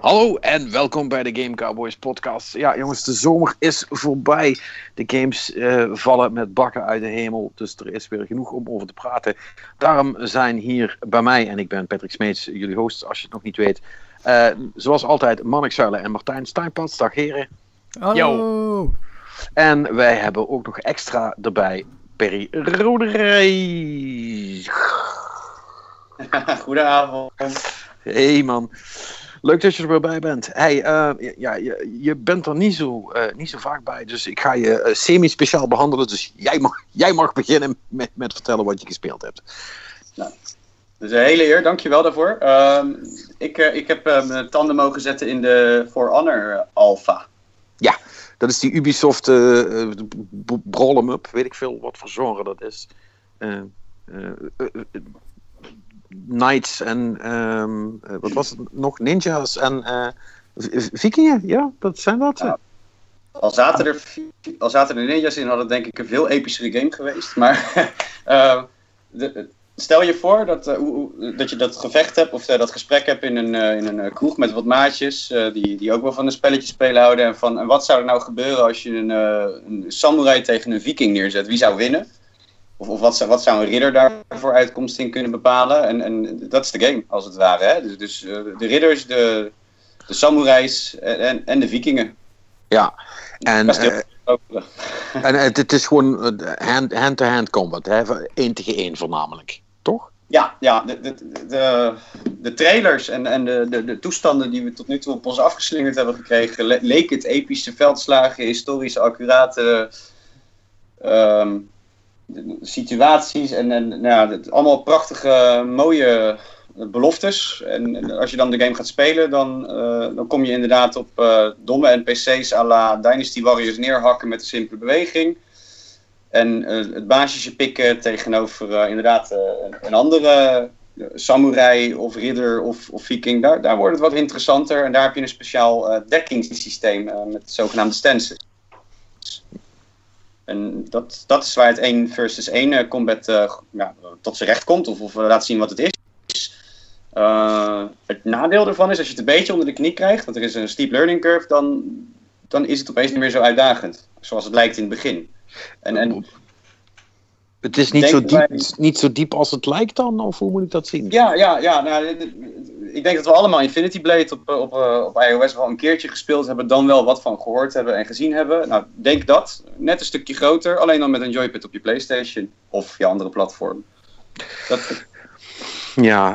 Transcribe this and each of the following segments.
Hallo en welkom bij de Game Cowboys podcast. Ja jongens, de zomer is voorbij. De games vallen met bakken uit de hemel. Dus er is weer genoeg om over te praten. Daarom zijn hier bij mij, en ik ben Patrick Smeets, jullie host als je het nog niet weet. Zoals altijd Mannix Zuilen en Martijn Steinpads. Dag heren. Hallo. Yo. En wij hebben ook nog extra erbij Perry Roderij. Goedenavond. Hey man. Leuk dat je er weer bij bent. Hey, je bent er niet zo vaak bij, dus ik ga je semi-speciaal behandelen. Dus jij mag beginnen met vertellen wat je gespeeld hebt. Nou, dat is een hele eer, dankjewel daarvoor. Ik heb mijn tanden mogen zetten in de For Honor Alpha. Ja, dat is die Ubisoft Brawl-em-up, weet ik veel wat voor genre dat is. Knights en wat was het nog? Ninjas en vikingen, ja, dat zijn dat. Ja. Al zaten er ninjas in, had het denk ik een veel epischere game geweest. Maar stel je voor dat je dat gevecht hebt of dat gesprek hebt in een kroeg met wat maatjes die ook wel van een spelletje spelen houden. En wat zou er nou gebeuren als je een samurai tegen een viking neerzet? Wie zou winnen? Of wat zou een ridder daarvoor uitkomst in kunnen bepalen? En dat is de game, als het ware. Hè? Dus de ridders, de samurais en de vikingen. Ja, en het is gewoon hand-to-hand combat, hè? 1 tegen 1 voornamelijk, toch? Ja, de trailers en de toestanden die we tot nu toe op ons afgeslingerd hebben gekregen, leken het epische veldslagen, historische accurate situaties en allemaal prachtige, mooie beloftes. En als je dan de game gaat spelen, dan kom je inderdaad op domme NPC's à la Dynasty Warriors neerhakken met een simpele beweging. En het baasje pikken tegenover inderdaad een andere samurai of ridder of viking. Daar wordt het wat interessanter. En daar heb je een speciaal dekkingssysteem met zogenaamde stances. En dat is waar het 1 versus 1 combat tot zijn recht komt. Of laat zien wat het is. Het nadeel ervan is, als je het een beetje onder de knie krijgt, want er is een steep learning curve, dan is het opeens niet meer zo uitdagend. Zoals het lijkt in het begin. En het is niet zo diep als het lijkt dan? Of hoe moet ik dat zien? Ja. Nou, ik denk dat we allemaal Infinity Blade op iOS wel een keertje gespeeld hebben. Dan wel wat van gehoord hebben en gezien hebben. Nou, denk dat. Net een stukje groter. Alleen dan met een joypad op je PlayStation. Of je andere platform. Ja,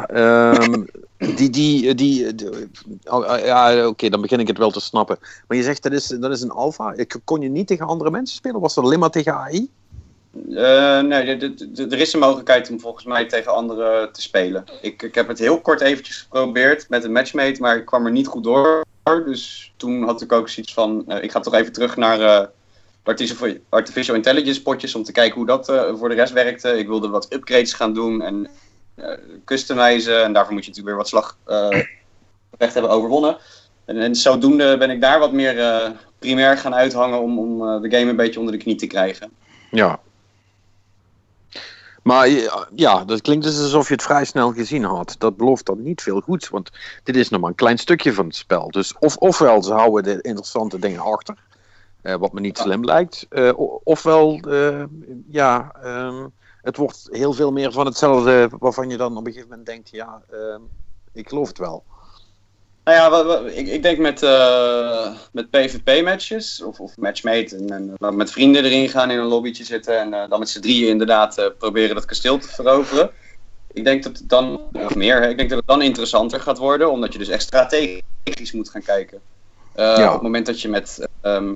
oké, dan begin ik het wel te snappen. Maar je zegt dat is een alpha. Kon je niet tegen andere mensen spelen? Was dat alleen maar tegen AI? Nee, er is een mogelijkheid om volgens mij tegen anderen te spelen. Ik heb het heel kort eventjes geprobeerd met een matchmate, maar ik kwam er niet goed door. Dus toen had ik ook zoiets van, ik ga toch even terug naar artificial intelligence potjes om te kijken hoe dat voor de rest werkte. Ik wilde wat upgrades gaan doen en customizen. En daarvoor moet je natuurlijk weer wat slagrecht hebben overwonnen. En zodoende ben ik daar wat meer primair gaan uithangen om de game een beetje onder de knie te krijgen. Ja. Maar ja, dat klinkt dus alsof je het vrij snel gezien had. Dat belooft dan niet veel goeds, want dit is nog maar een klein stukje van het spel. Dus ofwel ze houden de interessante dingen achter, wat me niet slim lijkt. Ofwel, het wordt heel veel meer van hetzelfde, waarvan je dan op een gegeven moment denkt, ik geloof het wel. Nou ja, ik denk met PvP-matches of matchmate en met vrienden erin gaan in een lobbytje zitten en dan met z'n drieën inderdaad proberen dat kasteel te veroveren. Ik denk dat het dan, of meer, ik denk dat het dan interessanter gaat worden, omdat je dus echt strategisch moet gaan kijken. Op het moment dat je met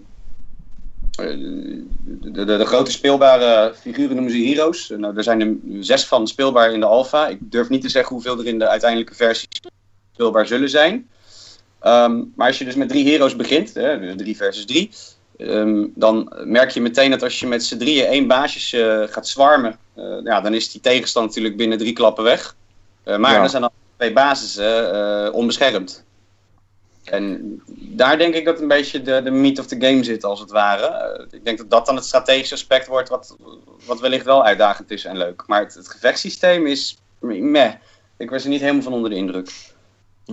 de grote speelbare figuren noemen ze heroes. Nou, er zijn er 6 van speelbaar in de alpha. Ik durf niet te zeggen hoeveel er in de uiteindelijke versie speelbaar zullen zijn. Maar als je dus met 3 heroes begint, 3 versus 3, dan merk je meteen dat als je met z'n drieën 1 baasjes gaat zwarmen, dan is die tegenstand natuurlijk binnen 3 klappen weg. Maar dan zijn dan 2 bases onbeschermd. En daar denk ik dat een beetje de meat of the game zit, als het ware. Ik denk dat dat dan het strategische aspect wordt, wat wellicht wel uitdagend is en leuk. Maar het gevechtssysteem is meh. Ik was er niet helemaal van onder de indruk. Ja.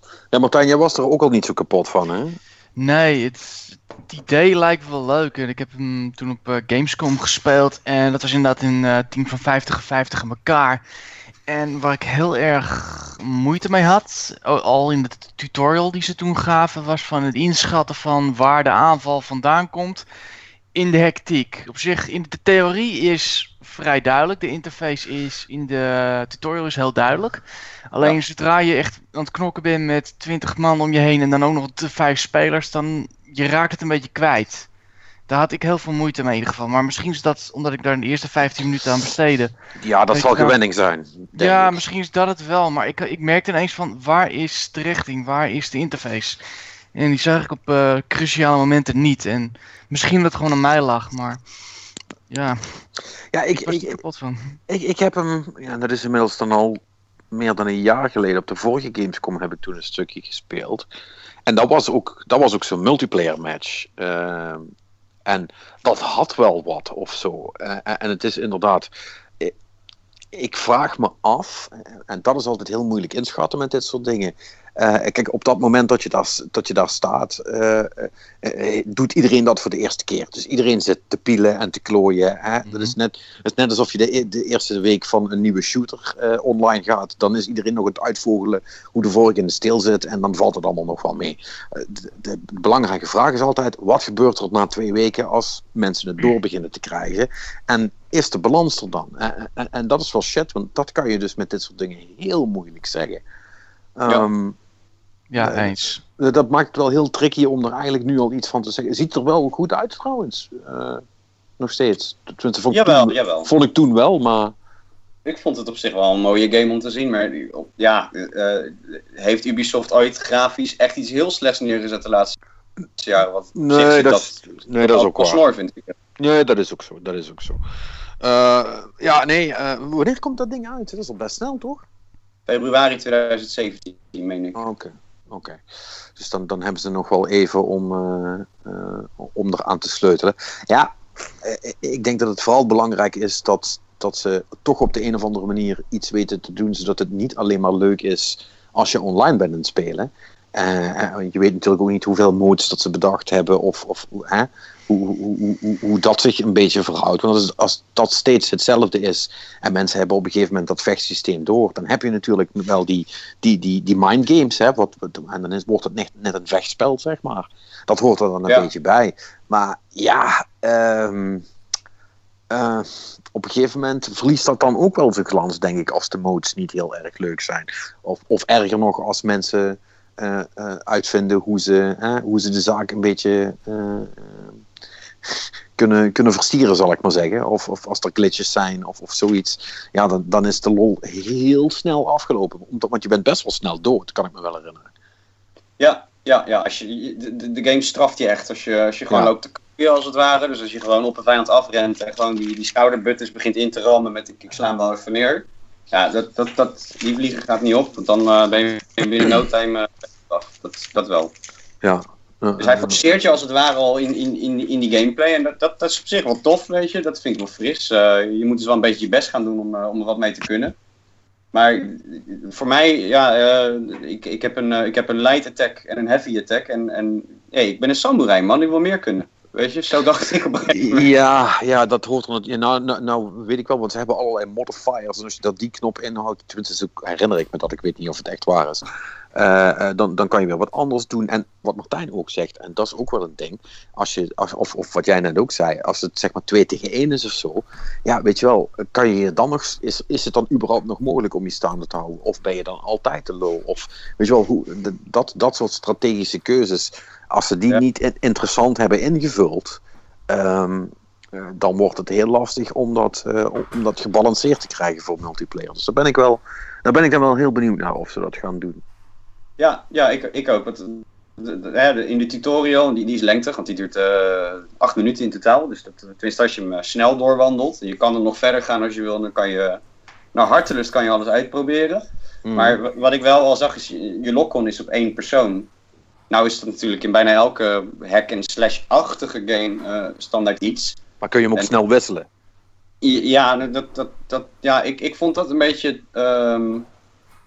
Ja, Martijn, jij was er ook al niet zo kapot van, hè? Nee, het idee lijkt wel leuk. En ik heb hem toen op Gamescom gespeeld. En dat was inderdaad een team van 50 in elkaar. En waar ik heel erg moeite mee had, al in de tutorial die ze toen gaven, was van het inschatten van waar de aanval vandaan komt in de hectiek. Op zich, in de theorie is vrij duidelijk. De interface is in de tutorial is heel duidelijk. Alleen zodra je echt aan het knokken bent met 20 man om je heen en dan ook nog 5 spelers, dan je raakt het een beetje kwijt. Daar had ik heel veel moeite mee in ieder geval. Maar misschien is dat omdat ik daar de eerste 15 minuten aan besteedde. Ja, dat zal gewenning zijn. Ja, misschien is dat het wel. Maar ik merkte ineens van, waar is de richting? Waar is de interface? En die zag ik op cruciale momenten niet. En misschien dat het gewoon aan mij lag, maar ja, ik was er kapot van. Ik heb hem, ja, dat is inmiddels dan al meer dan een jaar geleden. Op de vorige Gamescom heb ik toen een stukje gespeeld. En dat was ook zo'n multiplayer match. En dat had wel wat of zo. En het is inderdaad... Ik vraag me af, en dat is altijd heel moeilijk inschatten met dit soort dingen. Kijk, op dat moment dat je daar staat, doet iedereen dat voor de eerste keer. Dus iedereen zit te pielen en te klooien. Hè? Dat is net alsof je de eerste week van een nieuwe shooter online gaat. Dan is iedereen nog aan het uitvogelen hoe de vorige in de steel zit. En dan valt het allemaal nog wel mee. De belangrijke vraag is altijd, wat gebeurt er na 2 weken als mensen het door beginnen te krijgen? En is de balans er dan? En dat is wel shit, want dat kan je dus met dit soort dingen heel moeilijk zeggen. Ja, eens. Dat maakt het wel heel tricky om er eigenlijk nu al iets van te zeggen. Ziet er wel goed uit trouwens. Nog steeds. Vond ik toen wel, maar... Ik vond het op zich wel een mooie game om te zien. Maar heeft Ubisoft ooit grafisch echt iets heel slechts neergezet de laatste jaren? Dat is ook waar. Snor, vind ik. Nee, dat is ook zo. Wanneer komt dat ding uit? Dat is al best snel, toch? Februari 2017, meen ik. Oké. Dus dan hebben ze nog wel even om eraan te sleutelen. Ja, ik denk dat het vooral belangrijk is dat ze toch op de een of andere manier iets weten te doen, zodat het niet alleen maar leuk is als je online bent aan het spelen. Je weet natuurlijk ook niet hoeveel modes dat ze bedacht hebben of hoe dat zich een beetje verhoudt. Want als dat steeds hetzelfde is en mensen hebben op een gegeven moment dat vechtsysteem door, dan heb je natuurlijk wel die mindgames. En dan wordt het net een vechtspel, zeg maar. Dat hoort er dan een beetje bij. Maar ja, op een gegeven moment verliest dat dan ook wel zijn glans, denk ik, als de modes niet heel erg leuk zijn. Of erger nog, als mensen uitvinden hoe ze de zaak een beetje kunnen verstieren, zal ik maar zeggen. Of als er glitches zijn of zoiets. Ja, dan is de lol heel snel afgelopen. Want je bent best wel snel dood, kan ik me wel herinneren. Ja. Als de game straft je echt. Als je gewoon loopt te koeien, als het ware. Dus als je gewoon op een vijand afrent en gewoon die schouderbuttons begint in te rammen met ik sla hem wel even neer. Ja, die vlieger gaat niet op. Want dan ben je binnen no time af. Dat wel. Ja. Dus hij forceert je als het ware al in die gameplay. En dat is op zich wel tof, weet je. Dat vind ik wel fris. Je moet dus wel een beetje je best gaan doen om er wat mee te kunnen. Maar voor mij, ik heb een light attack en een heavy attack. En ik ben een samurai, man. Ik wil meer kunnen. Weet je, zo dacht ik op een gegeven moment. Ja, dat hoort er. Nou weet ik wel, want ze hebben allerlei modifiers. En als je die knop inhoudt, tenminste herinner ik me dat, ik weet niet of het echt waar is. Dan kan je weer wat anders doen. En wat Martijn ook zegt, en dat is ook wel een ding, of wat jij net ook zei, als het zeg maar 2 tegen 1 is of zo, ja, weet je wel, kan je dan nog, is het dan überhaupt nog mogelijk om je staande te houden? Of ben je dan altijd te low? Of weet je wel, dat soort strategische keuzes, als ze die niet interessant hebben ingevuld, dan wordt het heel lastig om dat gebalanceerd te krijgen voor multiplayer. Dus daar ben ik dan wel heel benieuwd naar of ze dat gaan doen. Ja, ik ook. Want in de tutorial, die is lengtig, want die duurt 8 minuten in totaal. Dus tenminste als je hem snel doorwandelt. Je kan er nog verder gaan als je wil. Dan kan je, naar hartelust kan je alles uitproberen. Maar wat ik wel al zag is, je lock-on is op 1 persoon. Nou is dat natuurlijk in bijna elke hack-and-slash-achtige game standaard iets. Maar kun je hem ook snel wisselen? Ja, ik vond dat een beetje...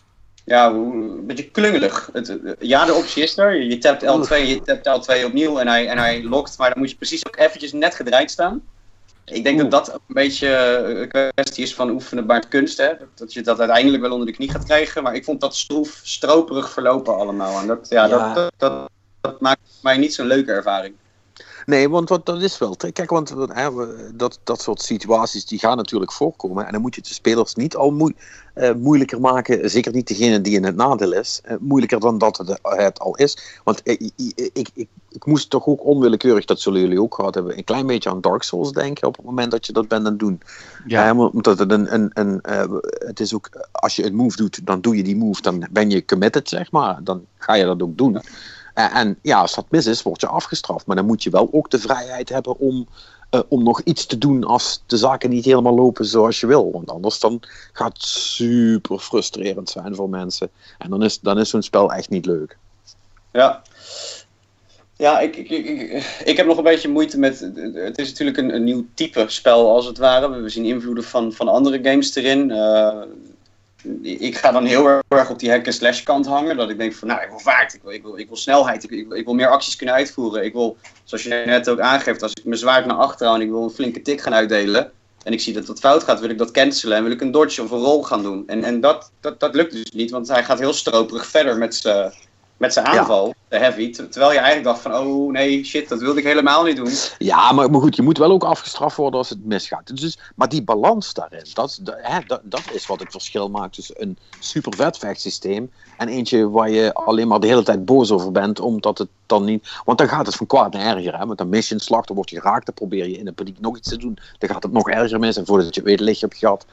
ja, een beetje klungelig. De optie is er. Je tapt L2, je tapt L2 opnieuw en hij lokt. Maar dan moet je precies ook eventjes net gedraaid staan. Ik denk dat een beetje een kwestie is van oefenen baart kunst. Hè? Dat je dat uiteindelijk wel onder de knie gaat krijgen. Maar ik vond dat stroperig verlopen allemaal. En dat maakt mij niet zo'n leuke ervaring. Nee, want dat is wel. Kijk, want dat soort situaties die gaan natuurlijk voorkomen. En dan moet je de spelers niet al moeilijker maken. Zeker niet degene die in het nadeel is. Moeilijker dan dat het al is. Want ik moest toch ook onwillekeurig, dat zullen jullie ook gehad hebben, een klein beetje aan Dark Souls denken op het moment dat je dat bent aan het doen. Ja. Omdat het is ook, als je een move doet, dan doe je die move, dan ben je committed, zeg maar. Dan ga je dat ook doen. En ja, als dat mis is, word je afgestraft. Maar dan moet je wel ook de vrijheid hebben om nog iets te doen als de zaken niet helemaal lopen zoals je wil. Want anders dan gaat het super frustrerend zijn voor mensen. En dan is zo'n spel echt niet leuk. Ja. Ja, ik heb nog een beetje moeite met... Het is natuurlijk een nieuw type spel, als het ware. We zien invloeden van andere games erin. Ik ga dan heel erg op die hack-and-slash kant hangen. Dat ik denk van, ik wil vaart, ik wil snelheid, ik wil meer acties kunnen uitvoeren. Ik wil, zoals je net ook aangeeft, als ik mijn zwaard naar achteren hou en ik wil een flinke tik gaan uitdelen. En ik zie dat dat fout gaat, wil ik dat cancelen en wil ik een dodge of een roll gaan doen. En dat lukt dus niet, want hij gaat heel stroperig verder met zijn aanval, de heavy. Terwijl je eigenlijk dacht van, oh nee, shit, dat wilde ik helemaal niet doen. Ja, maar goed, je moet wel ook afgestraft worden als het misgaat. Dus, maar die balans daarin, dat is wat het verschil maakt tussen een super vet vechtsysteem en eentje waar je alleen maar de hele tijd boos over bent, omdat het dan niet... Want dan gaat het van kwaad naar erger, hè. Met een mission slag, dan word je geraakt, dan probeer je in een paniek nog iets te doen, dan gaat het nog erger mis en voordat je weet lig je op het gat.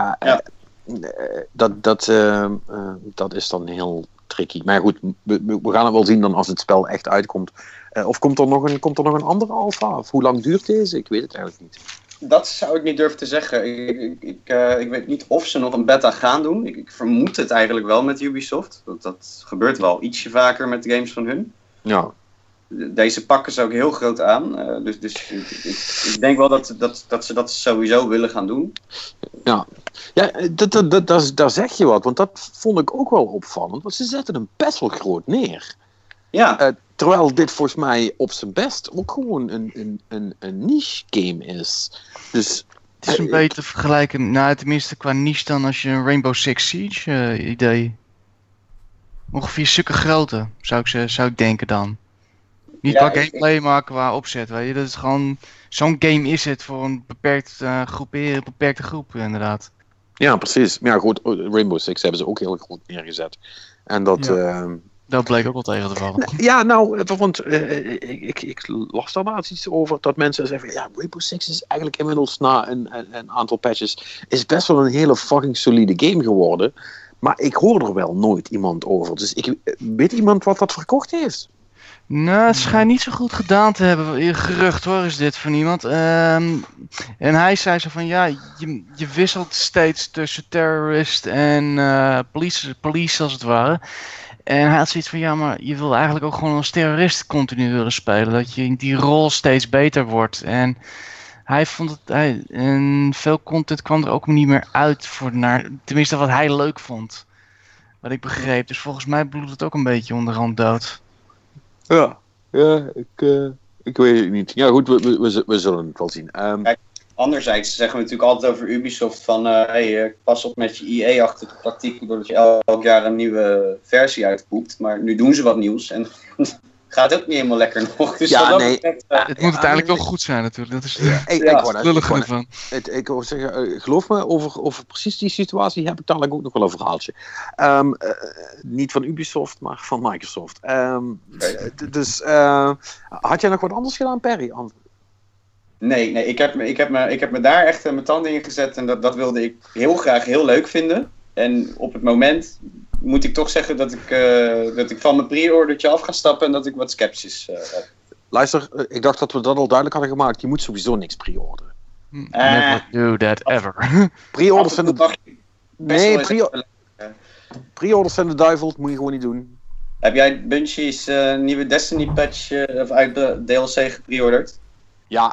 Dat is dan heel... tricky. Maar goed, we gaan het wel zien dan als het spel echt uitkomt. Of komt er nog een andere alpha? Of hoe lang duurt deze? Ik weet het eigenlijk niet. Dat zou ik niet durven te zeggen. Ik weet niet of ze nog een beta gaan doen. Ik vermoed het eigenlijk wel met Ubisoft. Dat gebeurt wel ietsje vaker met games van hun. Ja. Deze pakken ze ook heel groot aan. Dus ik denk wel dat ze dat sowieso willen gaan doen. Ja, daar zeg je wat. Want dat vond ik ook wel opvallend. Want ze zetten hem best wel groot neer. Ja. Terwijl dit volgens mij op zijn best ook gewoon een niche game is. Dus... Het is een beetje te vergelijken, tenminste qua niche dan als je een Rainbow Six Siege idee. Ongeveer stukken grootte, zou ik denken dan. Niet qua gameplay, maar qua opzet, weet je. Dat is gewoon... Zo'n game is het voor een beperkte groep, inderdaad. Ja, precies. Maar ja, goed, Rainbow Six hebben ze ook heel goed neergezet. En dat... Ja. Dat bleek ook wel tegen te vallen. Ja, want ik las daar laatst iets over dat mensen zeggen, ja, Rainbow Six is eigenlijk inmiddels na een aantal patches is best wel een hele fucking solide game geworden. Maar ik hoor er wel nooit iemand over. Dus weet iemand wat dat verkocht heeft? Nou, het schijnt niet zo goed gedaan te hebben. Gerucht hoor, is dit van iemand. En hij zei zo van, ja, je wisselt steeds tussen terrorist en police als het ware. En hij had zoiets van, ja, maar je wil eigenlijk ook gewoon als terrorist continu willen spelen. Dat je in die rol steeds beter wordt. En hij vond het, en veel content kwam er ook niet meer uit tenminste wat hij leuk vond. Wat ik begreep. Dus volgens mij bloedt het ook een beetje onderhand dood. Ja, ik weet het niet. Ja goed, we zullen het wel zien. Kijk, anderzijds zeggen we natuurlijk altijd over Ubisoft van... pas op met je EA-achtige praktijk... doordat je elk jaar een nieuwe versie uitpoept. Maar nu doen ze wat nieuws en... gaat ook niet helemaal lekker nog. Dus ja, nee. Het moet uiteindelijk wel goed zijn natuurlijk. Dat is het lullige ervan. Ik wil zeggen, geloof me, over precies die situatie heb ik dadelijk ook nog wel een verhaaltje. Niet van Ubisoft, maar van Microsoft. Dus had jij nog wat anders gedaan, Perry? Nee, ik heb me daar echt mijn tanden in gezet en dat wilde ik heel graag heel leuk vinden. En op het moment... moet ik toch zeggen dat ik van mijn pre-ordertje af ga stappen en dat ik wat sceptisch heb. Luister, ik dacht dat we dat al duidelijk hadden gemaakt. Je moet sowieso niks pre-orderen. Never do that ever. Pre-orders zijn de... Nee, pre-orders zijn de duivel. Dat moet je gewoon niet doen. Heb jij Bungie's nieuwe Destiny patch of uit de DLC gepreorderd? Ja.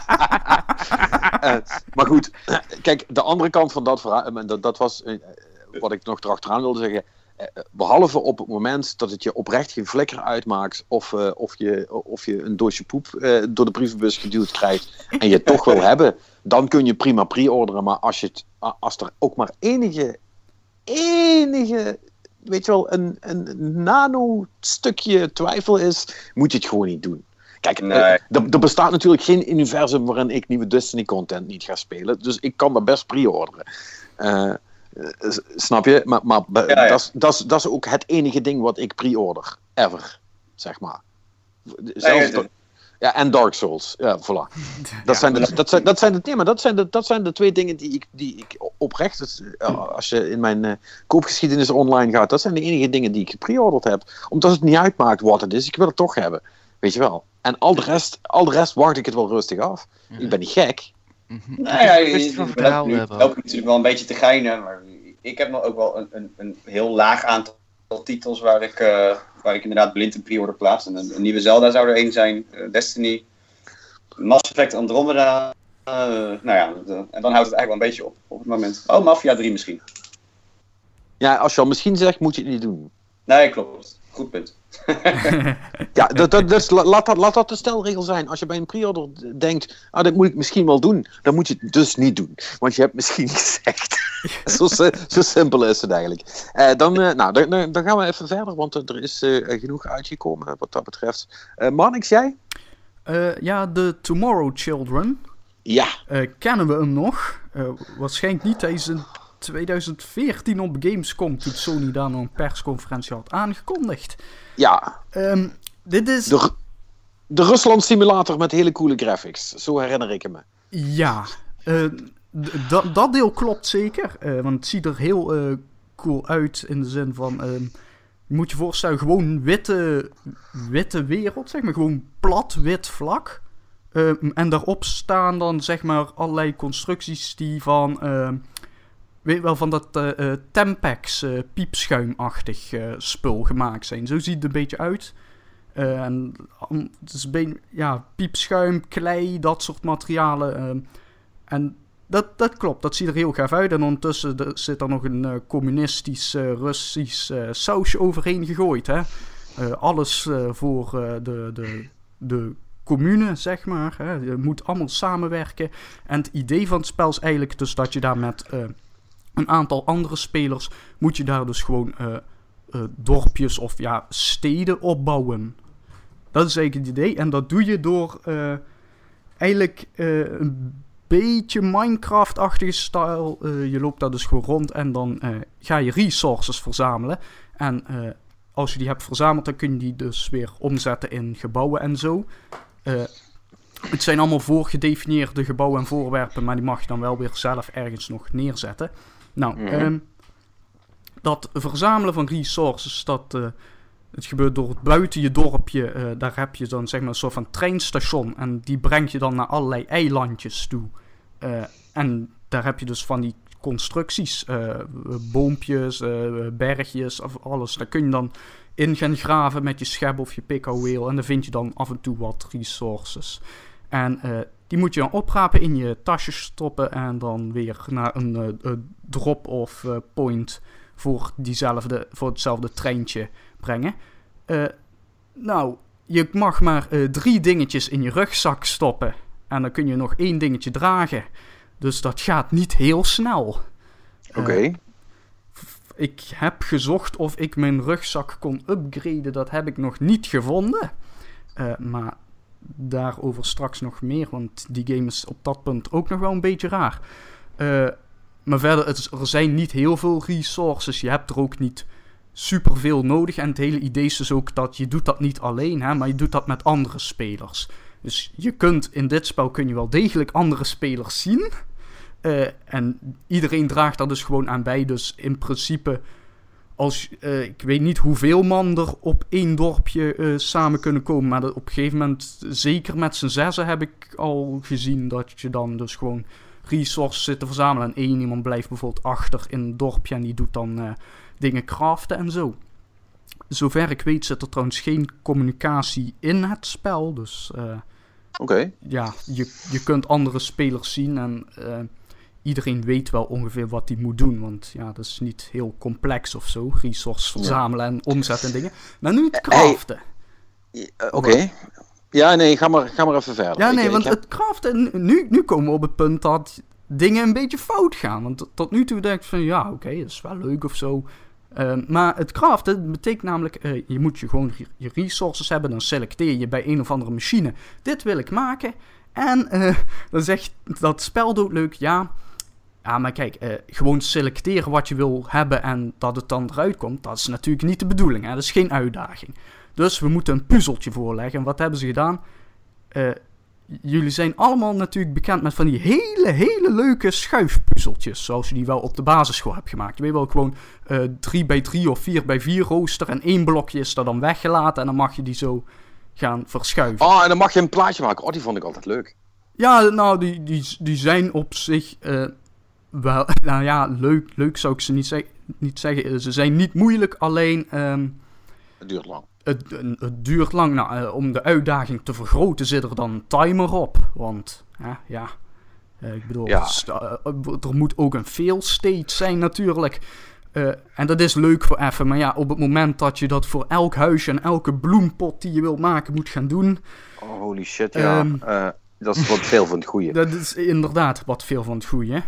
Maar goed, kijk, de andere kant van dat verhaal, dat was wat ik nog erachteraan wilde zeggen. Behalve op het moment dat het je oprecht geen flikker uitmaakt of je een doosje poep door de brievenbus geduwd krijgt en je het toch wil hebben, dan kun je prima pre-orderen. Maar als er ook maar enige, weet je wel, een nano stukje twijfel is, moet je het gewoon niet doen. Kijk, er bestaat natuurlijk geen universum waarin ik nieuwe Destiny content niet ga spelen, dus ik kan dat best pre-orderen. Snap je? Maar dat is ook het enige ding wat ik pre-order. Ever. Zeg maar. En Dark Souls. Ja, voilà. Dat zijn de twee dingen die ik oprecht... Dus, als je in mijn koopgeschiedenis online gaat, dat zijn de enige dingen die ik pre-orderd heb. Omdat het niet uitmaakt wat het is. Ik wil het toch hebben. Weet je wel. En al de rest wacht ik het wel rustig af. Ik ben niet gek. Nou ja, je helpt natuurlijk wel een beetje te geinen, maar ik heb nog ook wel een heel laag aantal titels waar ik inderdaad blind een pre-order plaats. En een nieuwe Zelda zou er één zijn, Destiny, Mass Effect Andromeda, en dan houdt het eigenlijk wel een beetje op het moment. Oh, Mafia 3 misschien. Ja, als je al misschien zegt, moet je het niet doen. Nee, klopt. Goed punt. Ja, dus laat dat de stelregel zijn. Als je bij een pre-order denkt, dat moet ik misschien wel doen, dan moet je het dus niet doen. Want je hebt misschien gezegd. Zo simpel is het eigenlijk. Dan gaan we even verder, want er is genoeg uitgekomen wat dat betreft. Marnix, jij? De Tomorrow Children. Ja. Kennen we hem nog? Waarschijnlijk niet. Hij is in 2014 op Gamescom, toen Sony daar nog een persconferentie had aangekondigd. Ja. Dit is... De Rusland simulator met hele coole graphics. Zo herinner ik me. Ja. Dat deel klopt zeker. Want het ziet er heel cool uit in de zin van... je moet je voorstellen, gewoon witte wereld, zeg maar. Gewoon plat, wit vlak. En daarop staan dan, zeg maar, allerlei constructies die van... weet je wel, van dat Tempex piepschuimachtig spul gemaakt zijn. Zo ziet het een beetje uit. En het is piepschuim, klei, dat soort materialen. En dat klopt, dat ziet er heel gaaf uit. En ondertussen zit er nog een communistisch Russisch sausje overheen gegooid. Hè? Alles voor de commune, zeg maar. Hè? Je moet allemaal samenwerken. En het idee van het spel is eigenlijk dus dat je daar met... een aantal andere spelers moet je daar dus gewoon dorpjes of steden opbouwen. Dat is eigenlijk het idee. En dat doe je door eigenlijk een beetje Minecraft-achtige stijl. Je loopt daar dus gewoon rond en dan ga je resources verzamelen. En als je die hebt verzameld, dan kun je die dus weer omzetten in gebouwen en zo. Het zijn allemaal voorgedefinieerde gebouwen en voorwerpen, maar die mag je dan wel weer zelf ergens nog neerzetten. Nou, dat verzamelen van resources, het gebeurt door buiten je dorpje. Daar heb je dan zeg maar een soort van treinstation en die brengt je dan naar allerlei eilandjes toe. En daar heb je dus van die constructies, boompjes, bergjes, of alles. Daar kun je dan in gaan graven met je schep of je pick-a-wheel en dan vind je dan af en toe wat resources. En die moet je dan oprapen, in je tasje stoppen en dan weer naar een drop-off point voor hetzelfde treintje brengen. Je mag maar 3 dingetjes in je rugzak stoppen en dan kun je nog 1 dingetje dragen. Dus dat gaat niet heel snel. Oké. Ik heb gezocht of ik mijn rugzak kon upgraden. Dat heb ik nog niet gevonden. Maar daarover straks nog meer. Want die game is op dat punt ook nog wel een beetje raar. Maar verder, er zijn niet heel veel resources. Je hebt er ook niet superveel nodig. En het hele idee is dus ook dat je doet dat niet alleen. Hè, maar je doet dat met andere spelers. Dus in dit spel kun je wel degelijk andere spelers zien. En iedereen draagt daar dus gewoon aan bij. Dus in principe, ik weet niet hoeveel man er op 1 dorpje samen kunnen komen. Maar op een gegeven moment, zeker met z'n 6 heb ik al gezien dat je dan dus gewoon resources zit te verzamelen. En 1 iemand blijft bijvoorbeeld achter in een dorpje en die doet dan dingen craften en zo. Zover ik weet zit er trouwens geen communicatie in het spel. Dus Oké. ja, je kunt andere spelers zien en... iedereen weet wel ongeveer wat hij moet doen. Want ja, dat is niet heel complex of zo. Resources verzamelen en omzetten en dingen. Maar nu het craften. Oké. Ja, nee, ga maar even verder. Ja, nee, want het craften... Nu komen we op het punt dat dingen een beetje fout gaan. Want tot nu toe denk ik van... Ja, oké, dat is wel leuk of zo. Maar het craften betekent namelijk... je moet gewoon je resources hebben. Dan selecteer je bij een of andere machine. Dit wil ik maken. En dan zegt dat spel doodleuk... Ja, maar kijk, gewoon selecteren wat je wil hebben... en dat het dan eruit komt... dat is natuurlijk niet de bedoeling. Hè? Dat is geen uitdaging. Dus we moeten een puzzeltje voorleggen. En wat hebben ze gedaan? Jullie zijn allemaal natuurlijk bekend met van die hele leuke schuifpuzzeltjes. Zoals je die wel op de basisschool hebt gemaakt. Je weet wel gewoon 3x3 of 4x4 rooster. En 1 blokje is er dan weggelaten. En dan mag je die zo gaan verschuiven. En dan mag je een plaatje maken. Die vond ik altijd leuk. Ja, nou, die zijn op zich wel... Nou ja, leuk zou ik ze niet zeggen. Ze zijn niet moeilijk, alleen... Het duurt lang. Het duurt lang. Nou, om de uitdaging te vergroten zit er dan een timer op. Want, ik bedoel, er moet ook een fail state zijn natuurlijk. En dat is leuk voor even. Maar ja, op het moment dat je dat voor elk huisje en elke bloempot die je wilt maken moet gaan doen... Oh, holy shit, ja. Dat is wat veel van het goede. Dat is inderdaad wat veel van het goede.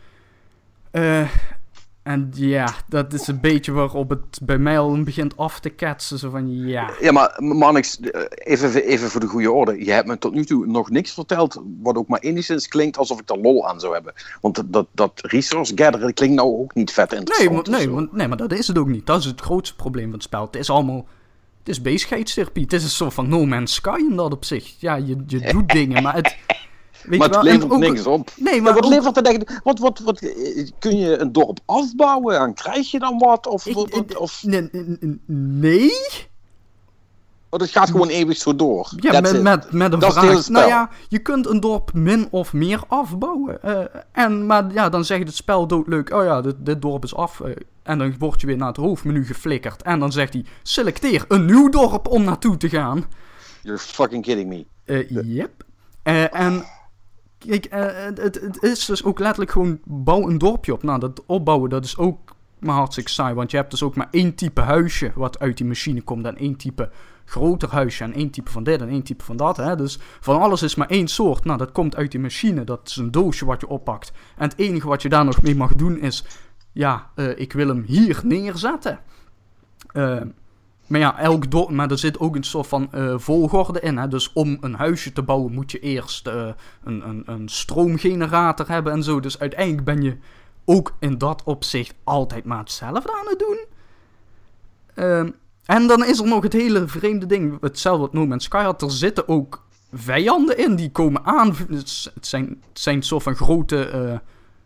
En ja, dat is een beetje waarop het bij mij al begint af te ketsen. Zo van, ja. Ja, maar Marnix, even voor de goede orde. Je hebt me tot nu toe nog niks verteld wat ook maar enigszins klinkt alsof ik er lol aan zou hebben. Want dat resource gatheren klinkt nou ook niet vet interessant. Nee, maar dat is het ook niet. Dat is het grootste probleem van het spel. Het is allemaal... Het is bezigheidstherapie. Het is een soort van No Man's Sky in dat opzicht. Ja, je doet dingen, maar het... Maar het levert ook niks op. Nee, maar wat levert het eigenlijk? Wat kun je een dorp afbouwen en krijg je dan wat? Nee. Want het gaat gewoon eeuwig zo door. Ja, met een vraag. Nou ja, je kunt een dorp min of meer afbouwen. Maar ja, dan zegt het spel doodleuk. Oh ja, dit dorp is af. En dan word je weer naar het hoofdmenu geflikkerd. En dan zegt hij, selecteer een nieuw dorp om naartoe te gaan. You're fucking kidding me. Yep. En... Kijk, het is dus ook letterlijk gewoon bouw een dorpje op. Nou, dat opbouwen, dat is ook maar hartstikke saai. Want je hebt dus ook maar 1 type huisje wat uit die machine komt. En 1 type groter huisje en 1 type van dit en 1 type van dat. Hè? Dus van alles is maar 1 soort. Nou, dat komt uit die machine. Dat is een doosje wat je oppakt. En het enige wat je daar nog mee mag doen is... Ja, ik wil hem hier neerzetten. Maar ja, maar er zit ook een soort van volgorde in. Hè? Dus om een huisje te bouwen moet je eerst een stroomgenerator hebben en zo. Dus uiteindelijk ben je ook in dat opzicht altijd maar hetzelfde aan het doen. En dan is er nog het hele vreemde ding. Hetzelfde wat No Man's Sky had. Er zitten ook vijanden in die komen aan. Het zijn een soort van grote...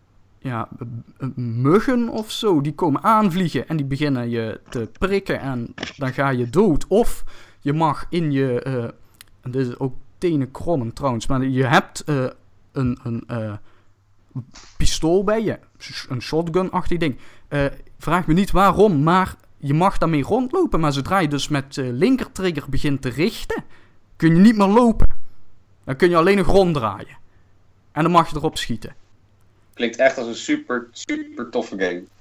muggen of zo, die komen aanvliegen en die beginnen je te prikken en dan ga je dood. Of je mag in je, en dit is ook tenen krommen trouwens, maar je hebt een pistool bij je, een shotgun-achtig ding. Vraag me niet waarom, maar je mag daarmee rondlopen, maar zodra je dus met linkertrigger begint te richten, kun je niet meer lopen. Dan kun je alleen nog ronddraaien. En dan mag je erop schieten. Klinkt echt als een super toffe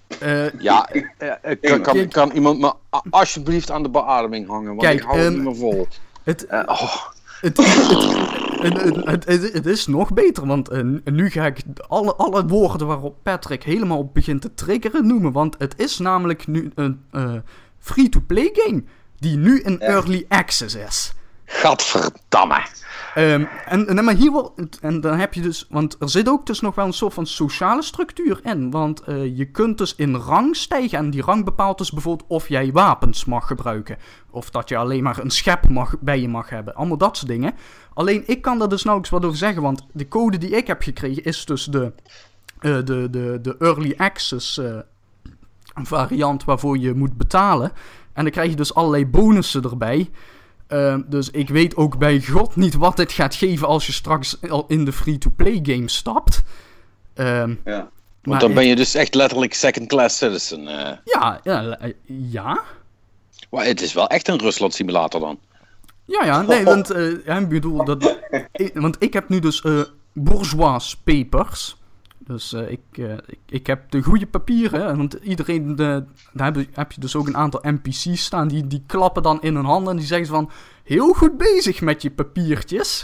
game. Kan iemand me alsjeblieft aan de beademing hangen, want kijk, ik hou het niet meer vol. Het is nog beter, want nu ga ik alle woorden waarop Patrick helemaal op begint te triggeren noemen, want het is namelijk nu een free-to-play game die nu in early access is. Gadverdamme. Maar hier wel, en dan heb je dus, want er zit ook dus nog wel een soort van sociale structuur in, want je kunt dus in rang stijgen en die rang bepaalt dus bijvoorbeeld of jij wapens mag gebruiken, of dat je alleen maar een schep bij je mag hebben, allemaal dat soort dingen. Alleen ik kan daar dus nauwelijks wat over zeggen, want de code die ik heb gekregen is dus de early access variant waarvoor je moet betalen, en dan krijg je dus allerlei bonussen erbij. Dus ik weet ook bij God niet wat dit gaat geven als je straks al in de free-to-play game stapt. Want dan ben je dus echt letterlijk second-class citizen. Ja. Maar het is wel echt een Rusland simulator dan. Ja, nee, want ik bedoel want ik heb nu dus bourgeois papers. Dus ik heb de goede papieren. Hè, want iedereen, daar heb je dus ook een aantal NPC's staan. Die klappen dan in hun handen en die zeggen van... Heel goed bezig met je papiertjes.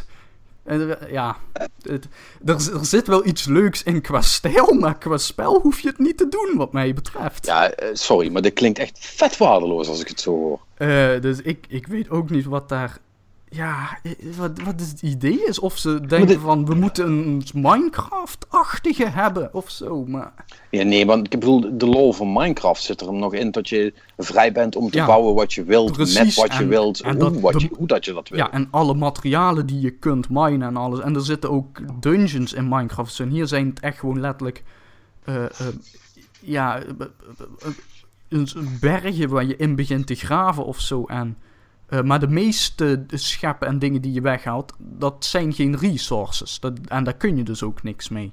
Er zit wel iets leuks in qua stijl, maar qua spel hoef je het niet te doen, wat mij betreft. Ja, sorry, maar dit klinkt echt vet waardeloos als ik het zo hoor. Dus ik weet ook niet wat daar... Ja, wat het idee is. Of ze denken van, we moeten een Minecraft-achtige hebben, of zo, maar... Ja, nee, want ik bedoel, de lol van Minecraft zit er nog in dat je vrij bent om te bouwen wat je wilt, precies, met wat je wilt, hoe dat je dat wil. Ja, en alle materialen die je kunt minen en alles. En er zitten ook dungeons in Minecraft. En hier zijn het echt gewoon letterlijk... een bergje waar je in begint te graven of zo, en... maar de meeste scheppen en dingen die je weghaalt, dat zijn geen resources. En daar kun je dus ook niks mee.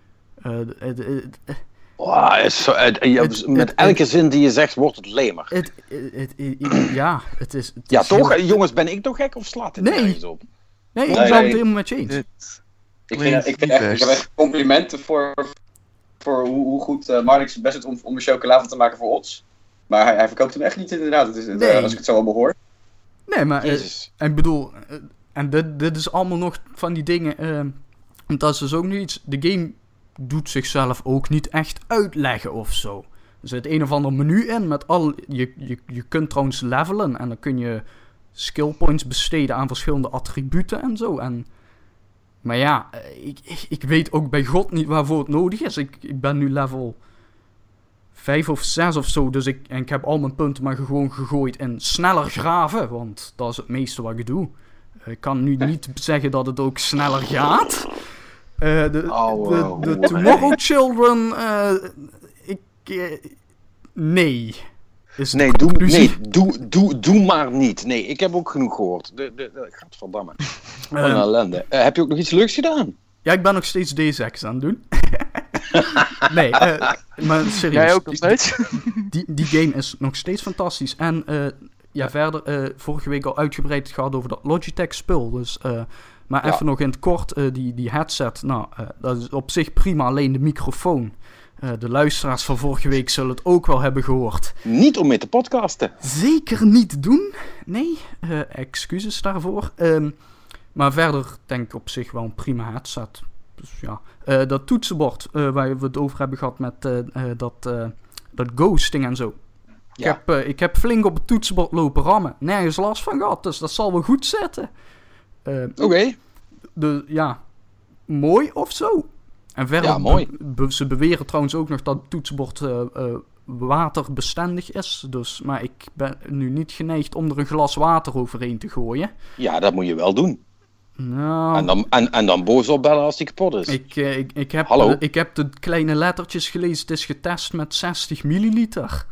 Met elke zin die je zegt, wordt het lemer. Het is toch? Heel... Jongens, ben ik toch gek of slaat dit ergens op? Nee, ik zou het helemaal met je eens. Ik heb echt complimenten voor hoe goed Marnix zijn best doet om een chocola van te maken voor ons. Maar hij verkoopt hem echt niet, inderdaad. Als ik het zo allemaal hoor. Nee, maar ik bedoel, en dit is allemaal nog van die dingen, want dat is dus ook nu iets, de game doet zichzelf ook niet echt uitleggen of zo. Er zit een of ander menu in met je kunt trouwens levelen en dan kun je skill points besteden aan verschillende attributen en zo. Maar ja, ik weet ook bij God niet waarvoor het nodig is. Ik ben nu level 5 of 6 of zo, dus ik heb al mijn punten maar gewoon gegooid in sneller graven, want dat is het meeste wat ik doe. Ik kan nu niet zeggen dat het ook sneller gaat. De Tomorrow Children, nee. Doe maar niet. Nee, ik heb ook genoeg gehoord. Gadverdamme. Wat een ellende. Heb je ook nog iets leuks gedaan? Ja, ik ben nog steeds D6 aan het doen. Nee, maar serieus. Jij ook nog steeds? Die game is nog steeds fantastisch. En verder, vorige week al uitgebreid gehad over dat Logitech-spul. Dus, maar even nog in het kort, die headset. Nou, dat is op zich prima, alleen de microfoon. De luisteraars van vorige week zullen het ook wel hebben gehoord. Niet om mee te podcasten. Zeker niet doen. Nee, excuses daarvoor. Maar verder denk ik op zich wel een prima headset. Dus ja, dat toetsenbord waar we het over hebben gehad met dat ghosting en zo. Ja. Ik heb flink op het toetsenbord lopen rammen. Nergens last van gehad, dus dat zal wel goed zitten. Oké. Ja, mooi of zo. En verder, ja, mooi. Ze beweren trouwens ook nog dat het toetsenbord waterbestendig is. Dus, maar ik ben nu niet geneigd om er een glas water overheen te gooien. Ja, dat moet je wel doen. Nou, en dan boos opbellen als die kapot is. Ik heb de kleine lettertjes gelezen. Het is getest met 60 milliliter.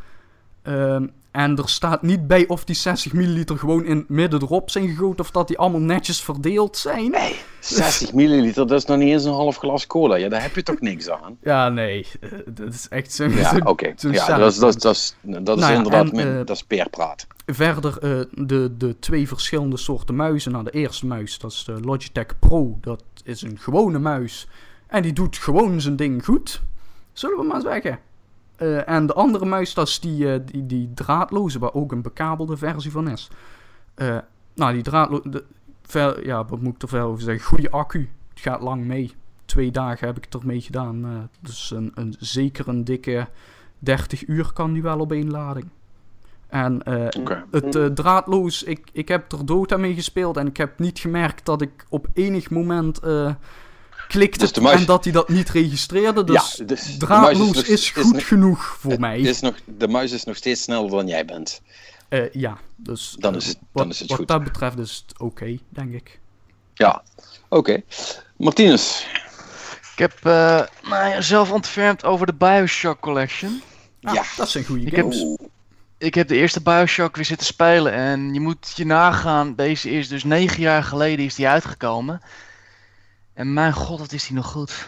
En er staat niet bij of die 60 milliliter gewoon in het midden erop zijn gegoten. Of dat die allemaal netjes verdeeld zijn. Nee, 60 milliliter, dat is nog niet eens een half glas cola. Ja, daar heb je toch niks aan? Ja, nee. Dat is echt zo'n... Ja, oké. Ja, dat is inderdaad... dat is peerpraat. Verder de twee verschillende soorten muizen. Nou, de eerste muis, dat is de Logitech Pro. Dat is een gewone muis. En die doet gewoon zijn ding goed. Zullen we maar zeggen. En de andere muis, dat is die draadloze, waar ook een bekabelde versie van is. Nou, die draadloze... wat moet ik er veel over zeggen? Goede accu. Het gaat lang mee. 2 dagen heb ik het ermee gedaan. Dus zeker een dikke 30 uur kan die wel op 1 lading. En het draadloos, ik heb er Dota mee gespeeld en ik heb niet gemerkt dat ik op enig moment klikte dus en dat hij dat niet registreerde. Dus, draadloos is goed genoeg voor mij. De muis is nog steeds sneller dan jij bent. Ja, dus dan is het goed. Wat dat betreft is het oké, denk ik. Ja, oké. Martinez. Ik heb zelf ontfermd over de Bioshock Collection. Ja, dat is een goede game. Ik heb de eerste Bioshock weer zitten spelen en je moet je nagaan, deze is dus 9 jaar geleden is die uitgekomen. En mijn god, wat is die nog goed.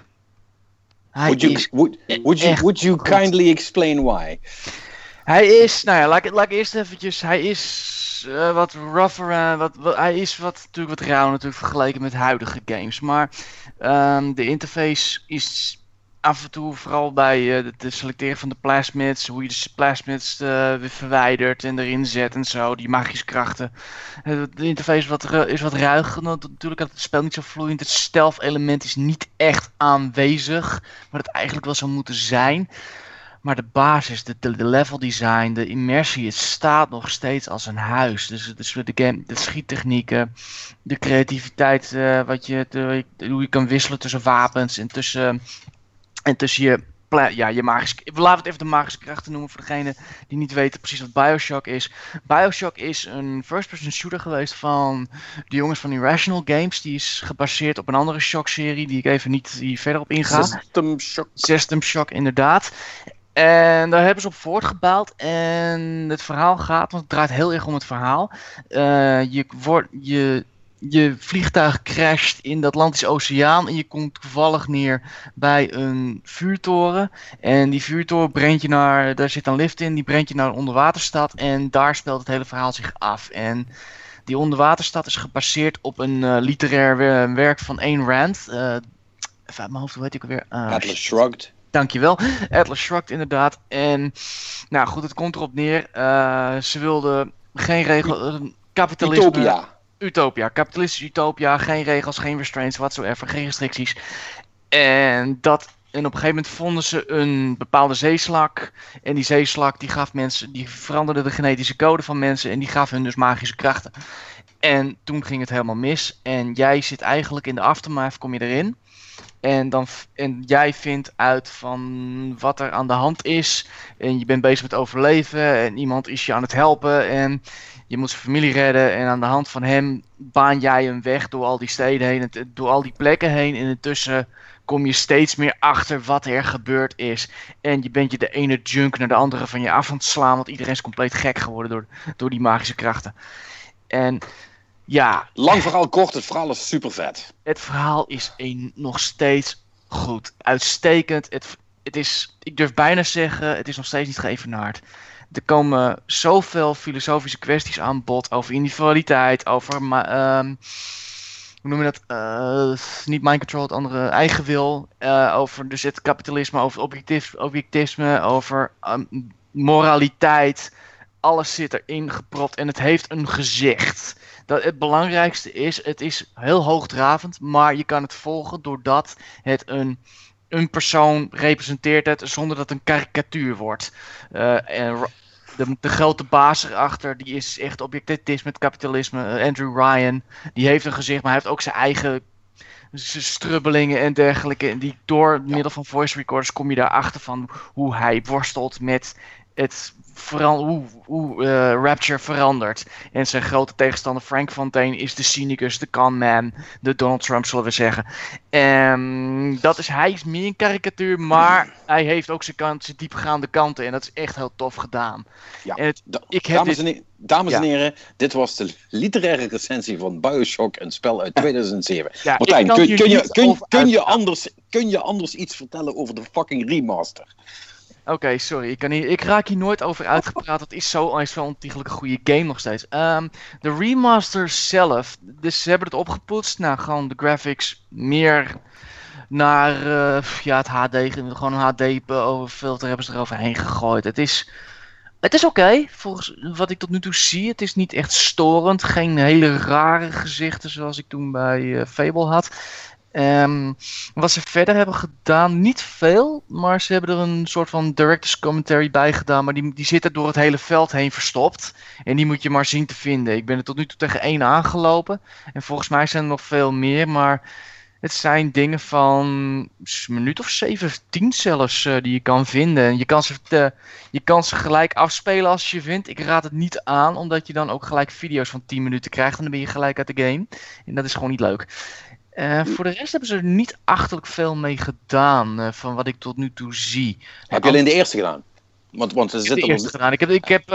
Would you kindly explain why? Hij is, laat ik eerst eventjes, hij is wat rougher en hij is natuurlijk wat rauw natuurlijk vergeleken met huidige games. Maar de interface is af en toe, vooral bij de selecteren van de plasmids, hoe je de plasmids weer verwijdert en erin zet en zo, die magische krachten. De interface is wat ruig, natuurlijk had het spel niet zo vloeiend. Het stealth element is niet echt aanwezig, wat het eigenlijk wel zou moeten zijn. Maar de basis, de level design, de immersie, het staat nog steeds als een huis. Dus de schiettechnieken, de creativiteit, hoe je kan wisselen tussen wapens en tussen je magische... Laten we het even de magische krachten noemen voor degene die niet weten precies wat Bioshock is. Bioshock is een first-person shooter geweest van de jongens van Irrational Games. Die is gebaseerd op een andere Shock-serie die ik even niet verder op inga. System Shock, inderdaad. En daar hebben ze op voortgebouwd en het verhaal gaat, want het draait heel erg om het verhaal. Je vliegtuig crasht in de Atlantische Oceaan en je komt toevallig neer bij een vuurtoren. En die vuurtoren brengt je daar zit een lift in, die brengt je naar een onderwaterstad en daar speelt het hele verhaal zich af. En die onderwaterstad is gebaseerd op een literair werk van Ayn Rand. Even uit mijn hoofd, hoe heet ik alweer? Atlas Shrugged. Dankjewel. Atlas Shrugged, inderdaad. En nou goed, het komt erop neer. Ze wilden geen regels... kapitalisme... Utopia. Kapitalistisch utopia. Geen regels, geen restraints, whatsoever. Geen restricties. En op een gegeven moment vonden ze een bepaalde zeeslak. En die zeeslak die veranderde de genetische code van mensen. En die gaf hun dus magische krachten. En toen ging het helemaal mis. En jij zit eigenlijk in de aftermath, kom je erin. En jij vindt uit van wat er aan de hand is. En je bent bezig met overleven. En iemand is je aan het helpen. En je moet zijn familie redden. En aan de hand van hem baan jij een weg door al die steden heen. Door al die plekken heen. En intussen kom je steeds meer achter wat er gebeurd is. En je bent je de ene junk naar de andere van je af aan het slaan. Want iedereen is compleet gek geworden door die magische krachten. En... ja. Lang verhaal kort, het verhaal is super vet. Het verhaal is nog steeds goed. Uitstekend. Het is, ik durf bijna zeggen, het is nog steeds niet geëvenaard. Er komen zoveel filosofische kwesties aan bod over individualiteit, over, hoe noem je dat, niet mind control, het andere eigen wil, over dus het kapitalisme, over objectisme, over moraliteit. Alles zit erin gepropt en het heeft een gezicht. Het belangrijkste is, het is heel hoogdravend, maar je kan het volgen doordat het een persoon representeert zonder dat het een karikatuur wordt. En de grote baas erachter, die is echt objectivisme, het kapitalisme. Andrew Ryan, die heeft een gezicht, maar hij heeft ook zijn eigen strubbelingen en dergelijke. En die door middel van voice recorders kom je daarachter van hoe hij worstelt met hoe Rapture verandert. En zijn grote tegenstander Frank Fontaine is de cynicus, de conman, de Donald Trump, zullen we zeggen. Hij is meer een karikatuur, maar hij heeft ook zijn diepgaande kanten en dat is echt heel tof gedaan. Ja. Dames en heren, dit was de literaire recensie van Bioshock, een spel uit 2007. Ja, Martijn, kun je anders iets vertellen over de fucking remaster? Oké, sorry. Ik raak hier nooit over uitgepraat. Het is zo'n ontiegelijk goede game nog steeds. De remaster zelf. Dus ze hebben het opgepoetst. Nou, gewoon de graphics meer naar het HD. Gewoon een HD-filter hebben ze eroverheen gegooid. Het is oké, volgens wat ik tot nu toe zie. Het is niet echt storend. Geen hele rare gezichten zoals ik toen bij Fable had. Wat ze verder hebben gedaan, niet veel, maar ze hebben er een soort van director's commentary bij gedaan, maar die zitten door het hele veld heen verstopt. En die moet je maar zien te vinden. Ik ben er tot nu toe tegen 1 aangelopen. En volgens mij zijn er nog veel meer, maar het zijn dingen van een minuut of 17 zelfs die je kan vinden. En je kan ze gelijk afspelen als je vindt. Ik raad het niet aan, omdat je dan ook gelijk video's van 10 minuten krijgt en dan ben je gelijk uit de game. En dat is gewoon niet leuk. Voor de rest hebben ze er niet achterlijk veel mee gedaan, van wat ik tot nu toe zie. Heb je alleen de eerste gedaan? Want ze zitten de eerste gedaan. Ik heb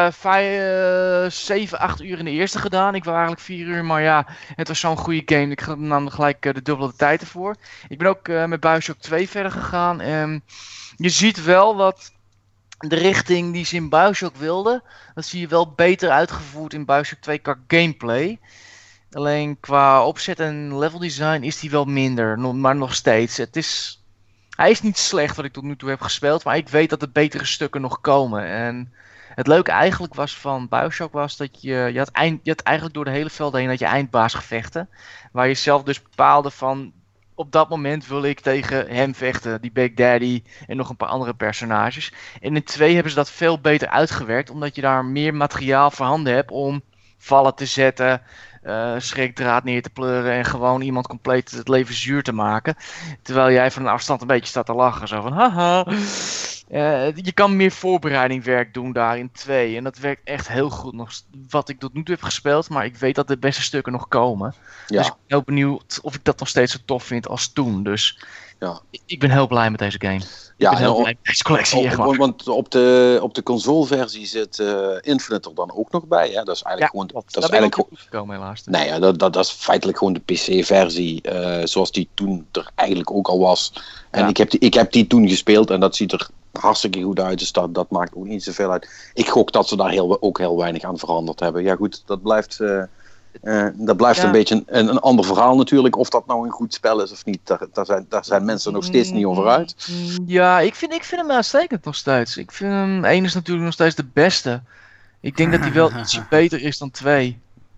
7, 8 uur in de eerste gedaan. Ik wou eigenlijk 4 uur, maar ja, het was zo'n goede game. Ik nam gelijk de dubbele tijd ervoor. Ik ben ook met Bioshock 2 verder gegaan. Je ziet wel wat de richting die ze in Bioshock wilden, dat zie je wel beter uitgevoerd in Bioshock 2 qua gameplay. Alleen qua opzet en level design is die wel minder, maar nog steeds. Het is Hij is niet slecht wat ik tot nu toe heb gespeeld, maar ik weet dat er betere stukken nog komen. En het leuke eigenlijk was van BioShock was dat je had eigenlijk door de hele velden heen dat je eindbaasgevechten. Waar je zelf dus bepaalde van, op dat moment wil ik tegen hem vechten, die Big Daddy en nog een paar andere personages. En in 2 hebben ze dat veel beter uitgewerkt, omdat je daar meer materiaal voorhanden hebt om vallen te zetten, schrikdraad neer te pleuren en gewoon iemand compleet het leven zuur te maken. Terwijl jij van een afstand een beetje staat te lachen, zo van haha. Je kan meer voorbereidingwerk doen daar in 2. En dat werkt echt heel goed. Nog wat ik tot nu toe heb gespeeld. Maar ik weet dat de beste stukken nog komen. Ja. Dus ik ben heel benieuwd of ik dat nog steeds zo tof vind als toen. Dus Ja. ik ben heel blij met deze game. Ja, ik ben heel blij met deze collectie. Echt waar. want op de consoleversie zit Infinite er dan ook nog bij. Hè? Dat is eigenlijk gewoon... Klopt. Dat is Daar ben ik eigenlijk ook niet gekomen helaas. Nee, ja, dat is feitelijk gewoon de PC-versie zoals die toen er eigenlijk ook al was. En Ja. ik heb die toen gespeeld en dat ziet er hartstikke goed uit. Dus dat maakt ook niet zoveel uit. Ik gok dat ze daar ook heel weinig aan veranderd hebben. Ja goed, dat blijft Ja. een beetje een ander verhaal natuurlijk. Of dat nou een goed spel is of niet, daar zijn mensen nog steeds niet over uit. Ja, ik vind hem uitstekend nog steeds. Ik vind hem, 1 is natuurlijk nog steeds de beste. Ik denk dat hij wel ietsje beter is dan 2.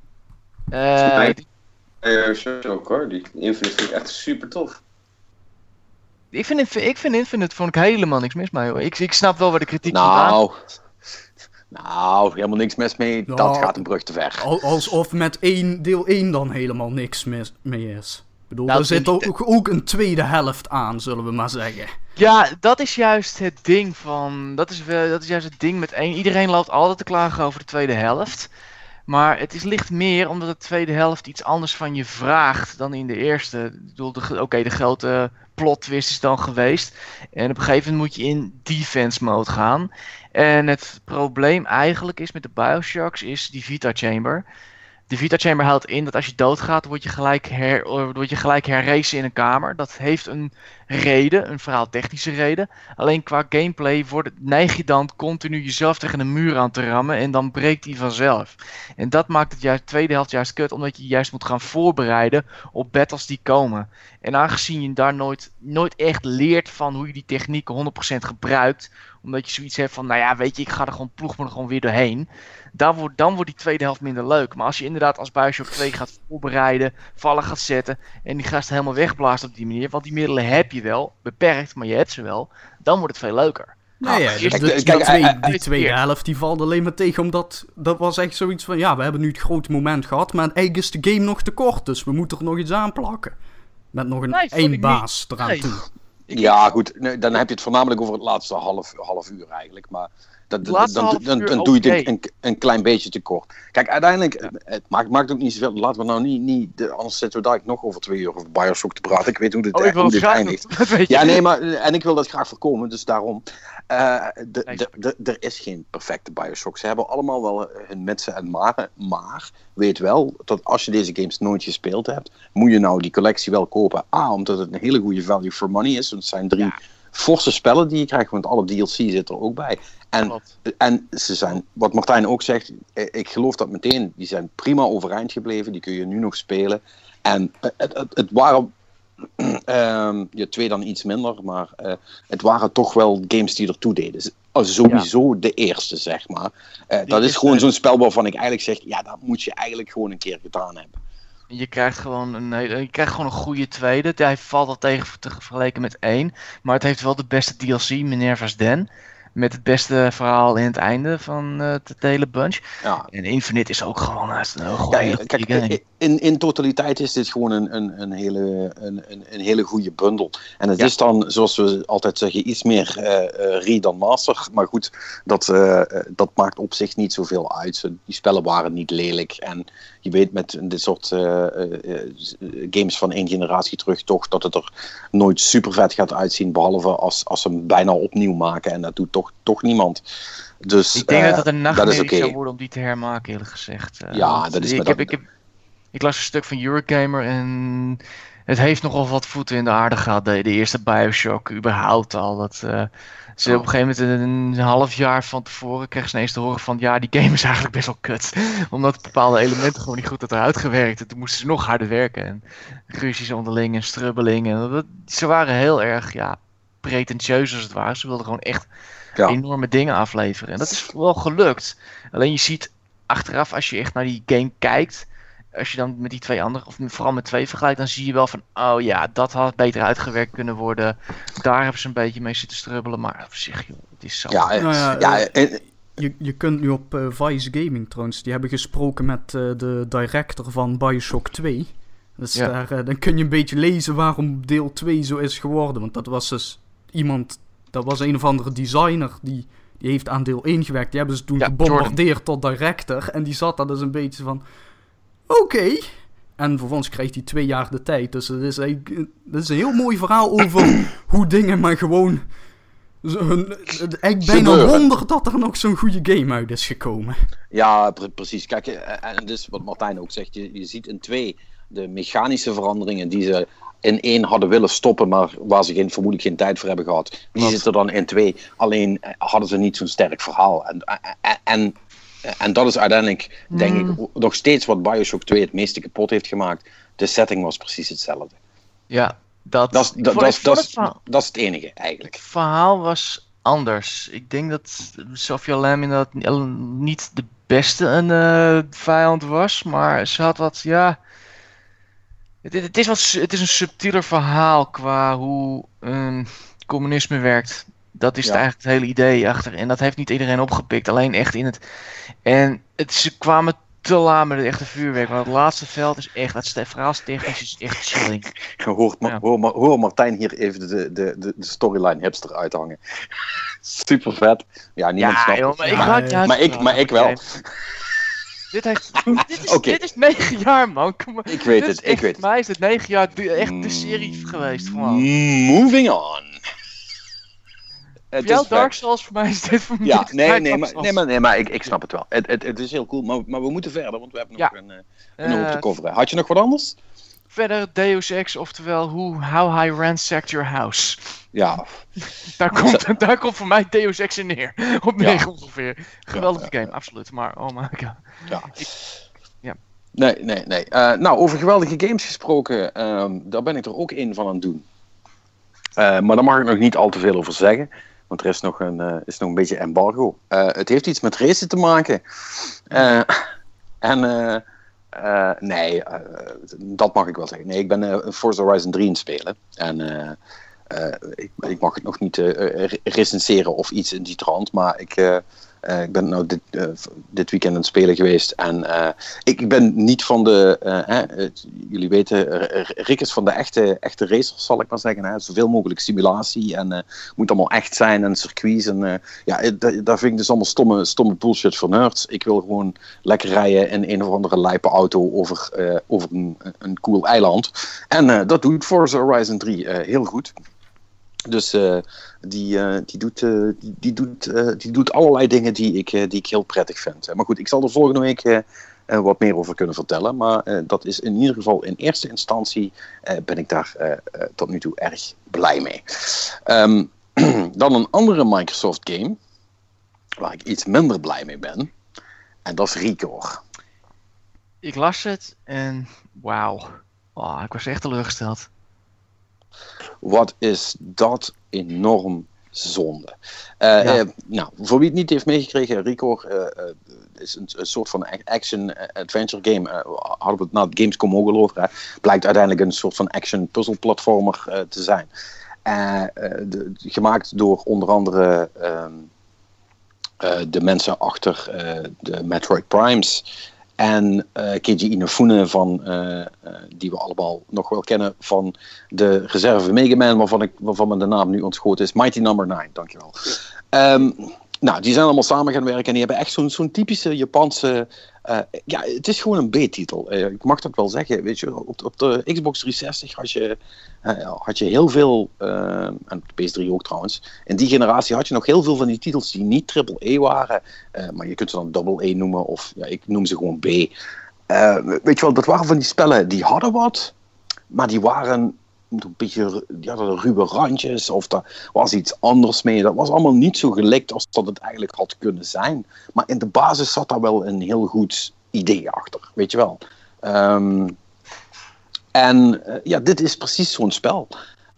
Ook hoor, die Infinite vind ik echt super tof. Ik vind Infinite vond ik helemaal niks mis mee hoor. Ik snap wel waar de kritiek vandaan. Nou, helemaal niks mis mee. Ja. Dat gaat een brug te ver. Alsof met deel 1 dan helemaal niks mee is. Ik bedoel, Nou, er zit ook een tweede helft aan, zullen we maar zeggen. Ja, dat is juist het ding van. Dat is juist het ding met 1. Iedereen loopt altijd te klagen over de tweede helft. Maar het ligt meer omdat de tweede helft iets anders van je vraagt dan in de eerste. Ik bedoel, de grote plot twist is dan geweest. En op een gegeven moment moet je in defense mode gaan. En het probleem eigenlijk is met de Bioshocks is die Vita Chamber. De Vita Chamber houdt in dat als je doodgaat, word je gelijk herrezen in een kamer. Dat heeft een reden, een verhaaltechnische reden. Alleen qua gameplay neig je dan continu jezelf tegen een muur aan te rammen en dan breekt die vanzelf. En dat maakt het juist de tweede helft juist kut, omdat je juist moet gaan voorbereiden op battles die komen. En aangezien je daar nooit echt leert van hoe je die technieken 100% gebruikt, omdat je zoiets hebt van, nou ja, weet je, ik ga er gewoon ploeg me er gewoon weer doorheen. Dan wordt die tweede helft minder leuk. Maar als je inderdaad als Bioshock 2 gaat voorbereiden, vallen gaat zetten en die gasten helemaal wegblaast op die manier, want die middelen heb je wel, beperkt, maar je hebt ze wel, dan wordt het veel leuker. Die tweede helft die valt alleen maar tegen, omdat dat was echt zoiets van, ja, we hebben nu het grote moment gehad, maar eigenlijk is de game nog te kort, dus we moeten er nog iets aan plakken. Met nog een eindbaas eraan toe. Ja, goed. Dan heb je het voornamelijk over het laatste half uur eigenlijk. Maar dan doe je het een klein beetje te kort. Kijk, uiteindelijk, het maakt ook niet zoveel. Laten we nou niet anders zitten we daar nog over 2 uur over Bioshock te praten. Ik weet hoe dit eindigt. Ja, nee, maar en ik wil dat graag voorkomen, dus daarom. Er is geen perfecte Bioshock. Ze hebben allemaal wel hun mitsen en maren. Maar weet wel dat als je deze games nooit gespeeld hebt, moet je nou die collectie wel kopen. Omdat het een hele goede value for money is. Want het zijn 3 forse spellen die je krijgt, want alle DLC zit er ook bij. En ze zijn, wat Martijn ook zegt, ik geloof dat meteen, die zijn prima overeind gebleven. Die kun je nu nog spelen. En het waren... 2 dan iets minder, maar het waren toch wel games die ertoe deden. Sowieso de eerste, zeg maar. Dat is gewoon zo'n spel waarvan ik eigenlijk zeg, ja, dat moet je eigenlijk gewoon een keer gedaan hebben. Je krijgt gewoon een goede tweede. Hij valt al tegen te vergelijken met 1, maar het heeft wel de beste DLC, Minerva's Den. Met het beste verhaal in het einde van de hele bunch. Ja. En Infinite is ook gewoon een goede game. In totaliteit is dit gewoon een hele goede bundel. En het is dan, zoals we altijd zeggen, iets meer re dan master. Maar goed, dat maakt op zich niet zoveel uit. Die spellen waren niet lelijk. En je weet met dit soort games van 1 generatie terug toch dat het er nooit super vet gaat uitzien. Behalve als ze hem bijna opnieuw maken. En dat doet toch niemand. Dus, ik denk dat het een nachtmerrie zou worden om die te hermaken, eerlijk gezegd. Dat is ik las een stuk van Eurogamer en het heeft nogal wat voeten in de aarde gehad. De eerste Bioshock überhaupt al. Dat ze op een gegeven moment een half jaar van tevoren kregen ze ineens te horen van ja, die game is eigenlijk best wel kut. Omdat bepaalde elementen gewoon niet goed hadden uitgewerkt. En toen moesten ze nog harder werken. En ruzies onderling en strubbeling. En ze waren heel erg pretentieus als het ware. Ze wilden gewoon echt enorme dingen afleveren. En dat is wel gelukt. Alleen je ziet achteraf, als je echt naar die game kijkt, als je dan met die twee andere, of vooral met 2 vergelijkt, dan zie je wel van, oh ja, dat had beter uitgewerkt kunnen worden. Daar hebben ze een beetje mee zitten strubbelen, maar op zich, joh, het is zo. Je kunt nu op Vice Gaming trouwens, die hebben gesproken met de director van BioShock 2. Dus dan kun je een beetje lezen waarom deel 2 zo is geworden. Want dat was dus dat was een of andere designer die heeft aan deel 1 gewerkt. Die hebben ze toen gebombardeerd tot director. En die zat daar dus een beetje van, oké. En vervolgens krijgt hij 2 jaar de tijd. Dus het is een heel mooi verhaal over hoe dingen maar gewoon... Ik ben al wonder dat er nog zo'n goede game uit is gekomen. Ja, precies. Kijk, en dus wat Martijn ook zegt, je ziet in 2 de mechanische veranderingen die ze in 1 hadden willen stoppen, maar waar ze vermoedelijk geen tijd voor hebben gehad. Die zitten dan in 2. Alleen hadden ze niet zo'n sterk verhaal. En dat is uiteindelijk, denk ik, nog steeds wat BioShock 2 het meeste kapot heeft gemaakt. De setting was precies hetzelfde. Ja. Dat is het enige, eigenlijk. Het verhaal was anders. Ik denk dat Sophia Lamb inderdaad niet de beste vijand was, maar ze had wat, Het is een subtieler verhaal qua hoe communisme werkt. Dat is eigenlijk het hele idee achter. En dat heeft niet iedereen opgepikt, alleen echt in het... En ze kwamen te laat met het echte vuurwerk, want het laatste veld is echt, het verhaalstechnisch is echt chilling. Hoor Martijn hier even de storyline hipster uithangen. Super vet. Ja, niemand snapt het. Maar ik wel. Dit is 9 jaar, man. Kom maar. Ik weet het. Voor mij is het 9 jaar echt de serie geweest. Gewoon. Moving on. Voor jou Dark Souls, voor mij is dit voor mij. Nee, maar ik snap het wel. Het is heel cool, maar we moeten verder, want we hebben nog een hoop te coveren. Had je nog wat anders? Verder Deus Ex, oftewel How I Ransacked Your House. Ja. Daar komt voor mij Deus Ex in neer. Op 9 ongeveer. Geweldige game, absoluut. Maar oh my god. Ja. Nee. Nou, over geweldige games gesproken, daar ben ik er ook één van aan het doen. Maar daar mag ik nog niet al te veel over zeggen. Want er is nog een beetje embargo. Het heeft iets met racen te maken. Dat mag ik wel zeggen. Nee, ik ben Forza Horizon 3 aan het spelen. En ik mag het nog niet recenseren of iets in die trant. Maar ik ben nou dit weekend aan het spelen geweest. En ik ben niet van jullie weten, Rick is van de echte racers, zal ik maar zeggen. Hè? Zoveel mogelijk simulatie en moet allemaal echt zijn en circuits. En daar vind ik dus allemaal stomme bullshit voor nerds. Ik wil gewoon lekker rijden in een of andere lijpe auto over een cool eiland. En dat doet Forza Horizon 3 heel goed. Dus die doet allerlei dingen die ik heel prettig vind. Maar goed, ik zal er volgende week wat meer over kunnen vertellen. Maar dat is in ieder geval in eerste instantie ben ik daar tot nu toe erg blij mee. Dan een andere Microsoft game waar ik iets minder blij mee ben. En dat is Recore. Ik las het en wauw. Oh, ik was echt teleurgesteld. Wat is dat enorm zonde. Nou, voor wie het niet heeft meegekregen, Recore is een soort van action-adventure game. Hadden we het na het Gamescom ook al over. Blijkt uiteindelijk een soort van action-puzzle-platformer te zijn. Gemaakt door onder andere de mensen achter de Metroid Primes. En Keiji Inafune die we allemaal nog wel kennen van de reserve Mega Man, waarvan me de naam nu ontschoten is. Mighty Number 9, dankjewel. Nou, die zijn allemaal samen gaan werken en die hebben echt zo'n typische Japanse... het is gewoon een B-titel. Ik mag dat wel zeggen. Weet je, op de Xbox 360 had je heel veel, en op de PS3 ook trouwens, in die generatie had je nog heel veel van die titels die niet AAA waren, maar je kunt ze dan AA noemen, of ik noem ze gewoon B. Weet je wel, dat waren van die spellen die hadden wat, maar die waren een beetje, die hadden ruwe randjes, of daar was iets anders mee. Dat was allemaal niet zo gelikt als dat het eigenlijk had kunnen zijn. Maar in de basis zat daar wel een heel goed idee achter, weet je wel. Dit is precies zo'n spel.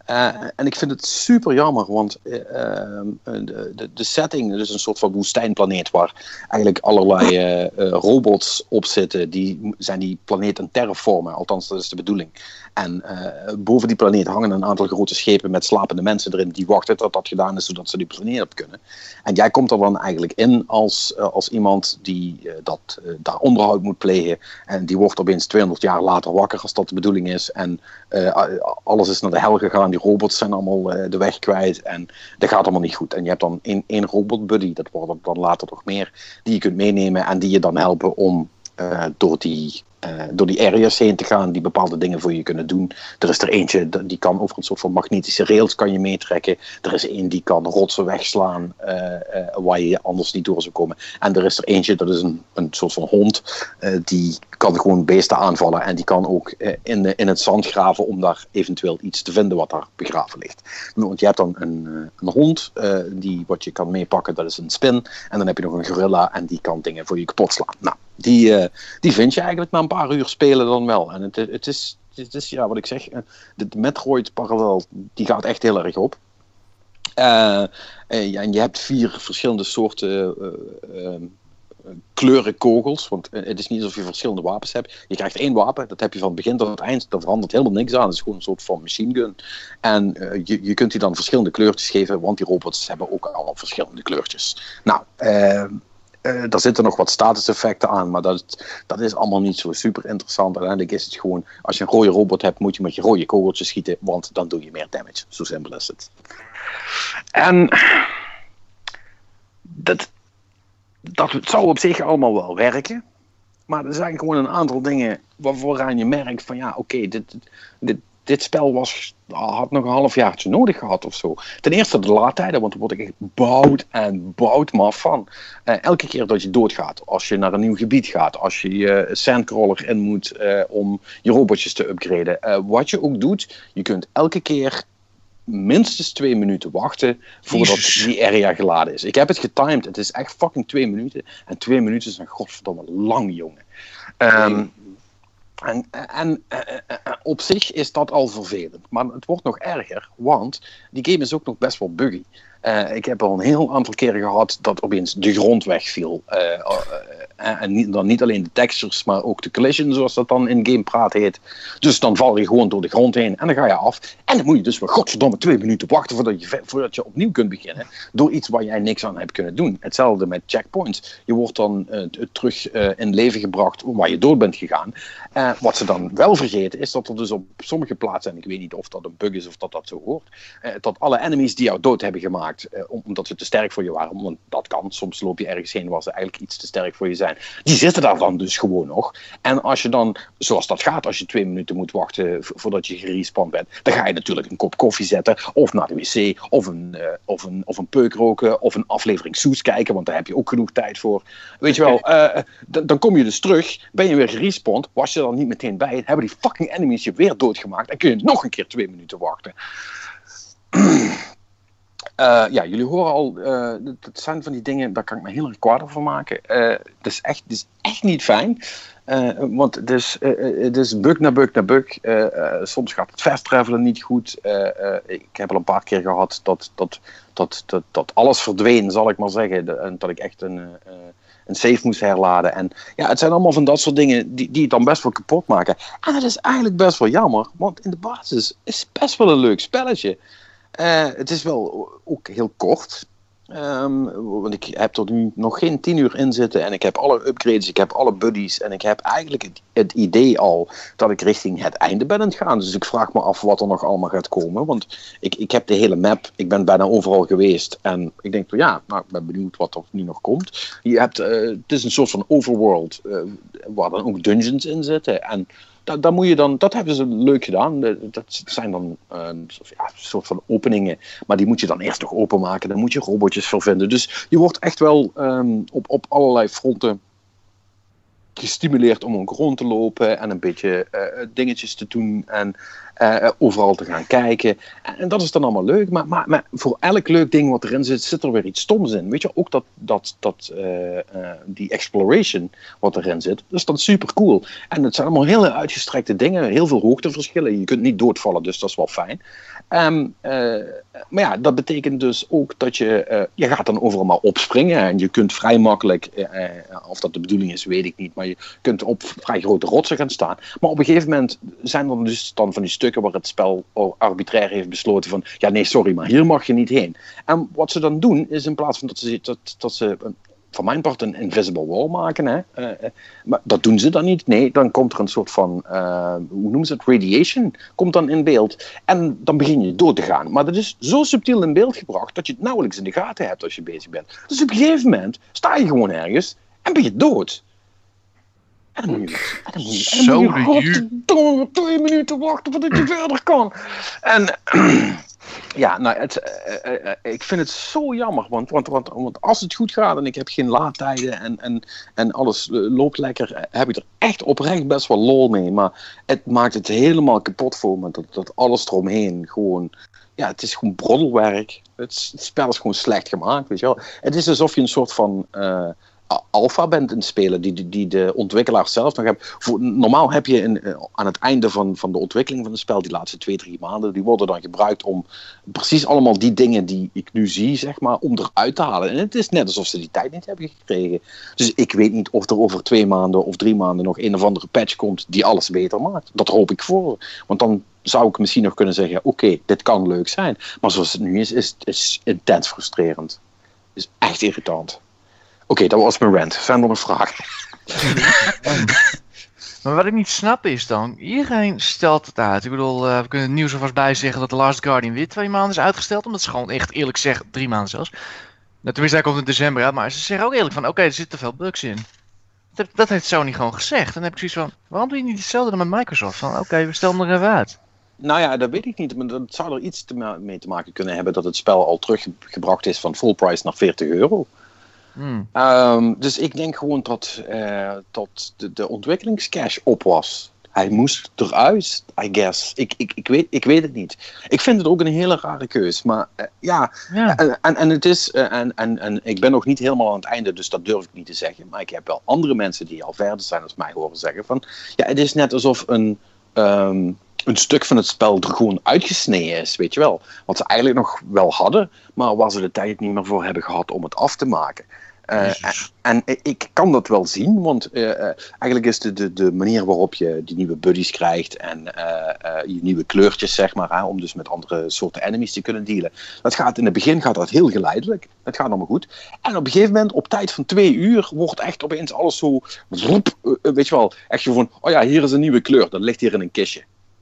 En ik vind het super jammer, want de setting, dus een soort van woestijnplaneet waar eigenlijk allerlei robots op zitten, die zijn die planeet aan terraformen, althans dat is de bedoeling. En boven die planeet hangen een aantal grote schepen met slapende mensen erin die wachten tot dat gedaan is, zodat ze die planeet op kunnen. En jij komt er dan eigenlijk in als iemand die daar onderhoud moet plegen. En die wordt opeens 200 jaar later wakker, als dat de bedoeling is. En alles is naar de hel gegaan. Die robots zijn allemaal de weg kwijt. En dat gaat allemaal niet goed. En je hebt dan één robotbuddy, dat wordt dan later nog meer, die je kunt meenemen en die je dan helpen om door die areas heen te gaan, die bepaalde dingen voor je kunnen doen. Er is er eentje, die kan over een soort van magnetische rails kan je meetrekken. Er is één die kan rotsen wegslaan waar je anders niet door zou komen. En er is er eentje, dat is een soort van hond, die kan gewoon beesten aanvallen en die kan ook in het zand graven om daar eventueel iets te vinden wat daar begraven ligt. Want je hebt dan een hond, wat je kan meepakken, dat is een spin. En dan heb je nog een gorilla en die kan dingen voor je kapot slaan. Nou, die vind je eigenlijk na een paar uur spelen dan wel. En het is ja, wat ik zeg, de Metroid parallel, die gaat echt heel erg op. Ja, en je hebt 4 verschillende soorten kleuren kogels, want het is niet alsof je verschillende wapens hebt. Je krijgt 1 wapen, dat heb je van het begin tot het eind, daar verandert helemaal niks aan. Het is gewoon een soort van machine gun. En je kunt die dan verschillende kleurtjes geven, want die robots hebben ook allemaal verschillende kleurtjes. Nou, daar zitten nog wat statuseffecten aan, maar dat is allemaal niet zo super interessant. Uiteindelijk is het gewoon, als je een rode robot hebt, moet je met je rode kogeltjes schieten, want dan doe je meer damage. Zo simpel is het. En dat zou op zich allemaal wel werken, maar er zijn gewoon een aantal dingen waaraan je merkt van ja, oké, dit spel had nog een halfjaartje nodig gehad of zo. Ten eerste de laadtijden, want daar word ik echt bout maf van. Elke keer dat je doodgaat, als je naar een nieuw gebied gaat, als je je sandcrawler in moet om je robotjes te upgraden. Wat je ook doet, je kunt elke keer minstens 2 minuten wachten voordat die area geladen is. Ik heb het getimed, het is echt fucking 2 minuten. En 2 minuten is een godverdomme lang, jongen. En op zich is dat al vervelend. Maar het wordt nog erger, want die game is ook nog best wel buggy. Ik heb al een heel aantal keren gehad dat opeens de grond wegviel. En dan niet alleen de textures, maar ook de collision, zoals dat dan in gamepraat heet. Dus dan val je gewoon door de grond heen en dan ga je af. En dan moet je dus weer godverdomme 2 minuten wachten voordat je opnieuw kunt beginnen. Door iets waar jij niks aan hebt kunnen doen. Hetzelfde met checkpoints. Je wordt dan terug in leven gebracht waar je dood bent gegaan. Wat ze dan wel vergeten is dat er dus op sommige plaatsen, en ik weet niet of dat een bug is of dat zo hoort, dat alle enemies die jou dood hebben gemaakt, omdat ze te sterk voor je waren, want dat kan, soms loop je ergens heen waar ze eigenlijk iets te sterk voor je zijn, die zitten daar dan dus gewoon nog. En als je dan, zoals dat gaat, als je 2 minuten moet wachten voordat je gerespawned bent, dan ga je natuurlijk een kop koffie zetten, of naar de wc, of een peuk roken, of een aflevering Soes kijken, want daar heb je ook genoeg tijd voor. Weet je wel, dan kom je dus terug, ben je weer gerespawned, was je dan niet meteen bij, hebben die fucking enemies je weer doodgemaakt, en kun je nog een keer 2 minuten wachten. Ja, jullie horen al, dat zijn van die dingen, daar kan ik me heel erg kwaad over maken. Het is echt niet fijn, want het is bug na bug na bug. Soms gaat het fast travelen niet goed. Ik heb al een paar keer gehad dat alles verdween, zal ik maar zeggen. En dat ik echt een save moest herladen. En ja, het zijn allemaal van dat soort dingen die het dan best wel kapot maken. En dat is eigenlijk best wel jammer, want in de basis is het best wel een leuk spelletje. Het is wel ook heel kort. Want ik heb er nu nog geen 10 uur in zitten. En ik heb alle upgrades, ik heb alle buddies. En ik heb eigenlijk het idee al dat ik richting het einde ben aan het gaan. Dus ik vraag me af wat er nog allemaal gaat komen. Want ik heb de hele map, ik ben bijna overal geweest. En ik denk, ja, nou, ik ben benieuwd wat er nu nog komt. Het is een soort van overworld waar dan ook dungeons in zitten. En dat hebben ze leuk gedaan. Dat zijn dan een soort van openingen. Maar die moet je dan eerst nog openmaken. Dan moet je robotjes voor vinden. Dus je wordt echt wel op allerlei fronten gestimuleerd om ook rond te lopen en een beetje dingetjes te doen en overal te gaan kijken. En dat is dan allemaal leuk, maar voor elk leuk ding wat erin zit, zit er weer iets stoms in. Weet je, ook die exploration wat erin zit, dat is dan super cool. En het zijn allemaal hele uitgestrekte dingen, heel veel hoogteverschillen. Je kunt niet doodvallen, dus dat is wel fijn. Maar ja, dat betekent dus ook dat je gaat dan overal maar opspringen en je kunt vrij makkelijk, of dat de bedoeling is, weet ik niet, maar je kunt op vrij grote rotsen gaan staan. Maar op een gegeven moment zijn er dus dan van die stukken waar het spel arbitrair heeft besloten van, ja nee, sorry, maar hier mag je niet heen. En wat ze dan doen, is in plaats van dat ze van mijn part een invisible wall maken, hè? Maar dat doen ze dan niet. Nee, dan komt er een soort van, hoe noemen ze het, radiation, komt dan in beeld. En dan begin je dood te gaan. Maar dat is zo subtiel in beeld gebracht, dat je het nauwelijks in de gaten hebt als je bezig bent. Dus op een gegeven moment sta je gewoon ergens en ben je dood. En dan moet je 2 minuten wachten voordat je verder kan. En ja, nou, ik vind het zo jammer, want als het goed gaat en ik heb geen laadtijden en alles loopt lekker, heb ik er echt oprecht best wel lol mee. Maar het maakt het helemaal kapot voor me, dat alles eromheen gewoon, ja, het is gewoon broddelwerk. Het spel is gewoon slecht gemaakt, weet je wel. Het is alsof je een soort van alpha bent in spelen die de ontwikkelaar zelf nog hebt. Normaal heb je aan het einde van de ontwikkeling van het spel, die laatste 2-3 maanden, die worden dan gebruikt om precies allemaal die dingen die ik nu zie, zeg maar, om eruit te halen. En het is net alsof ze die tijd niet hebben gekregen. Dus ik weet niet of er over 2 maanden of 3 maanden nog een of andere patch komt die alles beter maakt. Dat hoop ik voor. Want dan zou ik misschien nog kunnen zeggen, oké, dit kan leuk zijn. Maar zoals het nu is intens frustrerend. Is echt irritant. Oké, dat was mijn rant. Zijn er nog vragen? Maar wat ik niet snap is dan, iedereen stelt het uit. Ik bedoel, we kunnen het nieuws alvast bij zeggen dat The Last Guardian weer 2 maanden is uitgesteld. Omdat ze gewoon echt eerlijk zeggen, 3 maanden zelfs. Nou, tenminste, hij komt in december uit, maar ze zeggen ook eerlijk van, oké, er zitten te veel bugs in. Dat heeft Sony gewoon gezegd. En dan heb ik zoiets van, waarom doe je niet hetzelfde dan met Microsoft? Van, oké, we stellen er even uit. Nou ja, dat weet ik niet. Maar dat zou er iets mee te maken kunnen hebben dat het spel al teruggebracht is van full price naar €40. Dus ik denk gewoon dat de ontwikkelingscash op was. Hij moest eruit, I guess. Ik weet het niet. Ik vind het ook een hele rare keus. Maar ja. En het is. En ik ben nog niet helemaal aan het einde, dus dat durf ik niet te zeggen. Maar ik heb wel andere mensen die al verder zijn als mij horen zeggen van. Ja, het is net alsof een stuk van het spel er gewoon uitgesneden is, weet je wel. Wat ze eigenlijk nog wel hadden, maar waar ze de tijd niet meer voor hebben gehad om het af te maken. En ik kan dat wel zien, want eigenlijk is de manier waarop je die nieuwe buddies krijgt en je nieuwe kleurtjes, zeg maar, om dus met andere soorten enemies te kunnen dealen. In het begin gaat dat heel geleidelijk. Het gaat allemaal goed. En op een gegeven moment, op tijd van 2 uur, wordt echt opeens alles zo, weet je wel, echt gewoon, oh ja, hier is een nieuwe kleur, dat ligt hier in een kistje.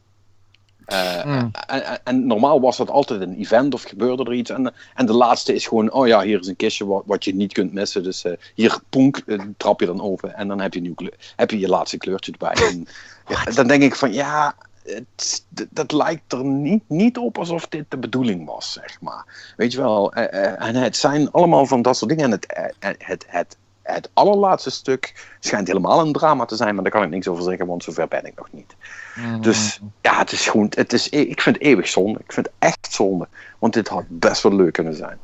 En normaal was dat altijd een event of gebeurde er iets. En de laatste is gewoon, oh ja, hier is een kistje wat je niet kunt missen. Dus hier, ponk, trap je dan over. En dan heb je je laatste kleurtje erbij. En, ja, dan denk ik van, ja, dat lijkt er niet op alsof dit de bedoeling was, zeg maar. Weet je wel. En het zijn allemaal van dat soort dingen. En het allerlaatste stuk schijnt helemaal een drama te zijn, maar daar kan ik niks over zeggen, want zover ben ik nog niet. Dus ja, het is gewoon, ik vind het eeuwig zonde. Ik vind het echt zonde, want dit had best wel leuk kunnen zijn.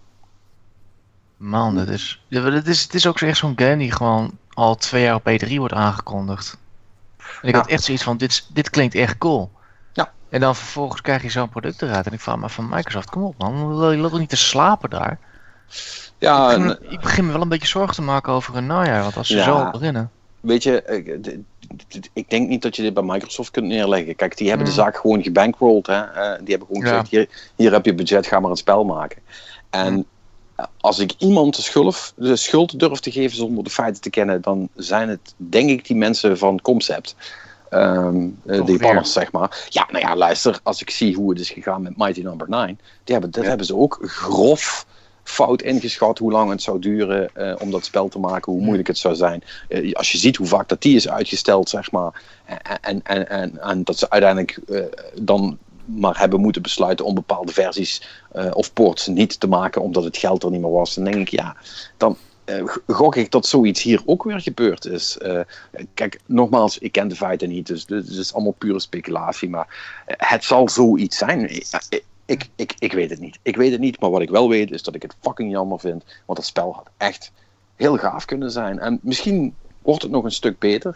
Man, het is ook echt zo'n game die gewoon al 2 jaar op E3 wordt aangekondigd. En ik had echt zoiets van, dit klinkt echt cool. Ja. En dan vervolgens krijg je zo'n product eruit en ik vraag me van Microsoft, kom op man, je loopt niet te slapen daar. Ja, ik begin me wel een beetje zorgen te maken over een najaar, want als ze zo beginnen. Weet je, ik denk niet dat je dit bij Microsoft kunt neerleggen. Kijk, die hebben de zaak gewoon gebankrolled. Hè? Die hebben gewoon gezegd, hier heb je budget, ga maar een spel maken. En als ik iemand de schuld durf te geven zonder de feiten te kennen, dan zijn het, denk ik, die mensen van Concept. Die banners, zeg maar. Ja, nou ja, luister, als ik zie hoe het is gegaan met Mighty Number 9, hebben ze ook grof fout ingeschat hoe lang het zou duren om dat spel te maken, hoe moeilijk het zou zijn. Als je ziet hoe vaak dat die is uitgesteld, zeg maar, en dat ze uiteindelijk dan maar hebben moeten besluiten om bepaalde versies of ports niet te maken omdat het geld er niet meer was, dan denk ik, ja, gok ik dat zoiets hier ook weer gebeurd is. Kijk, nogmaals, ik ken de feiten niet, dus het is allemaal pure speculatie, maar het zal zoiets zijn. Ik weet het niet. Ik weet het niet, maar wat ik wel weet is dat ik het fucking jammer vind, want het spel had echt heel gaaf kunnen zijn. En misschien wordt het nog een stuk beter.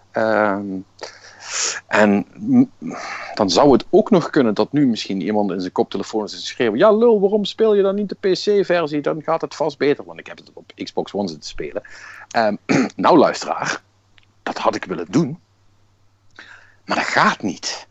En dan zou het ook nog kunnen dat nu misschien iemand in zijn koptelefoon is geschreven: ja lul, waarom speel je dan niet de PC-versie? Dan gaat het vast beter, want ik heb het op Xbox One zitten spelen. Nou luisteraar, dat had ik willen doen, maar dat gaat niet.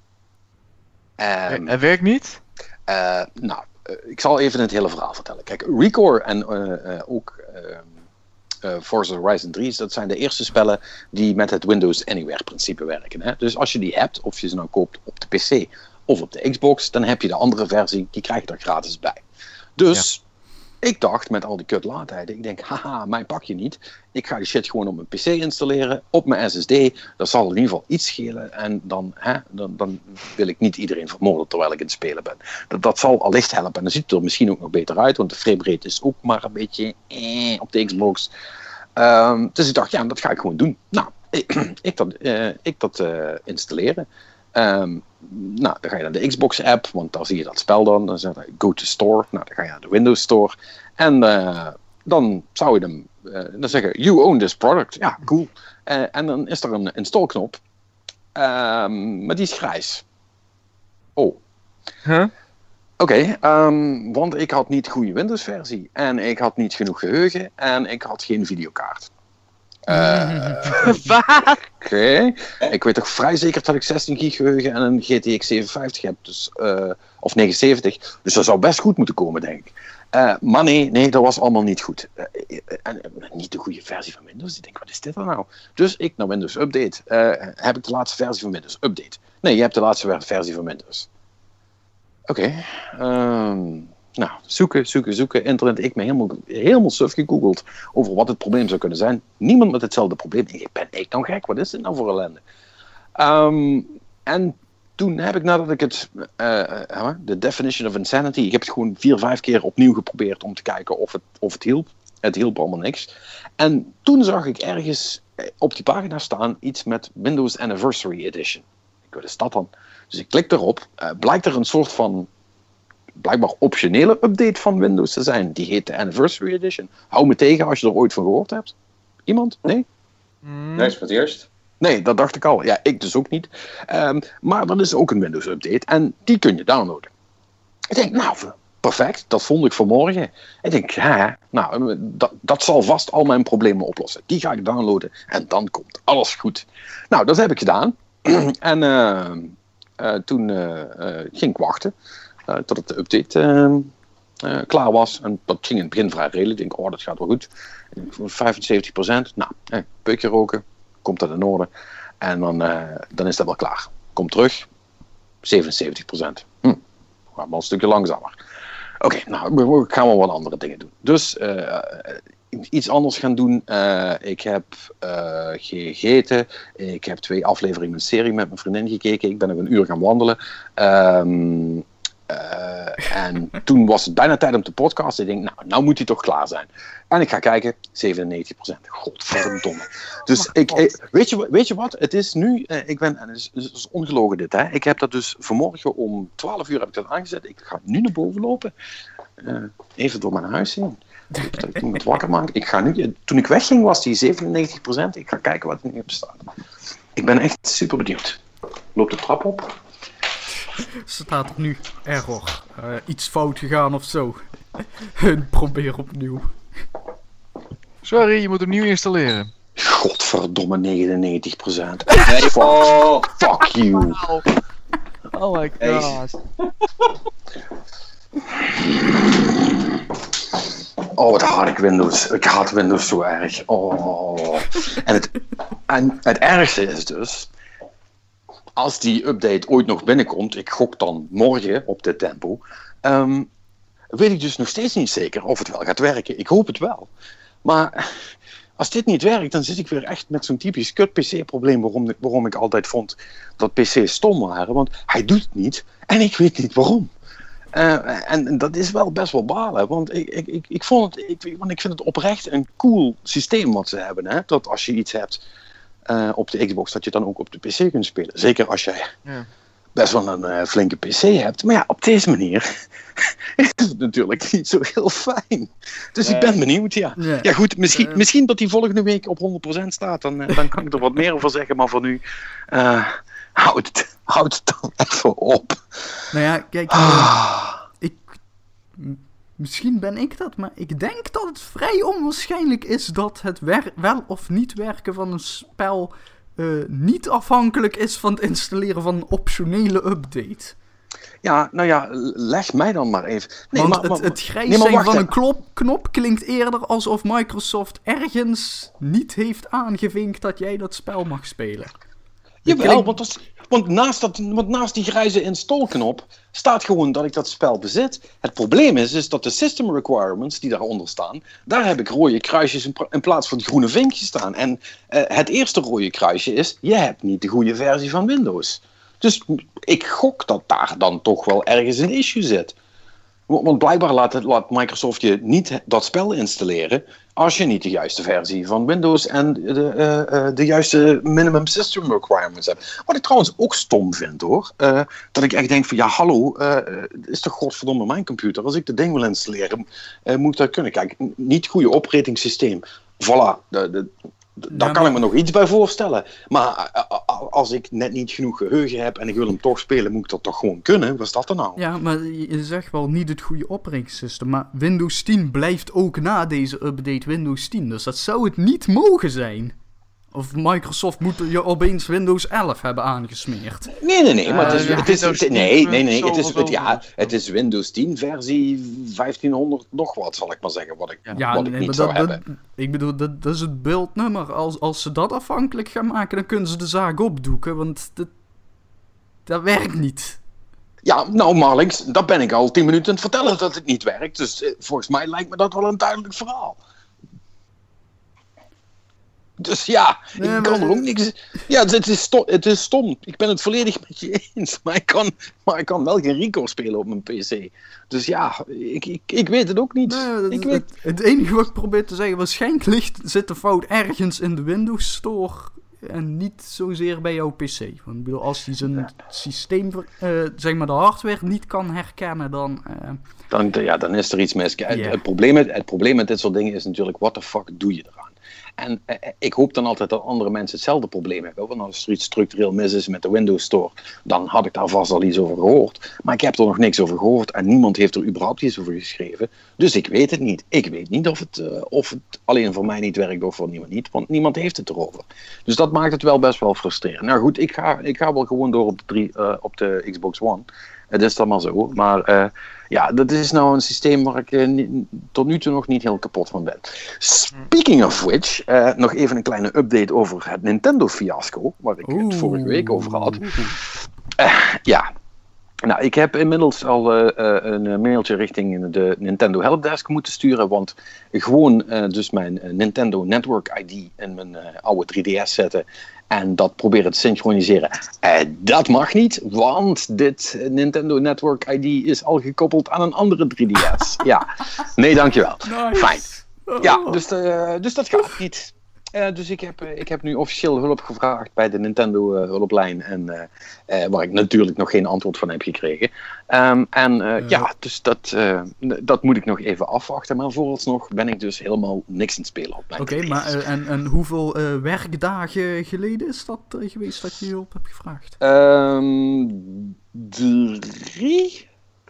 Het werkt niet? Ik zal even het hele verhaal vertellen. Kijk, Recore en ook Forza Horizon 3, dat zijn de eerste spellen die met het Windows Anywhere principe werken. Hè? Dus als je die hebt, of je ze nou koopt op de PC of op de Xbox, dan heb je de andere versie, die krijg je er gratis bij. Dus ik dacht met al die kutlaatheden, ik denk, haha, mijn pak je niet. Ik ga die shit gewoon op mijn PC installeren, op mijn SSD. Dat zal in ieder geval iets schelen. En dan wil ik niet iedereen vermoorden terwijl ik in het spelen ben. Dat zal allicht helpen. En dan ziet het er misschien ook nog beter uit, want de framerate is ook maar een beetje op de Xbox. Dus ik dacht, ja, dat ga ik gewoon doen. Nou, ik dat installeren. Dan ga je naar de Xbox app, want daar zie je dat spel dan. Dan zeg je go to store. Nou, dan ga je naar de Windows Store. En dan zou je hem dan zeggen, you own this product. Ja, cool. En dan is er een install knop. Maar die is grijs. Oh. Huh? Oké, want ik had niet de goede Windows versie. En ik had niet genoeg geheugen. En ik had geen videokaart. Oké. Ik weet toch vrij zeker dat ik 16 gig geheugen en een GTX 750 heb. Dus, of 79. Dus dat zou best goed moeten komen, denk ik. Maar nee, dat was allemaal niet goed. En niet de goede versie van Windows. Ik denk, wat is dit dan nou? Dus ik naar Windows Update. Heb ik de laatste versie van Windows Update? Nee, je hebt de laatste versie van Windows. Oké. Nou, zoeken. Internet, ik me helemaal suf gegoogeld over wat het probleem zou kunnen zijn. Niemand met hetzelfde probleem. Ben ik nou gek? Wat is dit nou voor ellende? En toen heb ik, nadat ik het, de definition of insanity, ik heb het gewoon 4-5 keer opnieuw geprobeerd om te kijken of het hielp. Het hielp allemaal niks. En toen zag ik ergens op die pagina staan iets met Windows Anniversary Edition. Wat is dat dan? Dus ik klik erop. Blijkt er een soort van blijkbaar optionele update van Windows te zijn. Die heet de Anniversary Edition. Hou me tegen als je er ooit van gehoord hebt. Iemand? Nee? Nee, is voor het eerst. Nee, dat dacht ik al. Ja, ik dus ook niet. Maar dat is ook een Windows update. En die kun je downloaden. Ik denk, nou, perfect. Dat vond ik vanmorgen. Ik denk, dat zal vast al mijn problemen oplossen. Die ga ik downloaden. En dan komt alles goed. Nou, dat heb ik gedaan. En toen ging ik wachten. Totdat de update klaar was. En dat ging in het begin vrij redelijk. Ik denk, dat gaat wel goed. 75%. Nou, peukje roken. Komt dat in orde. En dan is dat wel klaar. Komt terug. 77%. Gaat wel een stukje langzamer. Oké, nou, we gaan wel wat andere dingen doen. Dus iets anders gaan doen. Ik heb gegeten. Ik heb 2 afleveringen een serie met mijn vriendin gekeken. Ik ben nog 1 uur gaan wandelen. En toen was het bijna tijd om te podcasten. Ik denk, nou moet hij toch klaar zijn. En ik ga kijken, 97%. Godverdomme. Dus weet je wat? Het is nu, het is ongelogen dit, hè. Ik heb dat dus vanmorgen om 12 uur heb ik dat aangezet. Ik ga nu naar boven lopen. Even door mijn huis heen. Dat ik moet wakker maken. Ik ga nu, toen ik wegging was die 97%. Ik ga kijken wat er nu op staat. Ik ben echt super benieuwd. Loop de trap op. Staat er nu error. Iets fout gegaan of zo. Probeer opnieuw. Sorry, je moet opnieuw installeren. Godverdomme 99%. Nee, Fuck you. Oh my god. Oh, wat haat ik Windows. Ik haat Windows zo erg. Oh. En het ergste is dus, als die update ooit nog binnenkomt, ik gok dan morgen op dit tempo, weet ik dus nog steeds niet zeker of het wel gaat werken. Ik hoop het wel. Maar als dit niet werkt, dan zit ik weer echt met zo'n typisch kut PC-probleem waarom ik altijd vond dat PC's stom waren. Want hij doet het niet en ik weet niet waarom. En dat is wel best wel balen, want ik vind het oprecht een cool systeem wat ze hebben. Hè? Dat als je iets hebt op de Xbox, dat je dan ook op de PC kunt spelen. Zeker als je best wel een flinke PC hebt. Maar ja, op deze manier is het natuurlijk niet zo heel fijn. Dus ik ben benieuwd, ja. Ja goed, misschien dat die volgende week op 100% staat. Dan kan ik er wat meer over zeggen. Maar voor nu, houd het dan even op. Nou ja, kijk, misschien ben ik dat, maar ik denk dat het vrij onwaarschijnlijk is dat het wel of niet werken van een spel niet afhankelijk is van het installeren van een optionele update. Ja, nou ja, leg mij dan maar even. Nee, want het grijs zijn van een knop klinkt eerder alsof Microsoft ergens niet heeft aangevinkt dat jij dat spel mag spelen. Jawel, want naast die grijze install-knop staat gewoon dat ik dat spel bezit. Het probleem is dat de system requirements die daaronder staan, daar heb ik rode kruisjes in plaats van groene vinkjes staan. En het eerste rode kruisje is, je hebt niet de goede versie van Windows. Dus ik gok dat daar dan toch wel ergens een issue zit. Want blijkbaar laat Microsoft je niet dat spel installeren als je niet de juiste versie van Windows en de juiste minimum system requirements hebt. Wat ik trouwens ook stom vind hoor. Dat ik echt denk van ja hallo, is toch godverdomme mijn computer. Als ik de ding wil installeren, moet ik dat kunnen. Kijk, niet goede operating systeem. Voilà, daar kan ik me nog iets bij voorstellen. Maar als ik net niet genoeg geheugen heb en ik wil hem toch spelen, moet ik dat toch gewoon kunnen? Wat is dat dan nou? Ja, maar je zegt wel niet het goede operatingsysteem. Maar Windows 10 blijft ook na deze update Windows 10. Dus dat zou het niet mogen zijn. Of Microsoft moet je opeens Windows 11 hebben aangesmeerd. Nee, maar het is Windows 10 versie 1500 nog wat, zal ik maar zeggen, wat ik niet zou hebben. Ik bedoel, dat is het beeldnummer. Als ze dat afhankelijk gaan maken, dan kunnen ze de zaak opdoeken, want dat werkt niet. Ja, nou Marlings, dat ben ik al 10 minuten aan het vertellen dat het niet werkt. Dus volgens mij lijkt me dat wel een duidelijk verhaal. Dus ja, ik kan er ook niks... Ja, het is stom. Ik ben het volledig met je eens. Maar ik kan wel geen Rico spelen op mijn PC. Dus ja, ik weet het ook niet. Het enige wat ik probeer te zeggen, waarschijnlijk zit de fout ergens in de Windows Store en niet zozeer bij jouw PC. Want ik bedoel, als hij zijn systeem, zeg maar de hardware, niet kan herkennen, dan is er iets mis. Het probleem met dit soort dingen is natuurlijk, what the fuck doe je eraan? En ik hoop dan altijd dat andere mensen hetzelfde probleem hebben. Want als er iets structureel mis is met de Windows Store, dan had ik daar vast al iets over gehoord. Maar ik heb er nog niks over gehoord en niemand heeft er überhaupt iets over geschreven. Dus ik weet het niet. Ik weet niet of het alleen voor mij niet werkt of voor niemand niet, want niemand heeft het erover. Dus dat maakt het wel best wel frustrerend. Nou goed, ik ga wel gewoon door op de Xbox One. Het is dan maar zo. Maar dat is nou een systeem waar ik tot nu toe nog niet heel kapot van ben. Speaking of which, nog even een kleine update over het Nintendo-fiasco, waar ik het vorige week over had. Nou, ik heb inmiddels al een mailtje richting de Nintendo Helpdesk moeten sturen, want gewoon dus mijn Nintendo Network ID in mijn oude 3DS zetten en dat proberen te synchroniseren. Dat mag niet, want dit Nintendo Network ID is al gekoppeld aan een andere 3DS. Ja, nee dankjewel. Nice. Fijn. Ja, dus dat gaat niet. Dus ik heb nu officieel hulp gevraagd bij de Nintendo hulplijn en waar ik natuurlijk nog geen antwoord van heb gekregen. Dus dat moet ik nog even afwachten. Maar vooralsnog ben ik dus helemaal niks aan het spelen op mijn 3DS. Oké, maar en hoeveel werkdagen geleden is dat geweest dat je hulp hebt gevraagd? 3?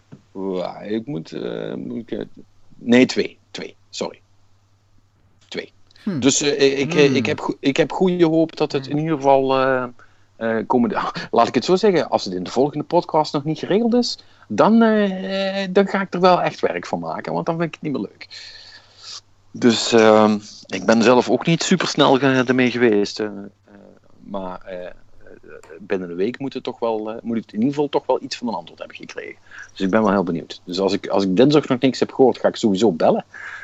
Nee, 2. Sorry. 2. Dus ik heb goede hoop dat het in ieder geval laat ik het zo zeggen, als het in de volgende podcast nog niet geregeld is, dan ga ik er wel echt werk van maken, want dan vind ik het niet meer leuk. Dus ik ben zelf ook niet super snel ermee geweest, maar binnen een week moet ik in ieder geval toch wel iets van een antwoord hebben gekregen. Dus ik ben wel heel benieuwd. Dus als ik dinsdag nog niks heb gehoord, ga ik sowieso bellen.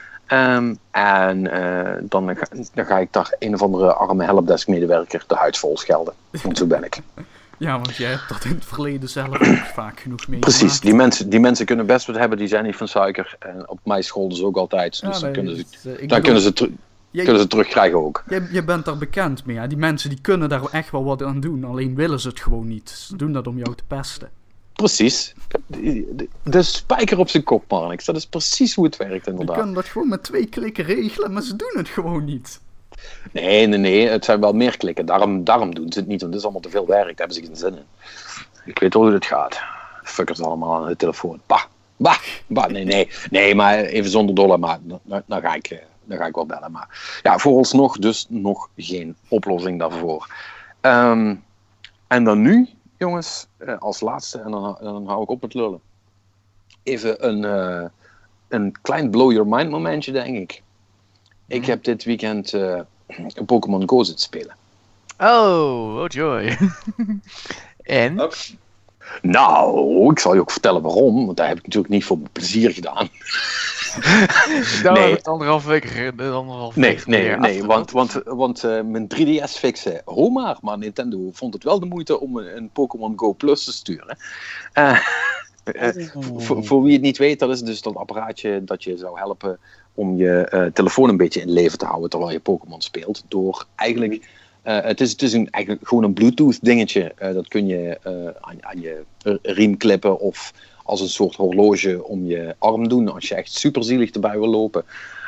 Dan ga ik daar een of andere arme helpdesk medewerker de huid vol schelden. Want zo ben ik. Ja, want jij hebt dat in het verleden zelf ook vaak genoeg meegemaakt. Precies, die mensen kunnen best wat hebben, die zijn niet van suiker. En op mij scholden ze ook altijd, dus dan kunnen ze terugkrijgen ook. Je bent daar bekend mee, hè? Die mensen die kunnen daar echt wel wat aan doen, alleen willen ze het gewoon niet. Ze doen dat om jou te pesten. Precies. De spijker op zijn kop, Marnix. Dat is precies hoe het werkt, inderdaad. Die kunnen dat gewoon met 2 klikken regelen, maar ze doen het gewoon niet. Nee. Het zijn wel meer klikken. Daarom doen ze het niet, want het is allemaal te veel werk. Daar hebben ze geen zin in. Ik weet wel hoe het gaat. Fuckers allemaal aan de telefoon. Bah. Nee, maar even zonder dolle, maar dan ga ik wel bellen. Maar ja, vooralsnog dus nog geen oplossing daarvoor. En dan nu, jongens, als laatste, en dan hou ik op met lullen. Even een klein blow your mind momentje, denk ik. Ik heb dit weekend Pokémon Go zitten spelen. Oh joy. En? Ook. Nou, ik zal je ook vertellen waarom, want dat heb ik natuurlijk niet voor mijn plezier gedaan. Nee. Anderhalf week Nee, want mijn 3DS fixen, maar Nintendo vond het wel de moeite om een Pokémon Go Plus te sturen. Voor wie het niet weet, dat is dus dat apparaatje dat je zou helpen om je telefoon een beetje in leven te houden terwijl je Pokémon speelt. Door eigenlijk, het is eigenlijk gewoon een Bluetooth dingetje. Dat kun je aan je riem klippen of als een soort horloge om je arm doen als je echt superzielig erbij wil lopen.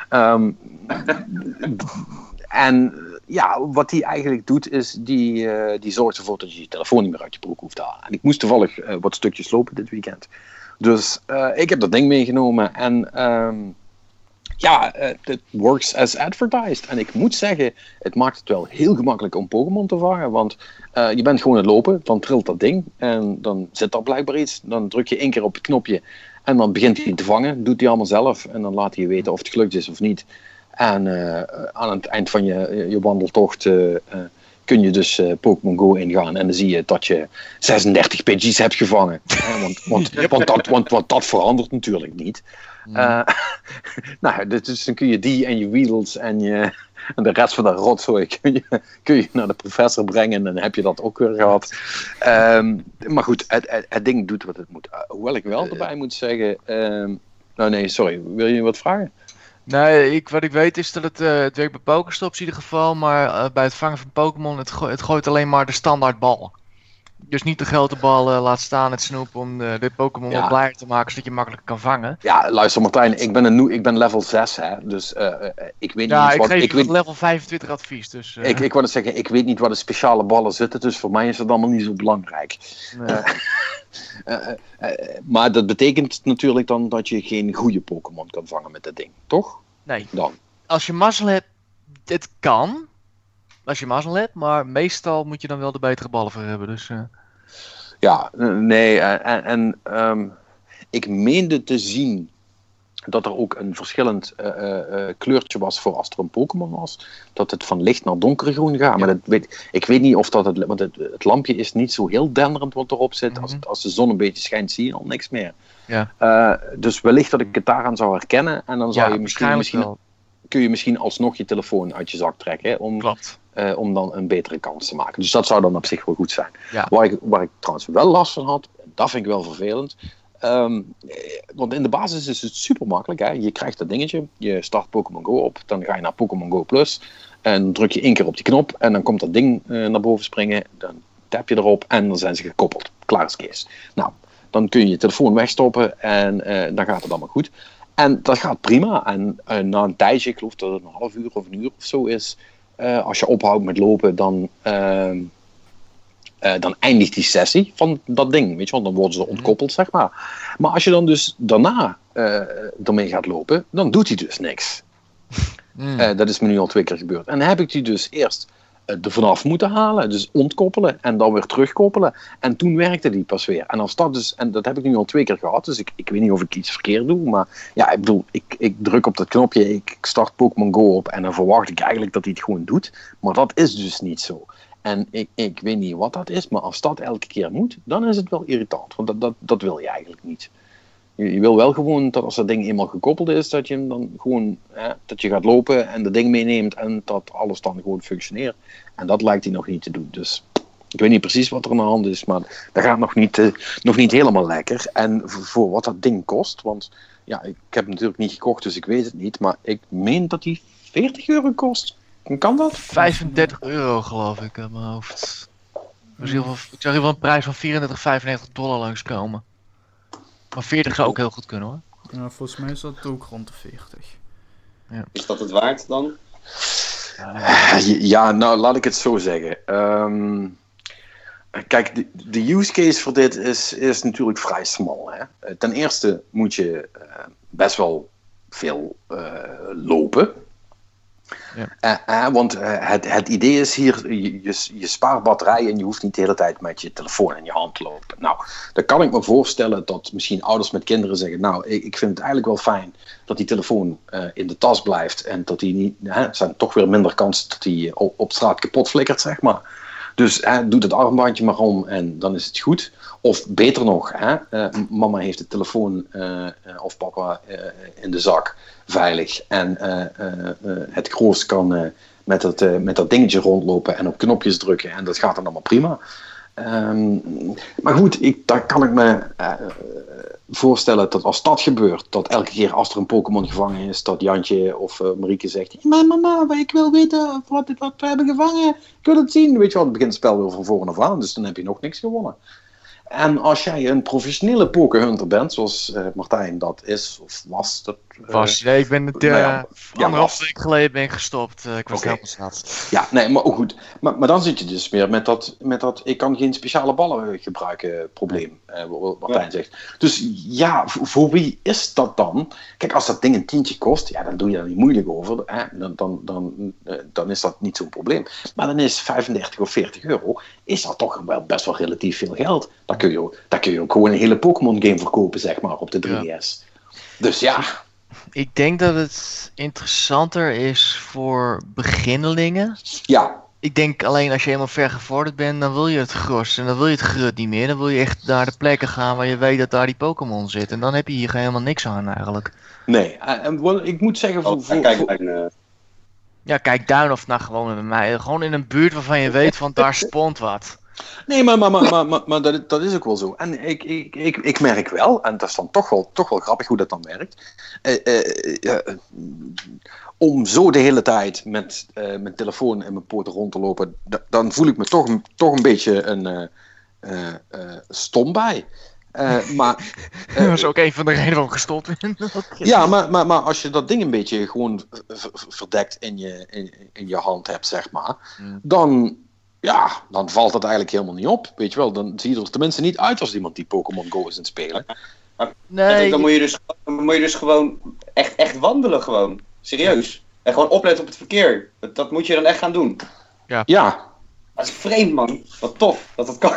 En ja, wat die eigenlijk doet is, die zorgt ervoor dat je je telefoon niet meer uit je broek hoeft te halen. En ik moest toevallig wat stukjes lopen dit weekend. Dus ik heb dat ding meegenomen en it works as advertised. En ik moet zeggen, het maakt het wel heel gemakkelijk om Pokémon te vangen, want je bent gewoon aan het lopen, dan trilt dat ding en dan zit daar blijkbaar iets. Dan druk je 1 keer op het knopje en dan begint hij te vangen, doet hij allemaal zelf en dan laat hij je weten of het gelukt is of niet. En aan het eind van je wandeltocht kun je dus Pokémon Go ingaan. En dan zie je dat je 36 Pidgeys hebt gevangen. Want dat verandert natuurlijk niet. Dus dan kun je die en je Weedles en de rest van de rotzooi kun je naar de professor brengen. En dan heb je dat ook weer gehad. Maar goed, het ding doet wat het moet. Hoewel ik wel erbij moet zeggen... sorry. Wil je wat vragen? Nee, wat ik weet is dat het werkt bij Pokéstops in ieder geval, maar bij het vangen van Pokémon, het gooit alleen maar de standaard bal. Dus niet de grote bal laat staan het snoep om de Pokémon wat blijer te maken, zodat je makkelijker kan vangen. Ja, luister Martijn, ik ben level 6, hè, dus ik weet niet wat... Ik geef level 25 advies, dus... Ik wou net zeggen, ik weet niet waar de speciale ballen zitten, dus voor mij is het allemaal niet zo belangrijk. Nee. Maar dat betekent natuurlijk dan dat je geen goede Pokémon kan vangen met dat ding, toch? Nee. Dan. Als je mazzel hebt, het kan. Als je mazzel hebt, maar meestal moet je dan wel de betere ballen voor hebben, dus... Ja, nee, ik meende te zien dat er ook een verschillend kleurtje was voor als er een Pokémon was. Dat het van licht naar donkergroen gaat. Ja. Maar ik weet niet of dat want het lampje is niet zo heel denderend wat erop zit. Mm-hmm. Als de zon een beetje schijnt, zie je al niks meer. Ja. Dus wellicht dat ik het daaraan zou herkennen. En dan zou je misschien kun je misschien alsnog je telefoon uit je zak trekken. Hè, om dan een betere kans te maken. Dus dat zou dan op zich wel goed zijn. Ja. Waar ik trouwens wel last van had, dat vind ik wel vervelend. Want in de basis is het super makkelijk. Hè? Je krijgt dat dingetje, je start Pokémon Go op, dan ga je naar Pokémon Go Plus en dan druk je 1 keer op die knop en dan komt dat ding naar boven springen, dan tap je erop en dan zijn ze gekoppeld. Klaar is Kees. Nou, dan kun je je telefoon wegstoppen en dan gaat het allemaal goed. En dat gaat prima. En na een tijdje, ik geloof dat het een half uur of een uur of zo is, als je ophoudt met lopen, dan eindigt die sessie van dat ding, weet je wel, dan worden ze ontkoppeld, zeg maar. Maar als je dan dus daarna ermee gaat lopen, dan doet hij dus niks. Dat is me nu al 2 keer gebeurd. En dan heb ik die dus eerst er vanaf moeten halen, dus ontkoppelen en dan weer terugkoppelen. En toen werkte die pas weer. En als dat dus, en dat heb ik nu al 2 keer gehad, dus ik weet niet of ik iets verkeerd doe, maar ja, ik bedoel, ik druk op dat knopje, ik start Pokémon Go op en dan verwacht ik eigenlijk dat hij het gewoon doet. Maar dat is dus niet zo. En ik weet niet wat dat is, maar als dat elke keer moet, dan is het wel irritant. Want dat wil je eigenlijk niet. Je wil wel gewoon dat als dat ding eenmaal gekoppeld is, dat je hem dan gewoon, dat je gaat lopen en dat ding meeneemt en dat alles dan gewoon functioneert. En dat lijkt hij nog niet te doen. Dus Ik weet niet precies wat er aan de hand is, maar dat gaat nog niet helemaal lekker. En voor wat dat ding kost, want ja, ik heb het natuurlijk niet gekocht, dus ik weet het niet. Maar ik meen dat die €40 kost. Kan dat? €35 geloof ik uit mijn hoofd. Ik zag hier wel een prijs van $34,95 langskomen. Maar 40 zou ook heel goed kunnen hoor. Ja, volgens mij is dat ook rond de 40. Ja. Is dat het waard dan? Ja, nou laat ik het zo zeggen. Kijk, de use case voor dit is natuurlijk vrij smal. Hè? Ten eerste moet je best wel veel lopen. Ja. Want het idee is hier, je spaart batterij en je hoeft niet de hele tijd met je telefoon in je hand te lopen. Nou, dan kan ik me voorstellen dat misschien ouders met kinderen zeggen, nou, ik vind het eigenlijk wel fijn dat die telefoon in de tas blijft en dat die niet, er zijn toch weer minder kans dat die op straat kapot flikkert, zeg maar. Dus doe het armbandje maar om en dan is het goed. Of beter nog, mama heeft de telefoon of papa in de zak veilig. En het Kroos kan met dat dingetje rondlopen en op knopjes drukken. En dat gaat dan allemaal prima. Maar goed, daar kan ik me voorstellen dat als dat gebeurt, dat elke keer als er een Pokémon gevangen is, dat Jantje of Marieke zegt, maar mama, ik wil weten wat we hebben gevangen. Ik wil het zien. Weet je wel, dan begint het spel weer van voren af aan, dus dan heb je nog niks gewonnen. En als jij een professionele pokerhunter bent, zoals Martijn dat is, of was. Nee, ik ben het anderhalf week geleden gestopt. Ik was helemaal zat. Ja, nee, maar ook goed. Maar dan zit je dus weer met dat ik kan geen speciale ballen gebruiken probleem, wat Martijn zegt. Dus ja, voor wie is dat dan? Kijk, als dat ding een tientje kost, ja, dan doe je daar niet moeilijk over. Dan is dat niet zo'n probleem. Maar dan is 35 of €40, is dat toch wel best wel relatief veel geld. Daar kun je ook gewoon een hele Pokémon game verkopen, zeg maar, op de 3DS. Ja. Dus ja. Ik denk dat het interessanter is voor beginnelingen. Ja. Ik denk alleen als je helemaal ver gevorderd bent, dan wil je het gros en dan wil je het grut niet meer. Dan wil je echt naar de plekken gaan waar je weet dat daar die Pokémon zit. En dan heb je hier helemaal niks aan eigenlijk. Nee, ik moet zeggen... Kijk Duin of nou gewoon bij mij. Gewoon in een buurt waarvan je weet van daar spont wat. Nee, maar dat is ook wel zo. En ik merk wel, en dat is dan toch wel grappig hoe dat dan werkt. Om zo de hele tijd met mijn telefoon in mijn poten rond te lopen, dan voel ik me toch een beetje stom bij. Dat was ook een van de redenen waarom ik gestopt ben. Ja, maar als je dat ding een beetje gewoon verdekt in je hand hebt, zeg maar, dan valt dat eigenlijk helemaal niet op. Weet je wel, dan zie je er tenminste niet uit als iemand die Pokémon Go is aan het spelen. Nee. Dan moet je dus gewoon echt wandelen gewoon. Serieus. En gewoon opletten op het verkeer. Dat moet je dan echt gaan doen. Ja. Dat is vreemd, man. Wat tof dat dat kan.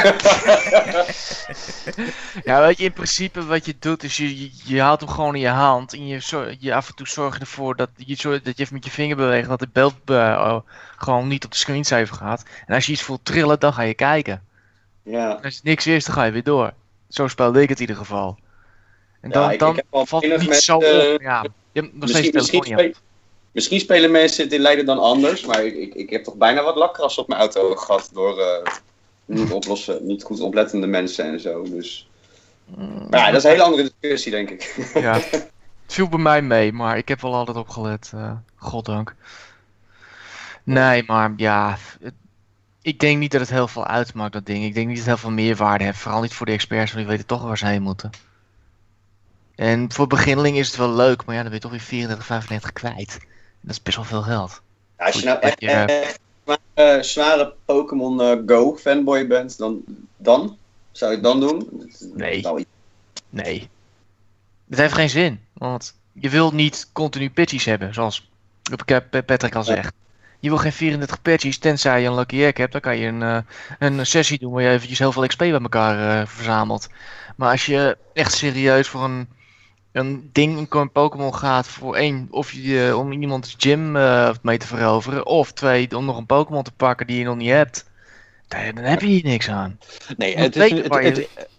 Ja, weet je, in principe wat je doet is je haalt hem gewoon in je hand en je af en toe zorgt ervoor dat je even met je vinger beweegt dat het beeld gewoon niet op de screensaver gaat. En als je iets voelt trillen, dan ga je kijken. Ja. Als het niks is, dan ga je weer door. Zo speelde ik het in ieder geval. En dan valt het niet zo op. Ja, je hebt nog steeds telefoon. Misschien spelen mensen het in Leiden dan anders, maar ik heb toch bijna wat lakras op mijn auto gehad door niet goed oplettende mensen en zo. Dus. Maar ja, dat is een hele andere discussie, denk ik. Ja, het viel bij mij mee, maar ik heb wel altijd opgelet, goddank. Nee, maar ja, ik denk niet dat het heel veel uitmaakt, dat ding. Ik denk niet dat het heel veel meerwaarde heeft, vooral niet voor de experts, want die weten toch waar ze heen moeten. En voor beginneling is het wel leuk, maar ja, dan ben je toch weer €34,95 kwijt. Dat is best wel veel geld. Ja, als je nou echt zware Pokémon Go fanboy bent, dan zou je het dan doen? Nee. Het heeft geen zin. Want je wilt niet continu patches hebben, zoals Patrick al zegt. Je wil geen 34 patches, tenzij je een Lucky Egg hebt. Dan kan je een sessie doen waar je eventjes heel veel XP bij elkaar verzamelt. Maar als je echt serieus voor een ding in Pokémon gaat voor om iemands gym mee te veroveren, of 2 om nog een Pokémon te pakken die je nog niet hebt, dan heb je hier niks aan. Nee,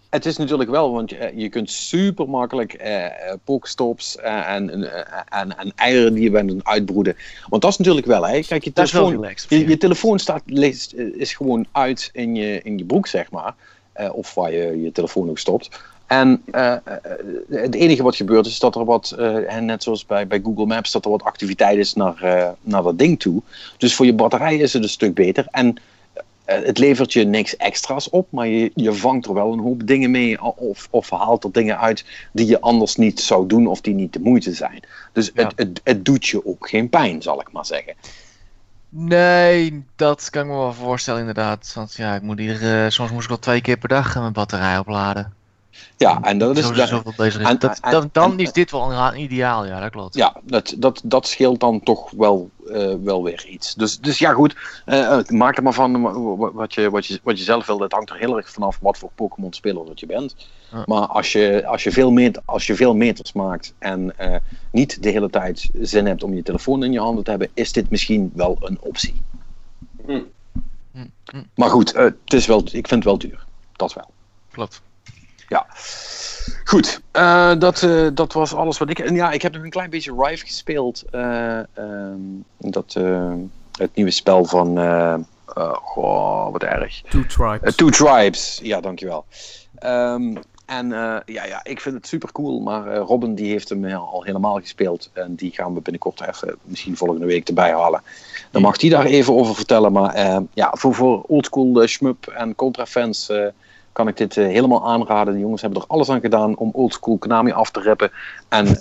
Het is natuurlijk wel, want je kunt super makkelijk pokestops en eieren die je bent uitbroeden. Want dat is natuurlijk wel, hè. Kijk, je telefoon, je telefoon is gewoon uit in je broek, zeg maar. Of waar je telefoon ook stopt. En het enige wat gebeurt is dat er wat, net zoals bij Google Maps, dat er wat activiteit is naar dat ding toe. Dus voor je batterij is het een stuk beter. En het levert je niks extra's op, maar je vangt er wel een hoop dingen mee of haalt er dingen uit die je anders niet zou doen of die niet de moeite zijn. Dus ja. Het doet je ook geen pijn, zal ik maar zeggen. Nee, dat kan ik me wel voorstellen inderdaad. Want ja, soms moest ik wel 2 keer per dag mijn batterij opladen. Ja, en dat is... Dan is dit wel een ideaal, ja, dat klopt. Ja, dat scheelt dan toch wel weer iets. Dus ja, goed, maak er maar van wat je zelf wil. Dat hangt er heel erg vanaf wat voor Pokémon-speler dat je bent. Ja. Maar als je veel meters maakt en niet de hele tijd zin hebt om je telefoon in je handen te hebben, is dit misschien wel een optie. Maar goed, ik vind het wel duur. Dat wel. Klopt. Ja, goed. Dat was alles wat ik... En ja, ik heb nog een klein beetje Rive gespeeld. Het nieuwe spel van... wat erg. Two Tribes. Ja, dankjewel. Ik vind het super cool. Maar Robin die heeft hem al helemaal gespeeld. En die gaan we binnenkort even, misschien volgende week, erbij halen. Dan mag die daar even over vertellen. Maar voor oldschool shmup en Contra fans... kan ik dit helemaal aanraden. De jongens hebben er alles aan gedaan om oldschool Konami af te rappen. En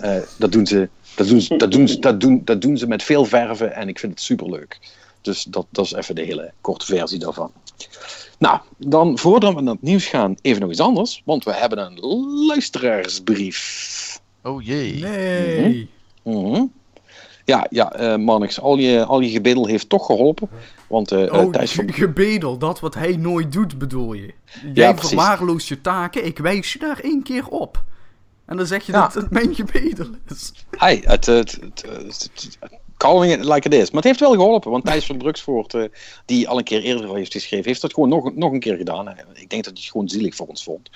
dat doen ze met veel verven. En ik vind het superleuk. Dus dat is even de hele korte versie daarvan. Nou, dan voordat we naar het nieuws gaan, even nog iets anders. Want we hebben een luisteraarsbrief. Oh jee. Nee. Mm-hmm. Ja, Marnix, al je gebedel heeft toch geholpen. Want Thijs van... gebedel, dat wat hij nooit doet, bedoel je? Jij verwaarloost je taken, ik wijs je daar 1 keer op. En dan zeg je dat het mijn gebedel is. Hey, calling it like it is. Maar het heeft wel geholpen, want Thijs van Bruksvoort, die al een keer eerder heeft geschreven, heeft dat gewoon nog een keer gedaan. Ik denk dat hij het gewoon zielig voor ons vond.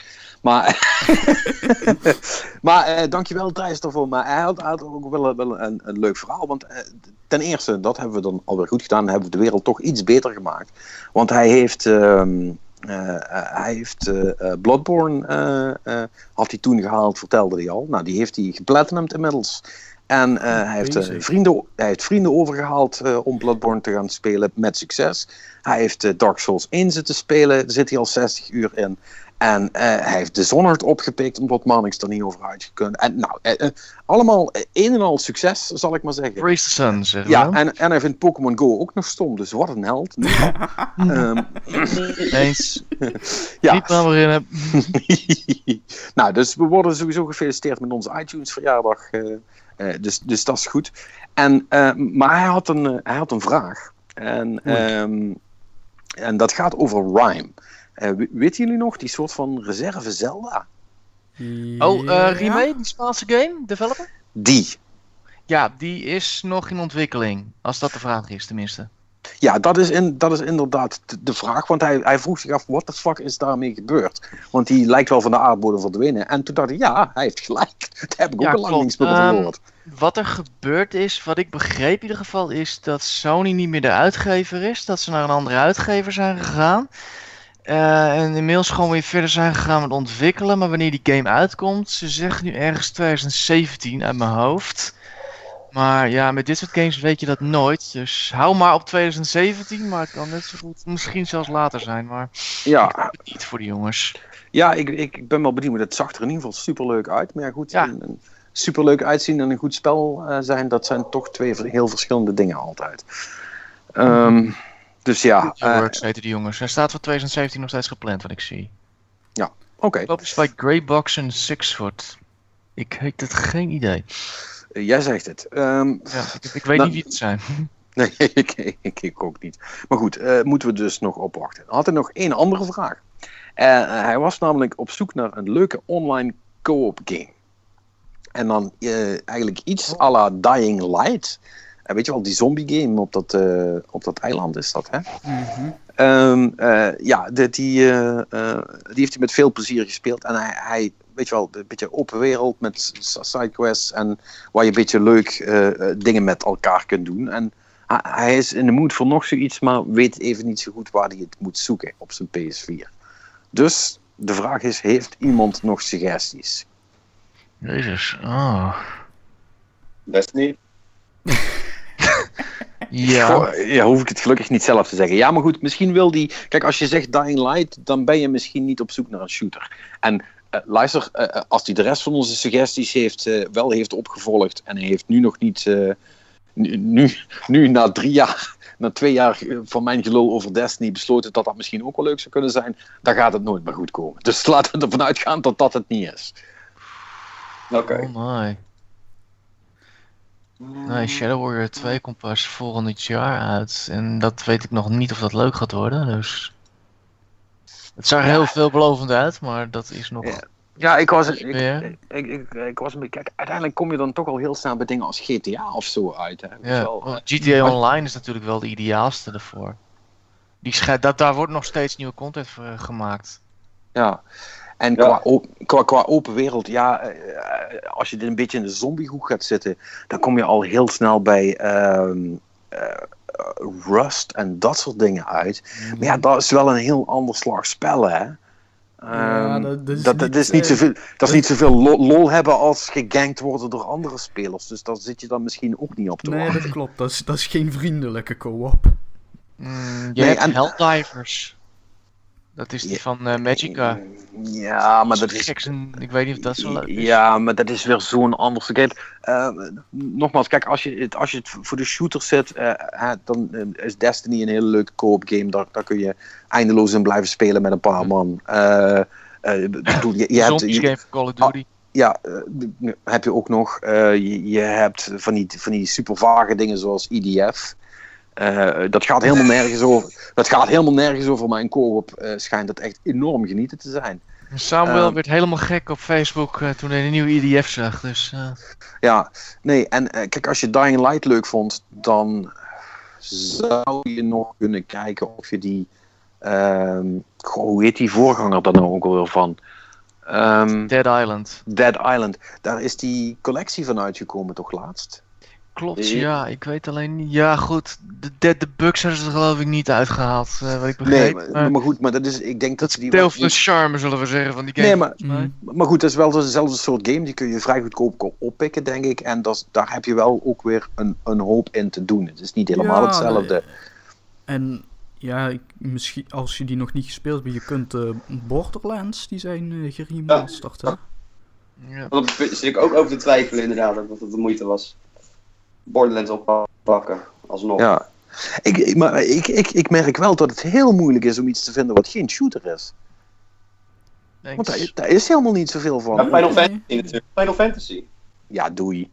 Maar dankjewel Thijs daarvoor. Maar hij had ook wel een leuk verhaal. Want ten eerste, dat hebben we dan alweer goed gedaan. Dan hebben we de wereld toch iets beter gemaakt. Want hij heeft Bloodborne had hij toen gehaald, vertelde hij al. Nou, die heeft hij geplatinumd inmiddels. En hij heeft vrienden overgehaald om Bloodborne te gaan spelen met succes. Hij heeft Dark Souls 1 zitten spelen. Daar zit hij al 60 uur in. En hij heeft Dishonored opgepikt, omdat Marnix er niet over uit gekund. En allemaal een en al succes, zal ik maar zeggen. Praise the sun, zeg maar. Ja, en hij vindt Pokémon Go ook nog stom, dus wat een held. Eens. Ja. Niet maar erin heb. Nou, dus we worden sowieso gefeliciteerd met onze iTunes verjaardag. Dus dat is goed. Maar hij had een vraag. En dat gaat over Rime. Weten jullie nog die soort van reserve Zelda? Remake, die Spaanse game, developer? Die. Ja, die is nog in ontwikkeling. Als dat de vraag is, tenminste. Ja, dat is inderdaad de vraag. Want hij vroeg zich af, what the fuck is daarmee gebeurd? Want die lijkt wel van de aardbodem verdwenen. En toen dacht ik, ja, hij heeft gelijk. Dat heb ik ook al lang niets meer van gehoord. Wat er gebeurd is, wat ik begreep in ieder geval, is dat Sony niet meer de uitgever is. Dat ze naar een andere uitgever zijn gegaan. En inmiddels gewoon weer verder zijn gegaan met ontwikkelen. Maar wanneer die game uitkomt, ze zeggen nu ergens 2017 uit mijn hoofd. Maar ja, met dit soort games weet je dat nooit. Dus hou maar op 2017, maar het kan net zo goed misschien zelfs later zijn. Maar ja, niet voor de jongens. Ja, ik ben wel benieuwd. Het zag er in ieder geval superleuk uit. Maar ja, goed, een superleuk uitzien en een goed spel zijn, dat zijn toch 2 heel verschillende dingen altijd. Dus ja. Works heten die jongens. Hij staat voor 2017 nog steeds gepland, wat ik zie. Ja, oké. Dat is bij Greybox en Sixfoot. Ik heb het geen idee. Jij zegt het. Ik weet niet wie het zijn. Nee, ik ook niet. Maar goed, moeten we dus nog opwachten. Had hij nog 1 andere vraag. Hij was namelijk op zoek naar een leuke online co-op game. En dan eigenlijk iets à la Dying Light. Weet je wel, die zombie game op dat eiland is dat, hè? Die heeft hij met veel plezier gespeeld. En hij weet je wel, een beetje open wereld met sidequests en waar je een beetje leuk dingen met elkaar kunt doen. En hij is in de mood voor nog zoiets, maar weet even niet zo goed waar hij het moet zoeken op zijn PS4. Dus de vraag is, heeft iemand nog suggesties? Jezus, oh. Destiny. Ja. Goh, ja, hoef ik het gelukkig niet zelf te zeggen. Ja, maar goed, misschien wil die... Kijk, als je zegt Dying Light, dan ben je misschien niet op zoek naar een shooter. En luister, als hij de rest van onze suggesties wel heeft opgevolgd en hij heeft nu nog niet... Nu na 3 jaar, na 2 jaar van mijn gelul over Destiny besloten dat misschien ook wel leuk zou kunnen zijn, dan gaat het nooit meer goed komen. Dus laten we ervan uitgaan dat dat het niet is. Oké. Oh my. Nee, Shadow Warrior 2 komt pas volgend jaar uit. En dat weet ik nog niet of dat leuk gaat worden. Dus het zag er heel veelbelovend uit, maar dat is nog... Ja, ik was een beetje... Kijk, uiteindelijk kom je dan toch al heel snel bij dingen als GTA of zo uit. Hè. Ja, GTA Online is natuurlijk wel de ideaalste ervoor. Daar wordt nog steeds nieuwe content voor gemaakt. Ja. En qua open wereld, als je een beetje in de zombiehoek gaat zitten, dan kom je al heel snel bij Rust en dat soort dingen uit. Maar ja, dat is wel een heel ander slag spel, hè. Dat is niet zoveel lol hebben als gegankt worden door andere spelers. Dus daar zit je dan misschien ook niet op te wachten. Nee, dat klopt. Dat is geen vriendelijke co-op. Je hebt Helldivers. Dat is die van Magica. Ja, maar dat is... Ik weet niet of dat zo leuk is. Ja, maar dat is weer zo'n ander... Kijk, nogmaals, kijk, als je het voor de shooter zet, dan is Destiny een hele leuke co-op game. Daar kun je eindeloos in blijven spelen met een paar man. Zombies game van Call of Duty. Heb je ook nog. Je hebt van die super vage dingen zoals EDF. Dat gaat helemaal nergens over. Dat gaat helemaal nergens over, maar in co-op schijnt dat echt enorm genieten te zijn. Samuel werd helemaal gek op Facebook toen hij een nieuwe EDF zag. Dus, Ja, nee, en kijk, als je Dying Light leuk vond, dan zou je nog kunnen kijken of je die... hoe heet die voorganger dan nou ook alweer van? Dead Island. Dead Island. Daar is die collectie van uitgekomen toch laatst? Klopt, ja. Ik weet alleen niet... Ja, goed. De bugs hebben ze er geloof ik niet uitgehaald, wat ik begreep. Nee, maar goed, maar dat is... Ik denk dat is deel van de charme, zullen we zeggen, van die game. Nee, maar goed, dat is wel dezelfde soort game. Die kun je vrij goedkoop oppikken, denk ik. En daar heb je wel ook weer een hoop in te doen. Het is niet helemaal hetzelfde. En... Ja, misschien als je die nog niet gespeeld hebt, je kunt Borderlands, die zijn geremasterd, hè? Ja. Dat zit ik ook over te twijfelen inderdaad, dat het de moeite was. Borderlands oppakken, alsnog. Ja, ik merk wel dat het heel moeilijk is om iets te vinden wat geen shooter is. Thanks. Want daar is helemaal niet zoveel van. Ja, Final Fantasy natuurlijk. Final Fantasy. Ja, doei.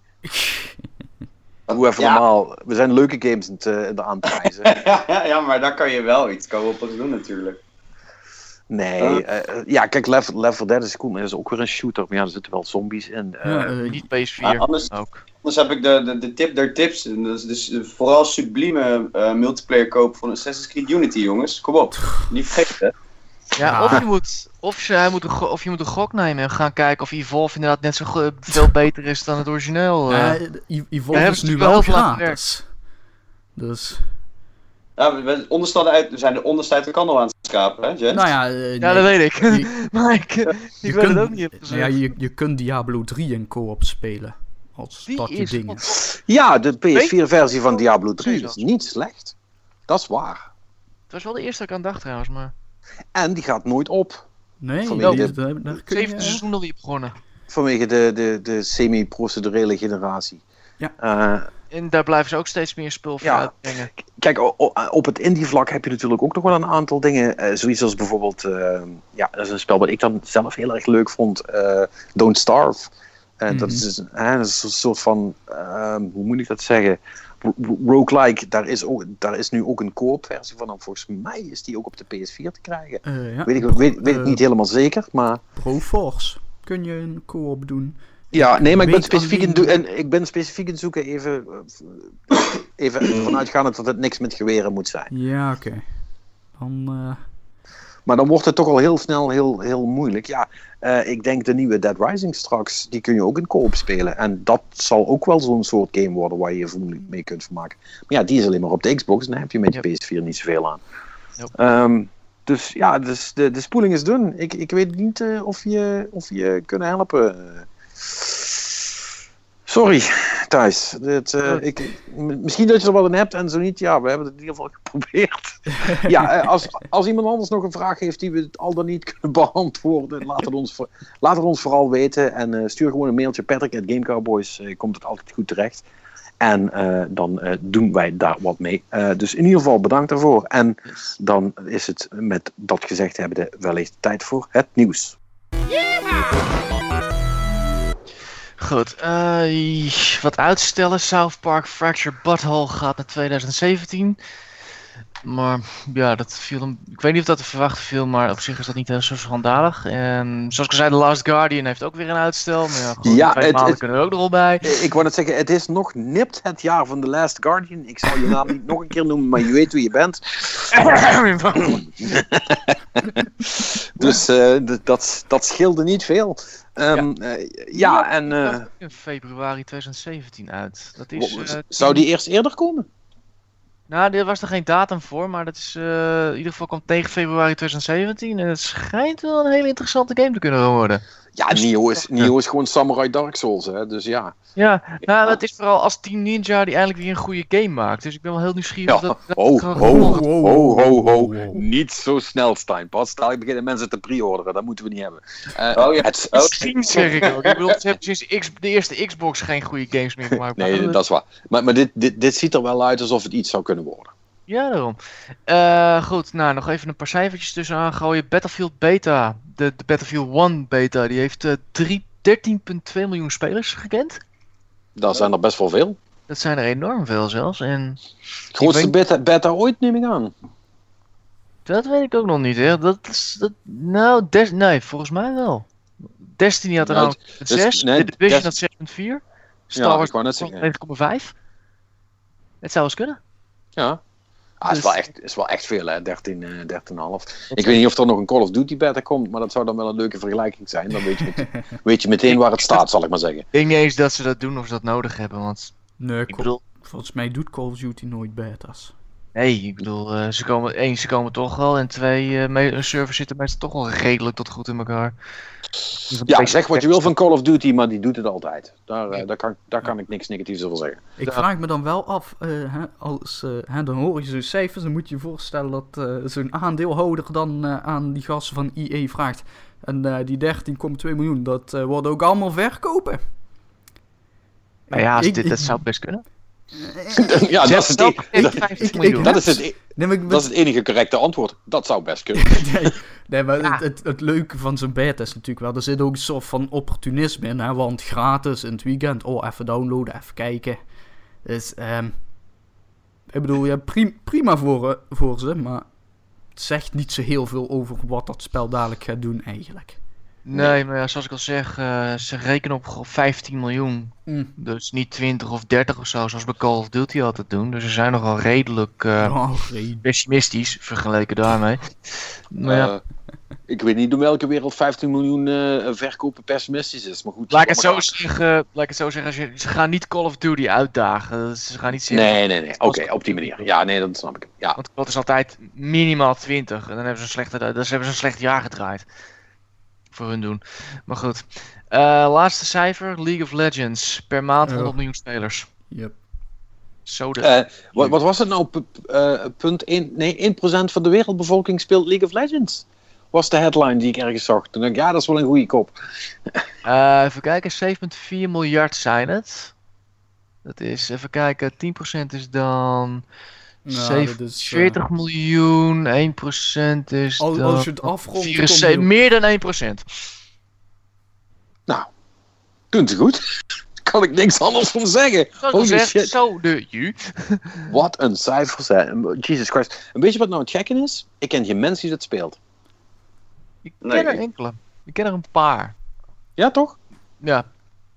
Doe even normaal. We zijn leuke games aan het prijzen. Ja, maar daar kan je wel iets co-op doen natuurlijk. Nee, kijk, Left 4 Dead is cool, maar dat is ook weer een shooter. Maar ja, er zitten wel zombies in. Niet PS4 anders heb ik de tip der tips. Dus vooral sublieme multiplayer koop van Assassin's Creed Unity, jongens. Kom op, niet vergeten. Ja, of je moet een gok nemen en gaan kijken of Evolve inderdaad net zo veel beter is dan het origineel. Evolve is nu wel gratis. Dus... Ja, we zijn de onderste uit de kandel aan het schapen, hè, Jens? Nou ja, ja, dat weet ik. Maar ik weet het ook niet. Ja, je kunt Diablo 3 in co-op spelen. Als dat je ding is. Ja, de PS4-versie van Diablo 3 is niet slecht. Dat is waar. Het was wel de eerste dat ik aan dacht trouwens, maar... En die gaat nooit op. Nee, het zevende seizoen alweer begonnen. Vanwege de semi-procedurele generatie. Ja. En daar blijven ze ook steeds meer spul voor uitbrengen. Kijk, op het indie vlak heb je natuurlijk ook nog wel een aantal dingen. Zoiets als bijvoorbeeld... dat is een spel wat ik dan zelf heel erg leuk vond. Don't Starve. Dat is een soort van... hoe moet ik dat zeggen? Roguelike. Daar is nu ook een co-op versie van. En volgens mij is die ook op de PS4 te krijgen. Weet ik niet helemaal zeker, maar... Broforce kun je een co-op doen. Ja, nee, maar ik ben specifiek in het zoeken even vanuitgaande dat het niks met geweren moet zijn. Ja, oké. Maar dan wordt het toch al heel snel heel moeilijk. Ja, ik denk de nieuwe Dead Rising straks, die kun je ook in co-op spelen. En dat zal ook wel zo'n soort game worden waar je je vermoedelijk mee kunt vermaken. Maar ja, die is alleen maar op de Xbox en dan heb je met je PS4 niet zoveel aan. Yep. Dus ja, de spoeling is dun. Ik weet niet of je kunnen helpen. Sorry, Thijs. Misschien dat je er wel in hebt en zo niet. Ja, we hebben het in ieder geval geprobeerd. Ja, als iemand anders nog een vraag heeft die we al dan niet kunnen beantwoorden, laat het ons vooral weten. En stuur gewoon een mailtje. Patrick@GameCowboys komt het altijd goed terecht. En dan doen wij daar wat mee. Dus in ieder geval bedankt daarvoor. En dan is het met dat gezegd hebbende wellicht tijd voor het nieuws. Goed, wat uitstellen. South Park Fractured Butthole gaat naar 2017. Maar ja, dat viel hem. Ik weet niet of dat te verwachten viel, maar op zich is dat niet zo schandalig. En zoals ik al zei, The Last Guardian heeft ook weer een uitstel. Maar ja, goed, 2 maanden kunnen er ook nog wel bij. Ik wou net zeggen, het is nog nipt het jaar van The Last Guardian. Ik zal je naam niet nog een keer noemen, maar je weet wie je bent. Dus dat scheelde niet veel. In februari 2017 uit. Dat is, zou die eerst eerder komen? Nou, er was er geen datum voor, maar dat is in ieder geval komt tegen februari 2017 en het schijnt wel een hele interessante game te kunnen worden. Ja, Nioh is gewoon Samurai Dark Souls, hè, dus ja. Ja, nou, het is vooral als Team Ninja die eindelijk weer een goede game maakt, dus ik ben wel heel nieuwsgierig. Ja. Ho. Niet zo snel, Stijn. Pas dadelijk beginnen mensen te pre-orderen, dat moeten we niet hebben. Misschien zeg ik ook. Ik bedoel, ze hebben sinds de eerste Xbox geen goede games meer gemaakt. Nee, dat is waar. Maar dit ziet er wel uit alsof het iets zou kunnen worden. Ja, daarom. Goed, nou, nog even een paar cijfertjes tussenaan gooien. Battlefield Beta, de Battlefield 1 Beta, die heeft 13,2 miljoen spelers gekend. Dat zijn er best wel veel. Dat zijn er enorm veel zelfs. En grootste beta ooit, neem ik aan. Dat weet ik ook nog niet, hè. Nee, volgens mij wel. Destiny had er nou 6, The Division had 6,4. Star Wars had 9,5. Het zou eens kunnen. Ja. Is wel echt veel, hè, 13,5. Ik weet niet of er nog een Call of Duty beta komt, maar dat zou dan wel een leuke vergelijking zijn. Dan weet je meteen waar het staat, zal ik maar zeggen. Ik denk niet eens dat ze dat doen of ze dat nodig hebben, want... Nee, volgens mij doet Call of Duty nooit beta's. Nee, ik bedoel, ze komen toch wel en 2, een server zitten meestal toch wel redelijk tot goed in elkaar. Ja, zeg wat je wil van Call of Duty, maar die doet het altijd. Daar kan ik niks negatiefs over zeggen. Ik vraag me dan wel af, dan hoor je zo'n cijfers, dan moet je je voorstellen dat zo'n aandeelhouder dan aan die gasten van EA vraagt. En die 13,2 miljoen, dat worden ook allemaal verkopen. Nou ja, dat zou best kunnen. Ja, dat is het enige correcte antwoord. Dat zou best kunnen. Nee, maar het leuke van zo'n beta is natuurlijk wel, er zit ook een soort van opportunisme in, hè, want gratis in het weekend, even downloaden, even kijken. Dus, ik bedoel, ja, prima voor ze, maar het zegt niet zo heel veel over wat dat spel dadelijk gaat doen eigenlijk. Nee, maar ja, zoals ik al zeg, ze rekenen op 15 miljoen. Dus niet 20 of 30 of zo, zoals bij Call of Duty altijd doen. Dus ze zijn nogal redelijk pessimistisch vergeleken daarmee. Maar ik weet niet om welke wereld 15 miljoen verkopen pessimistisch is. Maar goed, laat ik het zo zeggen, ze gaan niet Call of Duty uitdagen. Ze gaan niet zeggen... Nee. Oké, op die manier. Ja, nee, dat snap ik. Ja. Want het is altijd minimaal 20. En dan hebben ze een slecht jaar gedraaid. Voor hun doen. Maar goed. Laatste cijfer. League of Legends. Per maand 100 miljoen spelers. Yep. Wat was het nou? Punt 1% van de wereldbevolking speelt League of Legends. Was de headline die ik ergens zag. Toen dacht ik, ja, dat is wel een goede kop. Even kijken. 7,4 miljard zijn het. Dat is, even kijken. 10% is dan... 40 miljoen, 1% is als je het afrondt... meer dan 1%. Nou, kunt u goed. Kan ik niks anders van zeggen. Holy shit. Zo de ju. Wat een cijfer. Jesus Christ. En weet je wat nou het gekke is? Ik ken geen mens die dat speelt. Ik ken er enkele. Ik ken er een paar. Ja, toch? Ja.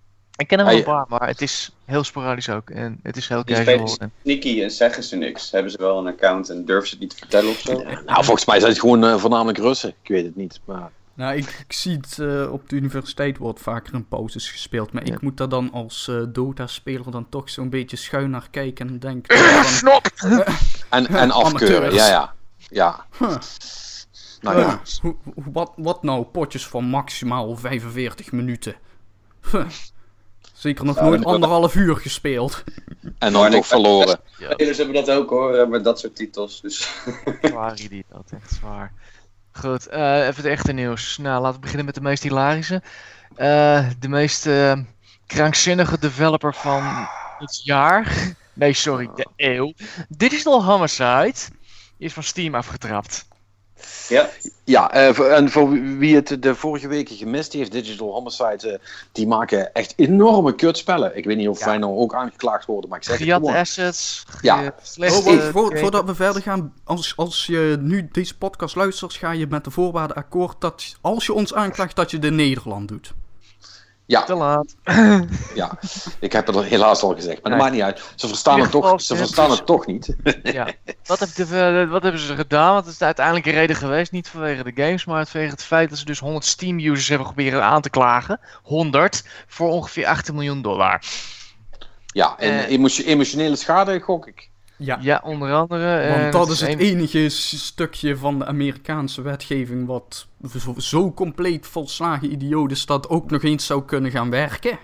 Ik ken er wel een paar, maar het is heel sporadisch ook. En het is heel Die casual. spelen sneaky en zeggen ze niks. Hebben ze wel een account en durven ze het niet te vertellen of zo? Nou, volgens mij zijn het gewoon voornamelijk Russen. Ik weet het niet, maar... Nou, ik zie het op de universiteit wordt vaker in pauzes gespeeld. Maar ik moet daar dan als Dota-speler dan toch zo'n beetje schuin naar kijken en denken... Snop! En afkeuren, ja. Nou ja. Wat nou? Potjes van maximaal 45 minuten. Zeker nog nooit 1,5 uur gespeeld. En dan toch verloren. Spelers hebben dat ook hoor, met dat soort titels. Dus. Zwaar idioot, echt zwaar. Goed, even het echte nieuws. Nou, laten we beginnen met de meest hilarische. De meest krankzinnige developer van het jaar. Nee, sorry, de eeuw. Digital Homicide is van Steam afgetrapt. Ja, en voor wie het de vorige weken gemist heeft, Digital Homicide, die maken echt enorme kutspellen. Ik weet niet of wij nou ook aangeklaagd worden, maar ik zeg het gewoon. Gejatte assets. Voordat we verder gaan, als je nu deze podcast luistert, ga je met de voorwaarden akkoord dat als je ons aanklaagt, dat je het in Nederland doet. Ja. Te laat. Ja, ik heb het helaas al gezegd, maar dat maakt niet uit. Ze verstaan het toch niet. Ja. Wat hebben ze gedaan? Want het is uiteindelijk een reden geweest, niet vanwege de games, maar vanwege het feit dat ze dus 100 Steam-users hebben proberen aan te klagen. 100 voor ongeveer $18 miljoen. Ja, en emotionele schade, gok ik. Ja, onder andere. Want dat is het enige stukje van de Amerikaanse wetgeving wat zo compleet volslagen idioot is dat ook nog eens zou kunnen gaan werken.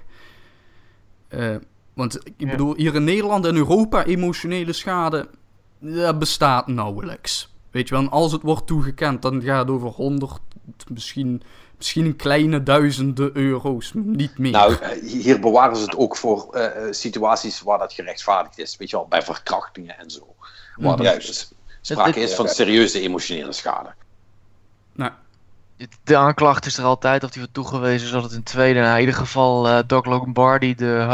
Want ik bedoel, hier in Nederland en Europa emotionele schade, dat bestaat nauwelijks. Weet je wel, en als het wordt toegekend, dan gaat het over 100, misschien een kleine duizenden euro's, niet meer. Nou, hier bewaren ze het ook voor situaties waar dat gerechtvaardigd is. Weet je wel, bij verkrachtingen en zo. Waar er dus sprake is van serieuze emotionele schade. Nou. De aanklacht is er altijd, of die wordt toegewezen, is altijd een tweede. Nou, in ieder geval, Doc Lombardi,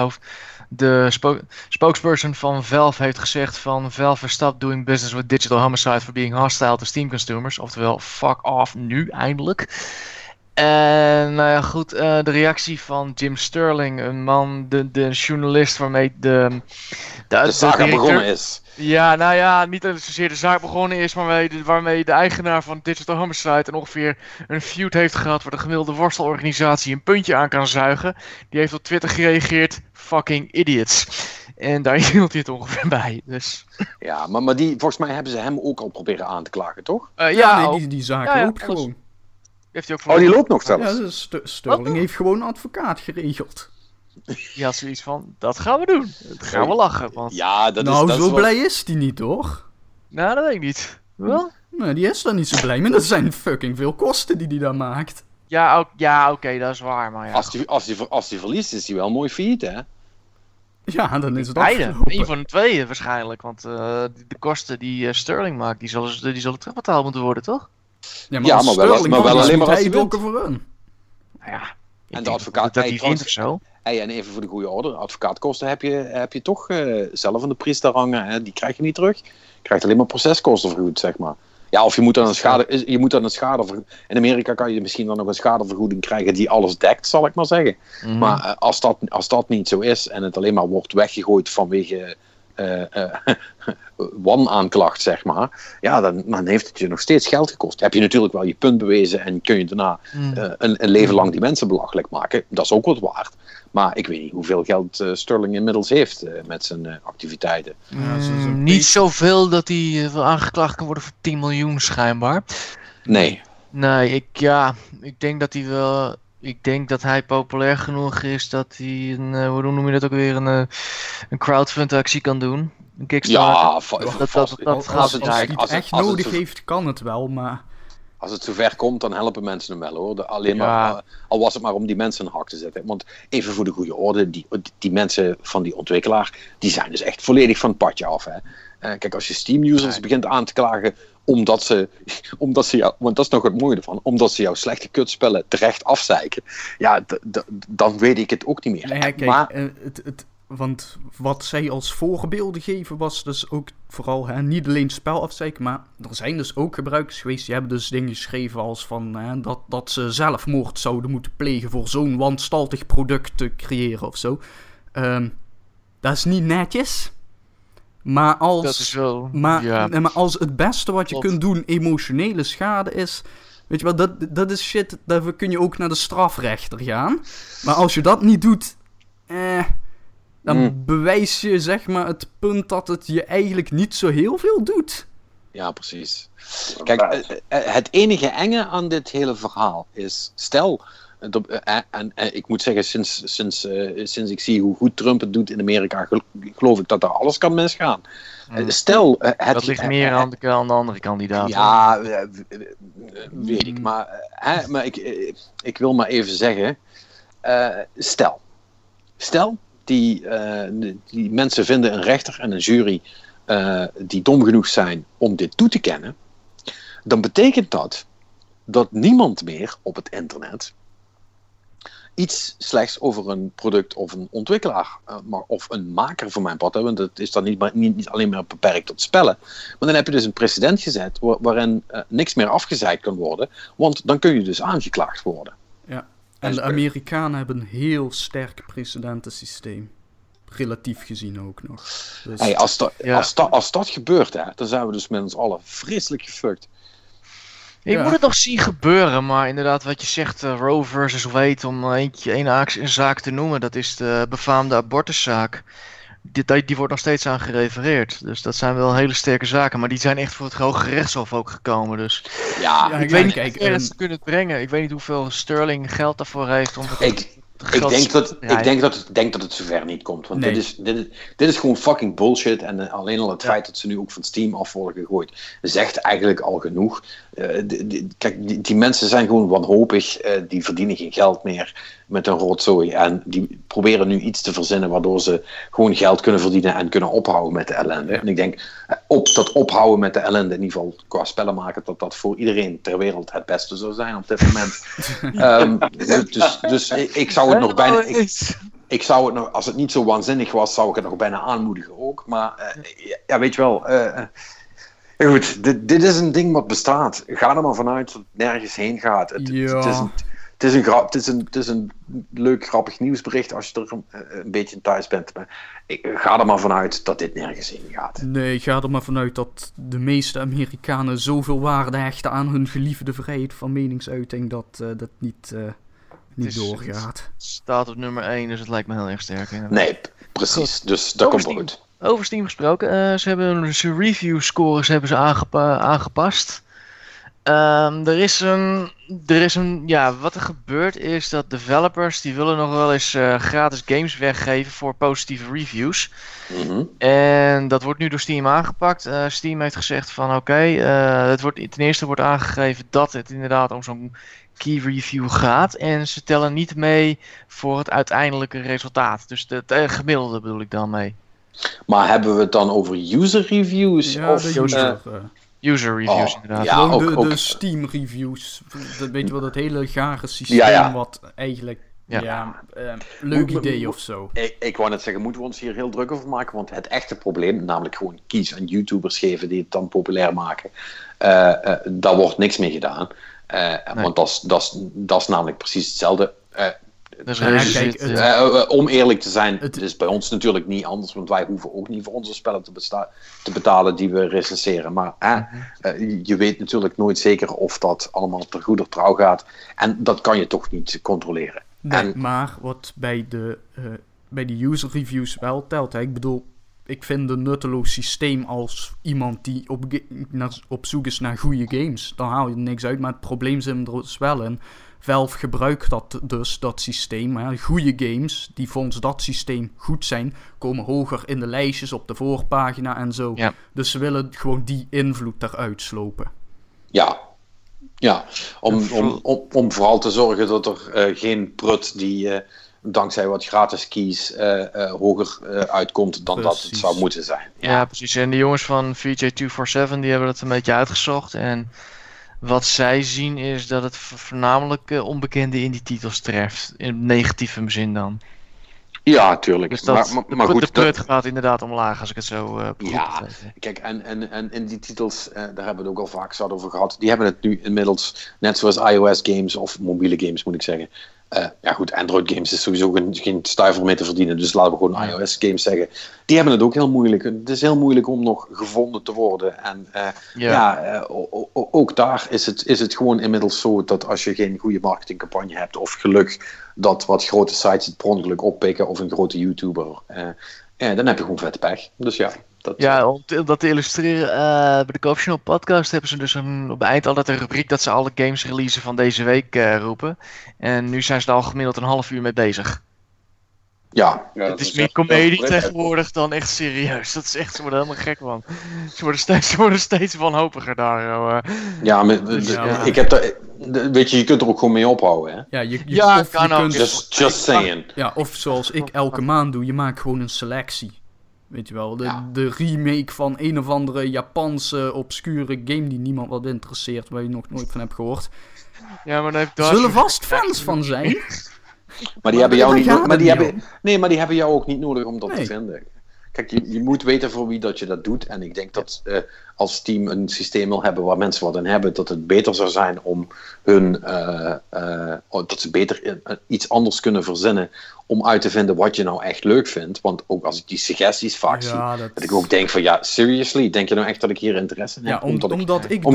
de spokesperson van Valve, heeft gezegd van Valve has stopped doing business with Digital Homicide for being hostile to Steam consumers. Oftewel, fuck off, nu eindelijk. En nou ja, goed, de reactie van Jim Sterling, een man, de journalist waarmee de zaak begonnen is. Ja, nou ja, niet dat zozeer de zaak begonnen is, maar waarmee de eigenaar van Digital Homicide en ongeveer een feud heeft gehad waar de gemiddelde worstelorganisatie een puntje aan kan zuigen. Die heeft op Twitter gereageerd, fucking idiots. En daar hield hij het ongeveer bij, dus... Ja, maar volgens mij hebben ze hem ook al proberen aan te klagen, toch? Die zaak loopt gewoon. Heeft hij ook die loopt nog zelfs? Ja, dus Sterling heeft gewoon een advocaat geregeld. Je had zoiets van, dat gaan we doen. Dat gaan we lachen. Want... Ja, dat is blij is die niet, hoor. Nou, dat weet ik niet. Wel? Nee, die is daar niet zo blij mee. Dat zijn fucking veel kosten die daar maakt. Ja, oké, dat is waar. Maar ja. Als die verliest, is hij wel mooi failliet, hè? Ja, dan is het beide. Eén van de twee waarschijnlijk. Want de kosten die Sterling maakt, die zullen terugbetaald moeten worden, toch? Ja, maar wel alleen maar als hij wil. Nou ja. En de advocaat dat hij vindt of zo. En even voor de goede orde, advocaatkosten heb je toch zelf in de priester hangen. Hè? Die krijg je niet terug. Je krijgt alleen maar proceskosten vergoed, zeg maar. Ja, of je moet dan een schade. In Amerika kan je misschien dan nog een schadevergoeding krijgen die alles dekt, zal ik maar zeggen. Mm-hmm. Maar als dat niet zo is en het alleen maar wordt weggegooid vanwege wanaaanklacht, zeg maar. Ja, dan heeft het je nog steeds geld gekost. Heb je natuurlijk wel je punt bewezen en kun je daarna een leven lang die mensen belachelijk maken. Dat is ook wat waard. Maar ik weet niet hoeveel geld Sterling inmiddels heeft met zijn activiteiten. Niet zoveel dat hij aangeklaagd kan worden voor 10 miljoen schijnbaar. Nee. Nee, ik denk dat hij wel... Ik denk dat hij populair genoeg is dat hij hoe noem je dat ook weer, een crowdfund-actie kan doen. Een Kickstarter. Ja, als hij het echt nodig heeft, kan het wel, maar... Als het zover komt, dan helpen mensen hem wel, hoor. Maar, al was het maar om die mensen een hak te zetten. Want even voor de goede orde, die mensen van die ontwikkelaar, die zijn dus echt volledig van het padje af, hè. Kijk, als je Steam-users begint aan te klagen omdat ze jou, want dat is nog het mooie ervan, omdat ze jouw slechte kutspellen terecht afzeiken, ja, dan weet ik het ook niet meer. Nee, kijk, Want wat zij als voorbeelden geven was dus ook vooral niet alleen spel afzeiken, maar er zijn dus ook gebruikers geweest die hebben dus dingen geschreven als van dat ze zelfmoord zouden moeten plegen voor zo'n wanstaltig product te creëren of zo. Dat is niet netjes. Maar als, Dat is wel... maar als het beste wat je kunt doen emotionele schade is... Weet je wel, dat is shit, daarvoor kun je ook naar de strafrechter gaan. Maar als je dat niet doet... dan bewijs je zeg maar het punt dat het je eigenlijk niet zo heel veel doet. Ja, precies. Kijk, het enige enge aan dit hele verhaal is... Stel... En ik moet zeggen, sinds ik zie hoe goed Trump het doet in Amerika, geloof ik dat er alles kan misgaan. Stel... dat ligt meer aan de andere kandidaat. Ja, weet ik. Maar ik wil maar even zeggen... Stel, die mensen vinden een rechter en een jury die dom genoeg zijn om dit toe te kennen, dan betekent dat niemand meer op het internet iets slechts over een product of een ontwikkelaar of een maker van mijn part, want het is dan niet alleen maar beperkt tot spellen. Maar dan heb je dus een precedent gezet waarin niks meer afgezeikt kan worden, want dan kun je dus aangeklaagd worden. Ja. En de Amerikanen hebben een heel sterk precedentensysteem. Relatief gezien ook nog. Dus... Hey, als dat gebeurt, hè, dan zijn we dus met ons allen vreselijk gefucked. Ik moet het nog zien gebeuren, maar inderdaad wat je zegt, Roe versus Wade, om één zaak te noemen, dat is de befaamde abortuszaak. Die wordt nog steeds aan gerefereerd. Dus dat zijn wel hele sterke zaken, maar die zijn echt voor het Hoge Rechtshof ook gekomen. Dus ja, ik weet niet hoe ver ze kunnen het brengen. Ik weet niet hoeveel Sterling geld daarvoor heeft om het... Ik denk dat het zover niet komt. Want dit is gewoon fucking bullshit. En alleen al het feit dat ze nu ook van Steam af worden gegooid, zegt eigenlijk al genoeg. Kijk, die mensen zijn gewoon wanhopig. Die verdienen geen geld meer met een rotzooi. En die proberen nu iets te verzinnen waardoor ze gewoon geld kunnen verdienen en kunnen ophouden met de ellende. Ja. En ik denk dat ophouden met de ellende, in ieder geval qua spellen maken, dat voor iedereen ter wereld het beste zou zijn op dit moment. Dus ik zou het nog bijna... Ik zou het nog, als het niet zo waanzinnig was, zou ik het nog bijna aanmoedigen ook. Maar weet je wel... goed, dit is een ding wat bestaat. Ga er maar vanuit dat het nergens heen gaat. Het is een leuk, grappig nieuwsbericht als je er een beetje thuis bent. Maar ga er maar vanuit dat dit nergens heen gaat. Nee, ga er maar vanuit dat de meeste Amerikanen zoveel waarde hechten aan hun geliefde vrijheid van meningsuiting dat dat niet doorgaat. Het staat op nummer 1, dus het lijkt me heel erg sterk. Nee, precies. Goed. Dus dat komt goed. Over Steam gesproken, ze hebben hun review scores aangepast. Wat er gebeurt is dat developers die willen nog wel eens gratis games weggeven voor positieve reviews. Mm-hmm. En dat wordt nu door Steam aangepakt. Steam heeft gezegd van ten eerste wordt aangegeven dat het inderdaad om zo'n key review gaat. En ze tellen niet mee voor het uiteindelijke resultaat. Dus het gemiddelde bedoel ik dan mee. Maar hebben we het dan over user reviews? Ja, of user reviews inderdaad. Ja, ook de Steam reviews. Dat weet je wel, dat hele gare systeem wat eigenlijk... leuk idee of zo. Ik wou net zeggen, moeten we ons hier heel druk over maken? Want het echte probleem, namelijk gewoon keys aan YouTubers geven die het dan populair maken, daar wordt niks mee gedaan. Want dat is namelijk precies hetzelfde. Om eerlijk te zijn, het is bij ons natuurlijk niet anders, want wij hoeven ook niet voor onze spellen te betalen die we recenseren. Maar je weet natuurlijk nooit zeker of dat allemaal ter goeder trouw gaat. En dat kan je toch niet controleren. Nee, maar wat bij de user reviews wel telt. Hè? Ik bedoel, ik vind een nutteloos systeem als iemand die op zoek is naar goede games. Dan haal je er niks uit, maar het probleem zit er dus wel in. Valve gebruikt dat systeem. Hè. Goede games die volgens dat systeem goed zijn, komen hoger in de lijstjes op de voorpagina en zo. Ja. Dus ze willen gewoon die invloed eruit slopen. Ja. Om vooral te zorgen dat er geen prut die dankzij wat gratis keys hoger uitkomt dan dat het zou moeten zijn. Ja, precies. En de jongens van VJ247 die hebben dat een beetje uitgezocht en wat zij zien is dat het voornamelijk onbekende indie titels treft. In negatieve zin dan. Ja, tuurlijk. Dus dat, maar goed, de put gaat inderdaad omlaag als ik het zo ja, kijk, en in die titels, daar hebben we het ook al vaak zat over gehad. Die hebben het nu inmiddels, net zoals iOS games of mobiele games moet ik zeggen. Ja goed, Android games is sowieso geen stuiver mee te verdienen. Dus laten we gewoon iOS games zeggen. Die hebben het ook heel moeilijk. Het is heel moeilijk om nog gevonden te worden. En ook daar is het gewoon inmiddels zo dat als je geen goede marketingcampagne hebt of geluk dat wat grote sites het per ongeluk oppikken of een grote YouTuber, dan heb je gewoon vette pech. Dus ja. Om dat te illustreren, bij de Koopchannel podcast hebben ze dus op het eind altijd een rubriek dat ze alle games releasen van deze week roepen. En nu zijn ze er al gemiddeld een half uur mee bezig. Ja. Het is meer comedie tegenwoordig dan echt serieus. Dat is echt, ze worden helemaal gek van. Ze worden steeds wanhopiger daar. Ja, maar ik heb daar, weet je kunt er ook gewoon mee ophouden, hè? Ja, kan ook. Just saying. Ja, of zoals ik elke maand doe, je maakt gewoon een selectie. Weet je wel, de remake van een of andere Japanse obscure game die niemand wat interesseert, waar je nog nooit van hebt gehoord. Ja, maar dan heeft zullen vast fans van zijn. Maar die hebben jou niet nodig. Maar die hebben jou ook niet nodig om dat te vinden. Kijk, je moet weten voor wie dat je dat doet. En ik denk dat als team een systeem wil hebben waar mensen wat aan hebben, dat het beter zou zijn om dat ze beter iets anders kunnen verzinnen om uit te vinden wat je nou echt leuk vindt. Want ook als ik die suggesties vaak zie, dat ik ook denk van seriously, denk je nou echt dat ik hier interesse in heb? Omdat ik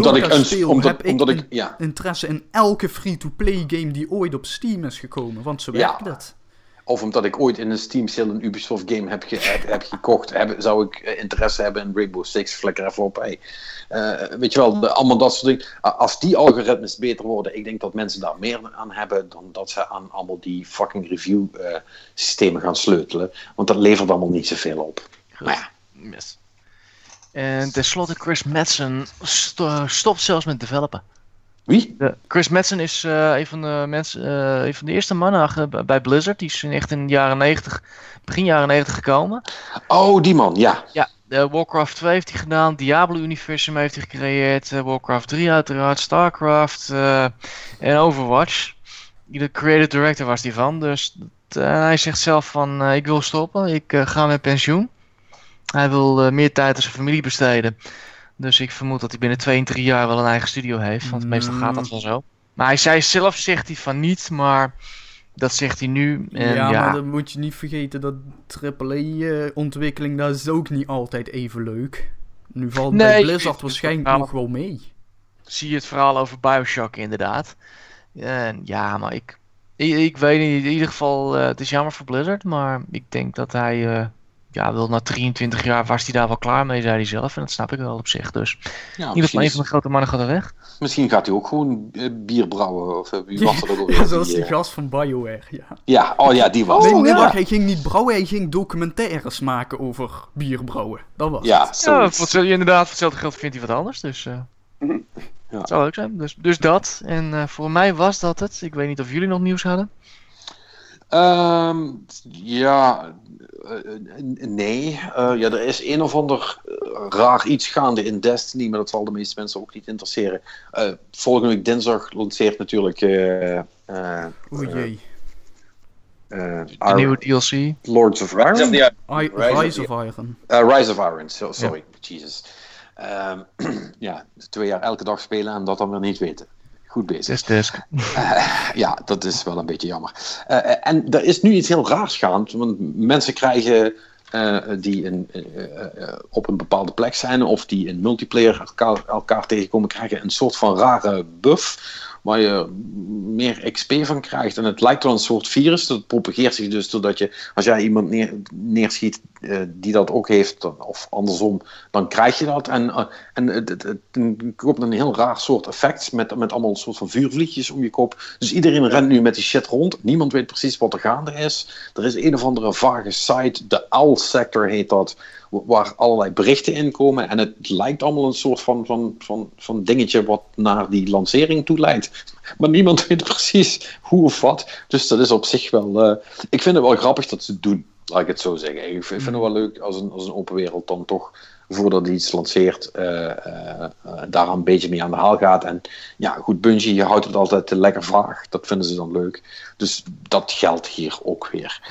interesse in elke free-to-play game die ooit op Steam is gekomen, want zo werkt het. Of omdat ik ooit in een Steam sale een Ubisoft game heb gekocht, zou ik interesse hebben in Rainbow Six, flikker even op. Weet je wel, allemaal dat soort dingen. Als die algoritmes beter worden, ik denk dat mensen daar meer aan hebben dan dat ze aan allemaal die fucking review systemen gaan sleutelen. Want dat levert allemaal niet zoveel op. Maar ja. Yes. En tenslotte, Chris Metzen stopt zelfs met developen. Wie? Chris Metzen is een van de eerste mannen bij Blizzard. Die is echt in de jaren 90, begin jaren 90 gekomen. Oh, die man, ja. Ja, Warcraft 2 heeft hij gedaan. Diablo-universum heeft hij gecreëerd. Warcraft 3 uiteraard. Starcraft en Overwatch. De creative director was hij van. Dus hij zegt zelf van ik wil stoppen. Ik ga met pensioen. Hij wil meer tijd aan zijn familie besteden. Dus ik vermoed dat hij binnen 2 en 3 jaar wel een eigen studio heeft. Want meestal gaat dat wel zo. Maar hij zei zelf, zegt hij van niet, maar dat zegt hij nu. En maar dan moet je niet vergeten dat AAA-ontwikkeling, dat is ook niet altijd even leuk. Nu valt bij Blizzard waarschijnlijk nog wel mee. Zie je het verhaal over Bioshock inderdaad. Maar ik weet niet, in ieder geval, het is jammer voor Blizzard. Maar ik denk dat hij... na 23 jaar was hij daar wel klaar mee, zei hij zelf. En dat snap ik wel op zich. Dus in ieder geval een van de grote mannen gaat er weg. Misschien gaat hij ook gewoon bier brouwen. Of wie was dat ook alweer? Zoals die gast van BioWare, die was het. Nee, wacht, hij ging niet brouwen. Hij ging documentaires maken over bier brouwen. Dat was het. Inderdaad, voor hetzelfde geld vindt hij wat anders. Dus het zou leuk zijn. Dus dat. En voor mij was dat het. Ik weet niet of jullie nog nieuws hadden. Nee. Er is een of ander raar iets gaande in Destiny, maar dat zal de meeste mensen ook niet interesseren. Volgende week dinsdag lanceert natuurlijk de nieuwe DLC. Lords of Iron? Rise of Iron. Rise of Iron, sorry. Jesus. 2 jaar elke dag spelen en dat dan weer niet weten. Goed bezig. Dat is wel een beetje jammer. En er is nu iets heel raars gaand. Want mensen krijgen die op een bepaalde plek zijn of die in multiplayer elkaar tegenkomen, krijgen een soort van rare buff waar je meer XP van krijgt. En het lijkt wel een soort virus. Dat propageert zich dus doordat je, als jij iemand neerschiet die dat ook heeft, of andersom, dan krijg je dat. En het komt een heel raar soort effect met allemaal een soort van vuurvliegjes om je kop. Dus iedereen rent nu met die shit rond. Niemand weet precies wat er gaande is. Er is een of andere vage site, de Owl Sector heet dat, waar allerlei berichten in komen. En het lijkt allemaal een soort van dingetje wat naar die lancering toe leidt. Maar niemand weet precies hoe of wat. Dus dat is op zich wel... ik vind het wel grappig dat ze het doen, laat ik het zo zeggen. Ik vind het wel leuk als een open wereld dan toch voordat hij iets lanceert, daar een beetje mee aan de haal gaat. En ja, goed, Bungie, je houdt het altijd lekker vaag. Dat vinden ze dan leuk. Dus dat geldt hier ook weer.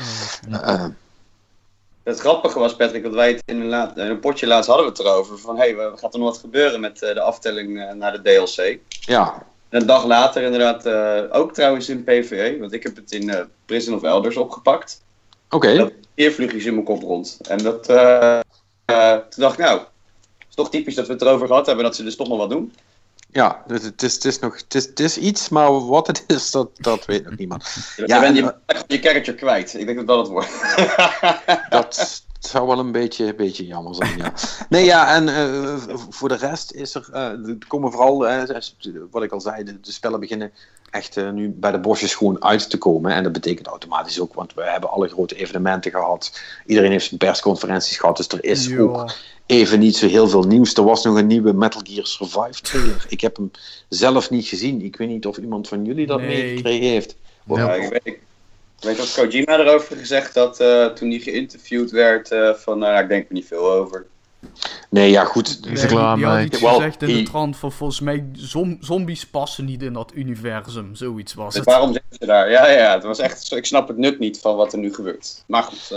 Het grappige was, Patrick, dat wij het in een potje laatst hadden we het erover. Van, gaat er nog wat gebeuren met de aftelling naar de DLC? Ja. En een dag later inderdaad, ook trouwens in PvE, want ik heb het in Prison of Elders opgepakt. Oké. Hier vlieg je in mijn kop rond. En dat, toen dacht ik, nou, het is toch typisch dat we het erover gehad hebben, dat ze dus toch nog wat doen. Ja, het is iets, maar wat het is, dat weet nog niemand. Je bent je character kwijt. Ik denk dat dat het wordt. Dat zou wel een beetje jammer zijn, ja. Nee, ja, en voor de rest is er komen vooral, wat ik al zei, de spellen beginnen echt nu bij de bosjes gewoon uit te komen. En dat betekent automatisch ook, want we hebben alle grote evenementen gehad. Iedereen heeft zijn persconferenties gehad, dus er is ook even niet zo heel veel nieuws. Er was nog een nieuwe Metal Gear Survive trailer. Ik heb hem zelf niet gezien. Ik weet niet of iemand van jullie dat meegekregen heeft. Ja, ik weet dat Kojima erover gezegd dat toen hij geïnterviewd werd ik denk er niet veel over. Nee, ja goed. Die had iets gezegd in de trant van volgens mij zombies passen niet in dat universum. Zoiets was het. Waarom zitten ze daar? Ja, het was echt, ik snap het nut niet van wat er nu gebeurt. Maar goed.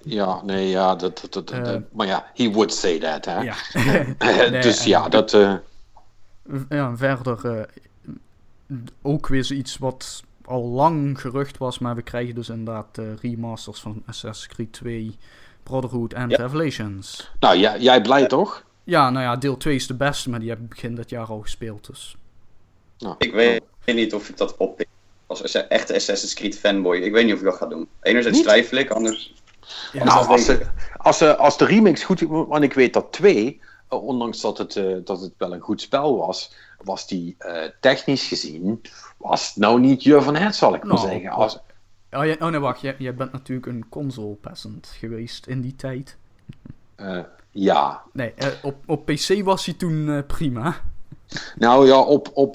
Maar ja, he would say that, hè. Ja. Dus ja, dat... Ja, verder ook weer zoiets wat al lang gerucht was, maar we krijgen dus inderdaad remasters van Assassin's Creed 2... Brotherhood en Revelations. Nou, jij blij toch? Ja, nou ja, deel 2 is de beste, maar die heb ik begin dit jaar al gespeeld, dus. Nou, ik weet niet of ik dat oppik als echte Assassin's Creed fanboy. Ik weet niet of ik dat ga doen. Enerzijds twijfel ik, anders... Ja, nou, als de remix goed... Want ik weet dat 2, ondanks dat het wel een goed spel was die technisch gezien... was nou niet je van het, zal ik maar zeggen. Nee, wacht. Jij bent natuurlijk een console-peasant geweest in die tijd. Ja. Nee, op PC was hij toen prima. Nou ja,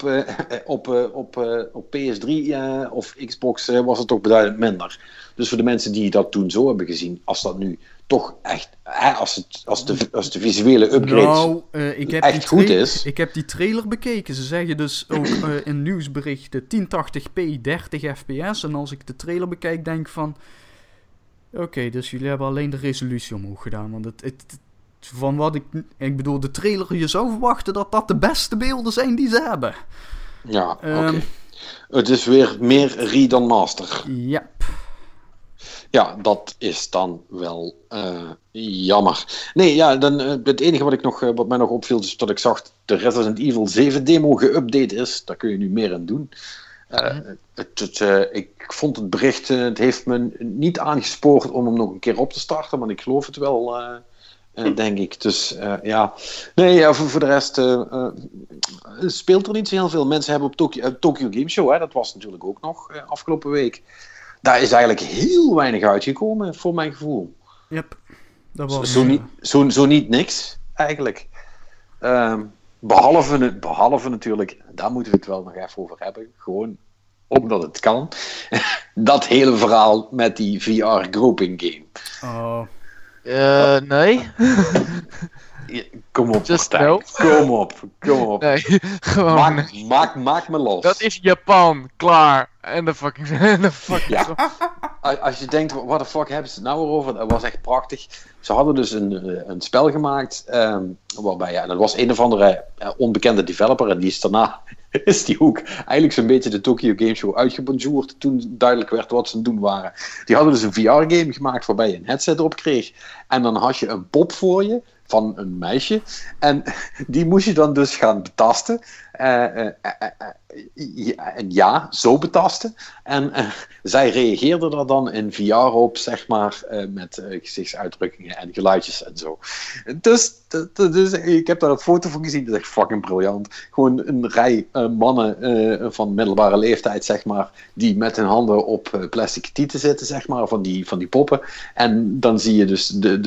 op PS3 of Xbox was het toch beduidend minder. Dus voor de mensen die dat toen zo hebben gezien, als dat nu toch echt, als de visuele upgrade echt goed is. Ik heb die trailer bekeken. Ze zeggen dus ook in nieuwsberichten 1080p 30 fps. En als ik de trailer bekijk, denk ik van... Oké, dus jullie hebben alleen de resolutie omhoog gedaan. Want van wat ik bedoel, de trailer, je zou verwachten dat dat de beste beelden zijn die ze hebben. Ja, oké. Het is weer meer re dan master. Yep. Ja, dat is dan wel jammer. Nee, ja, dan het enige wat mij nog opviel is dat ik zag de Resident Evil 7 demo geüpdate is. Daar kun je nu meer aan doen. Ik vond het bericht, het heeft me niet aangespoord om hem nog een keer op te starten, maar ik geloof het wel, denk ik. Dus ja, nee, ja, voor de rest speelt er niet zo heel veel. Mensen hebben op Tokyo Game Show, dat was natuurlijk ook nog afgelopen week. Daar is eigenlijk heel weinig uitgekomen, voor mijn gevoel. Yep. Dat was zo niet niks, eigenlijk. Behalve natuurlijk, daar moeten we het wel nog even over hebben. Gewoon omdat het kan. Dat hele verhaal met die VR-groping game. Oh. Nee. Kom op, Just Martijn. Kom op. Nee, gewoon... Maak me los. Dat is Japan, klaar. En de fucking... Ja. Als je denkt, what the fuck hebben ze het nou over? Dat was echt prachtig. Ze hadden dus een spel gemaakt, waarbij, dat was een of andere onbekende developer, en die is daarna, is die ook eigenlijk zo'n beetje de Tokyo Game Show uitgebonjourd, toen duidelijk werd wat ze aan het doen waren. Die hadden dus een VR-game gemaakt, waarbij je een headset erop kreeg, en dan had je een pop voor je, van een meisje, en die moest je dan dus gaan betasten. Zo betasten. En zij reageerde er dan in VR op, zeg maar, met gezichtsuitdrukkingen en geluidjes en zo. Dus ik heb daar een foto van gezien, dat is echt fucking briljant. Gewoon een rij mannen van middelbare leeftijd, zeg maar, die met hun handen op plastic tieten zitten, zeg maar, van die poppen. En dan zie je dus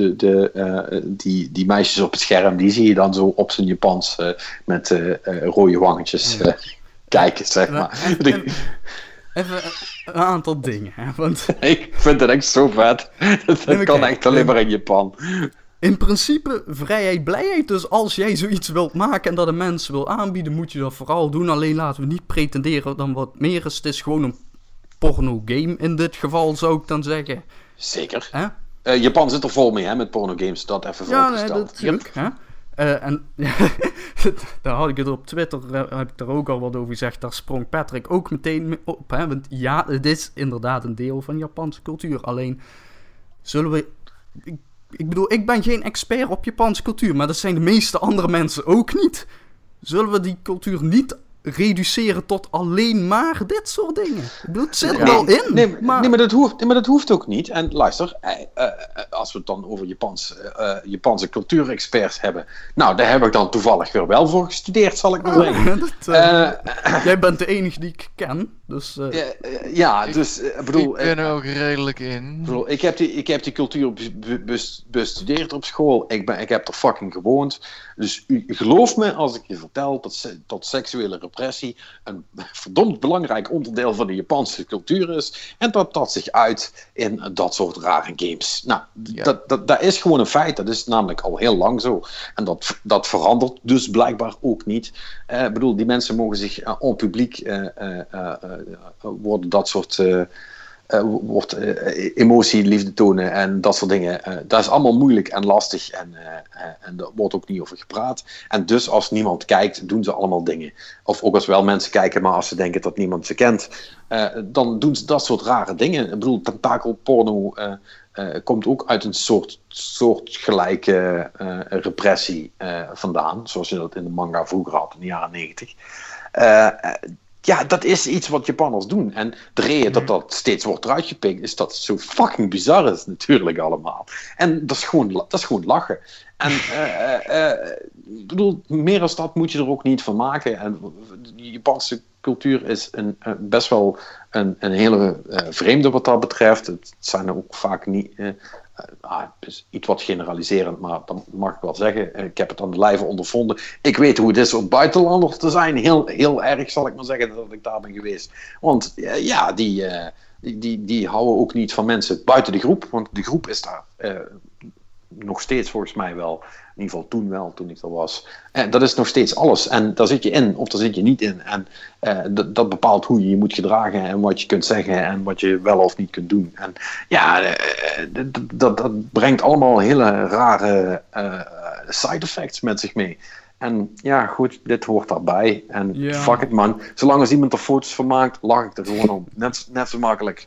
die meisjes op het scherm, die zie je dan zo op zijn Japans met rode wangetjes kijken, zeg maar. Even een aantal dingen, hè, want... Ik vind het echt zo vet. Dat kan echt alleen maar in Japan. in principe vrijheid, blijheid. Dus als jij zoiets wilt maken en dat een mens wil aanbieden, moet je dat vooral doen. Alleen laten we niet pretenderen dan wat meer is. Het is gewoon een porno-game in dit geval, zou ik dan zeggen. Zeker. Hè? Japan zit er vol mee, hè, met pornogames. Dat even voorgesteld. Ja, dat is leuk, hè? En daar had ik het op Twitter, heb ik daar ook al wat over gezegd. Daar sprong Patrick ook meteen op. Hè? Want ja, het is inderdaad een deel van Japanse cultuur. Alleen, zullen we... Ik bedoel, ik ben geen expert op Japanse cultuur, maar dat zijn de meeste andere mensen ook niet. Zullen we die cultuur niet reduceren tot alleen maar dit soort dingen? Ik bedoel, het zit er wel in. Nee, maar dat hoeft ook niet. En luister, als we het dan over Japanse cultuurexperts hebben, nou, daar heb ik dan toevallig weer wel voor gestudeerd, zal ik maar zeggen. Jij bent de enige die ik ken. Dus, ik ben er ook redelijk in. Ik heb die cultuur bestudeerd op school. Ik heb er fucking gewoond. Dus geloof me als ik je vertel dat seksuele repressie een verdomd belangrijk onderdeel van de Japanse cultuur is. En dat zich uit in dat soort rare games. Nou, dat is gewoon een feit. Dat is namelijk al heel lang zo. En dat verandert dus blijkbaar ook niet. Ik bedoel, die mensen mogen zich en publiek worden dat soort emotie, liefde tonen en dat soort dingen. Dat is allemaal moeilijk en lastig en daar wordt ook niet over gepraat. En dus als niemand kijkt, doen ze allemaal dingen. Of ook als wel mensen kijken, maar als ze denken dat niemand ze kent, dan doen ze dat soort rare dingen. Ik bedoel, tentakelporno komt ook uit een soortgelijke repressie vandaan, zoals je dat in de manga vroeger had in de jaren 90. Ja, dat is iets wat Japanners doen. En de reden dat steeds wordt eruit gepikt, is dat het zo fucking bizar is natuurlijk allemaal. En dat is gewoon lachen. En ik bedoel, meer dan dat moet je er ook niet van maken. En de Japanse cultuur is best wel een hele vreemde wat dat betreft. Het zijn er ook vaak niet... is iets wat generaliserend, maar dat mag ik wel zeggen. Ik heb het aan de lijve ondervonden. Ik weet hoe het is om buitenlander te zijn. Heel, heel erg zal ik maar zeggen dat ik daar ben geweest. Want die houden ook niet van mensen buiten de groep. Want de groep is daar nog steeds volgens mij wel. In ieder geval toen wel, toen ik er was. Dat is nog steeds alles. En daar zit je in of daar zit je niet in. En dat bepaalt hoe je je moet gedragen en wat je kunt zeggen en wat je wel of niet kunt doen. En ja, dat brengt allemaal hele rare side effects met zich mee. En ja, goed, dit hoort daarbij. En fuck it man, zolang als iemand er foto's van maakt, lach ik er gewoon om. Net zo makkelijk.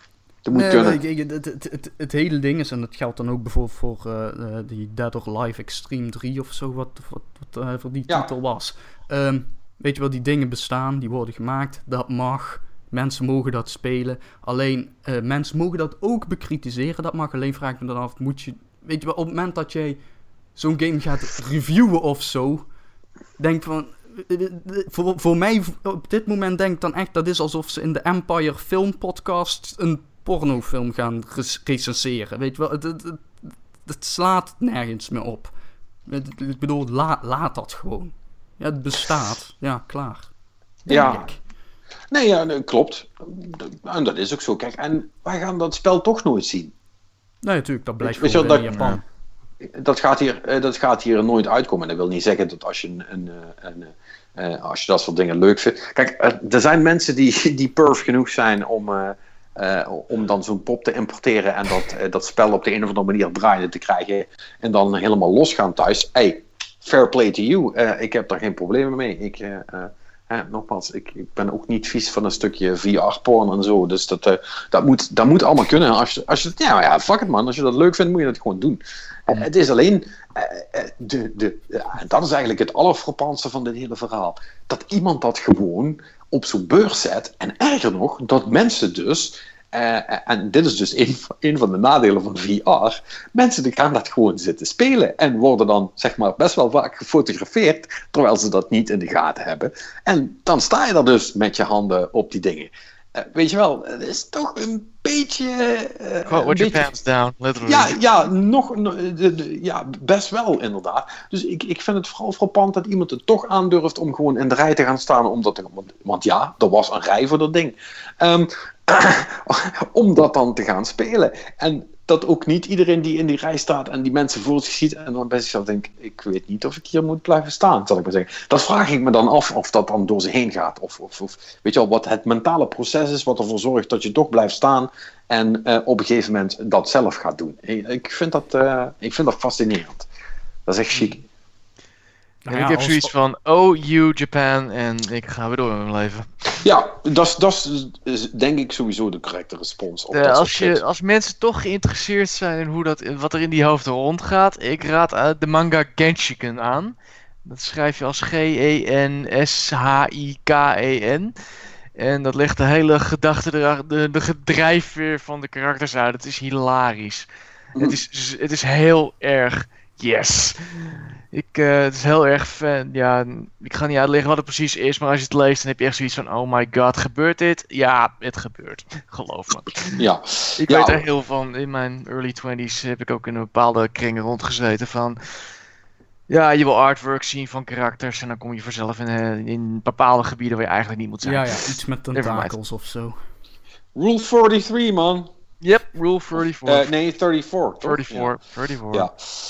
Het hele ding is, en dat geldt dan ook bijvoorbeeld voor die Dead or Alive Extreme 3 of zo, wat voor die titel was. Weet je wel, die dingen bestaan, die worden gemaakt, dat mag. Mensen mogen dat spelen. Alleen, mensen mogen dat ook bekritiseren, dat mag. Alleen vraag ik me dan af, moet je... Weet je wel, op het moment dat jij zo'n game gaat reviewen of zo, denk van... Voor mij, op dit moment denk ik dan echt, dat is alsof ze in de Empire Film Podcast een pornofilm gaan recenseren. Weet je wel, het slaat nergens meer op. Ik bedoel, laat dat gewoon. Ja, het bestaat. Ja, klaar. Denk ik. Nee, klopt. En dat is ook zo. Kijk, en wij gaan dat spel toch nooit zien. Nee, natuurlijk, dat blijft gewoon in Japan. Dat gaat hier nooit uitkomen. Dat wil niet zeggen dat als je als je dat soort dingen leuk vindt. Kijk, er zijn mensen die perv genoeg zijn om dan zo'n pop te importeren en dat spel op de een of andere manier draaiende te krijgen en dan helemaal losgaan thuis. Hey, fair play to you. Ik heb daar geen problemen mee. Nogmaals, ik ben ook niet vies van een stukje VR-porn en zo. Dus dat moet allemaal kunnen. Als je fuck it man. Als je dat leuk vindt, moet je dat gewoon doen. Het is alleen... dat is eigenlijk het allerfrappantste van dit hele verhaal. Dat iemand dat gewoon op zo'n beurs zet. En erger nog, dat mensen dus... en dit is dus een van de nadelen van VR. Mensen die gaan dat gewoon zitten spelen. En worden dan zeg maar best wel vaak gefotografeerd. Terwijl ze dat niet in de gaten hebben. En dan sta je daar dus met je handen op die dingen. Weet je wel, het is toch een beetje... Put your pants down, literally. Best wel inderdaad. Dus ik vind het vooral frappant dat iemand het toch aandurft om gewoon in de rij te gaan staan. Want ja, er was een rij voor dat ding. Om dat dan te gaan spelen. En dat ook niet iedereen die in die rij staat en die mensen voor zich ziet en dan bij zichzelf denkt, ik weet niet of ik hier moet blijven staan, zal ik maar zeggen. Dat vraag ik me dan af of dat dan door ze heen gaat. Of weet je wel, wat het mentale proces is, wat ervoor zorgt dat je toch blijft staan en op een gegeven moment dat zelf gaat doen. Ik vind dat fascinerend. Dat is echt chic. En ik heb zoiets van, oh you Japan, en ik ga weer door met mijn leven. Ja, dat is denk ik sowieso de correcte respons. Op Als mensen toch geïnteresseerd zijn in wat er in die hoofden rondgaat, ik raad de manga Genshiken aan. Dat schrijf je als G-E-N-S-H-I-K-E-N. En dat legt de hele gedachte de gedrijfveer van de karakters uit. Het is hilarisch. Het is heel erg yes. Het is heel erg fan. Ja, ik ga niet uitleggen wat het precies is, maar als je het leest, dan heb je echt zoiets van, oh my god, gebeurt dit? Ja, het gebeurt. Geloof me. Ja. Ik weet er heel van. In mijn early 20's heb ik ook in een bepaalde kringen rondgezeten van, ja, je wil artwork zien van karakters en dan kom je vanzelf in bepaalde gebieden waar je eigenlijk niet moet zijn. Ja, iets met tentakels of zo. Rule 43, man. Yep, Rule 34. Nee, 34. 34. Ja.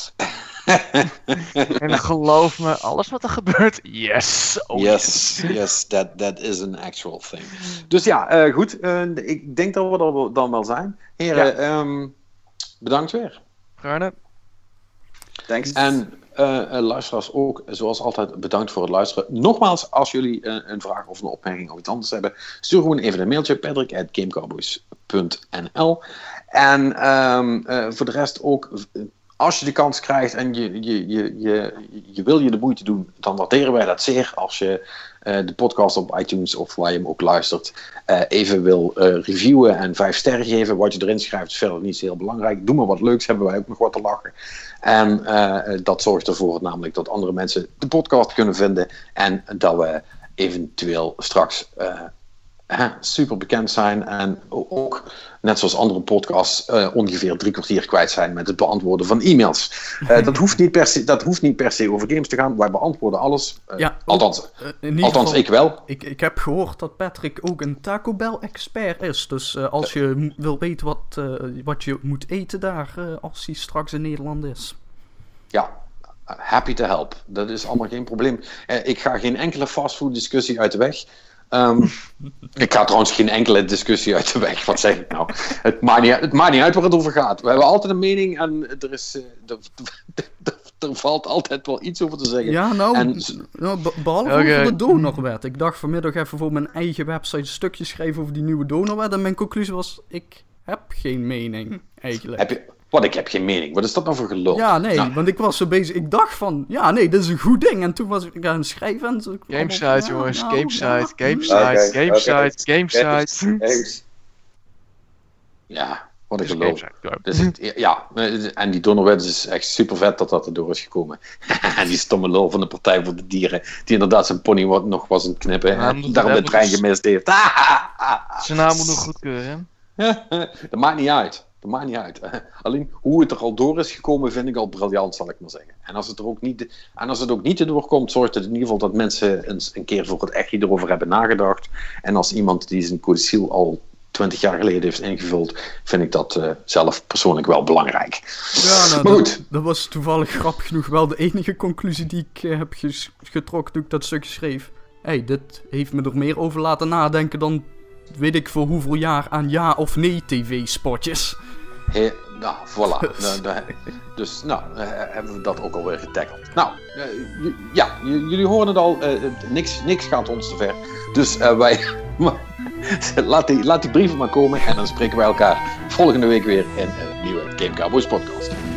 En geloof me, alles wat er gebeurt, yes. Oh, yes, that is an actual thing. Dus ja, goed. Ik denk dat we er dan wel zijn. Heren, bedankt weer. Gaarne. Thanks. En luisteraars ook, zoals altijd, bedankt voor het luisteren. Nogmaals, als jullie een vraag of een opmerking of iets anders hebben, stuur gewoon even een mailtje, patrick@gamecowboys.nl. En voor de rest ook, als je de kans krijgt en je wil je de moeite doen, dan waarderen wij dat zeer. Als je de podcast op iTunes of waar je hem ook luistert, even wil reviewen en 5 sterren geven. Wat je erin schrijft is verder niet zo heel belangrijk. Doe maar wat leuks, hebben wij ook nog wat te lachen. En dat zorgt ervoor namelijk dat andere mensen de podcast kunnen vinden. En dat we eventueel straks super bekend zijn. En ook, net zoals andere podcasts, ongeveer 3 kwartier kwijt zijn met het beantwoorden van e-mails. Dat hoeft niet per se over games te gaan. Wij beantwoorden alles. Althans, ik wel. Ik heb gehoord dat Patrick ook een Taco Bell expert is. Dus als je wil weten wat je moet eten daar als hij straks in Nederland is. Ja, happy to help. Dat is allemaal geen probleem. Ik ga geen enkele fastfood discussie uit de weg. Ik ga trouwens geen enkele discussie uit de weg. Wat zeg ik nou? Het maakt niet uit waar het over gaat. We hebben altijd een mening en er valt altijd wel iets over te zeggen. Ja, behalve over de donorwet. Ik dacht vanmiddag even voor mijn eigen website een stukje schrijven over die nieuwe donorwet. En mijn conclusie was, ik heb geen mening, eigenlijk. Ik heb geen mening. Wat is dat nou voor gelul? Ja, nee, want ik was zo bezig. Ik dacht van, ja, nee, dit is een goed ding. En toen was ik aan het schrijven. En Gamesite, jongens. Gamesite. Ja, wat een gelul. En die donorwet is echt super vet dat dat erdoor is gekomen. En die stomme lul van de Partij voor de Dieren, die inderdaad zijn pony nog was aan het knippen. En daarom de trein gemist heeft. Zijn naam moet nog goedkeuren. Dat maakt niet uit. Alleen hoe het er al door is gekomen vind ik al briljant, zal ik maar zeggen. En als het ook niet erdoor komt, zorgt het in ieder geval dat mensen eens een keer voor het echt erover hebben nagedacht. En als iemand die zijn codicil al 20 jaar geleden heeft ingevuld, vind ik dat zelf persoonlijk wel belangrijk. Ja, maar goed. Dat was toevallig grappig genoeg wel de enige conclusie die ik heb getrokken toen ik dat stukje schreef. Dit heeft me er meer over laten nadenken dan weet ik voor hoeveel jaar aan ja of nee tv-spotjes. Voilà. Dus hebben we dat ook alweer getackeld. Jullie horen het al. Niks gaat ons te ver. Dus wij... laat die brieven maar komen. En dan spreken wij elkaar volgende week weer in een nieuwe Game Cowboys podcast.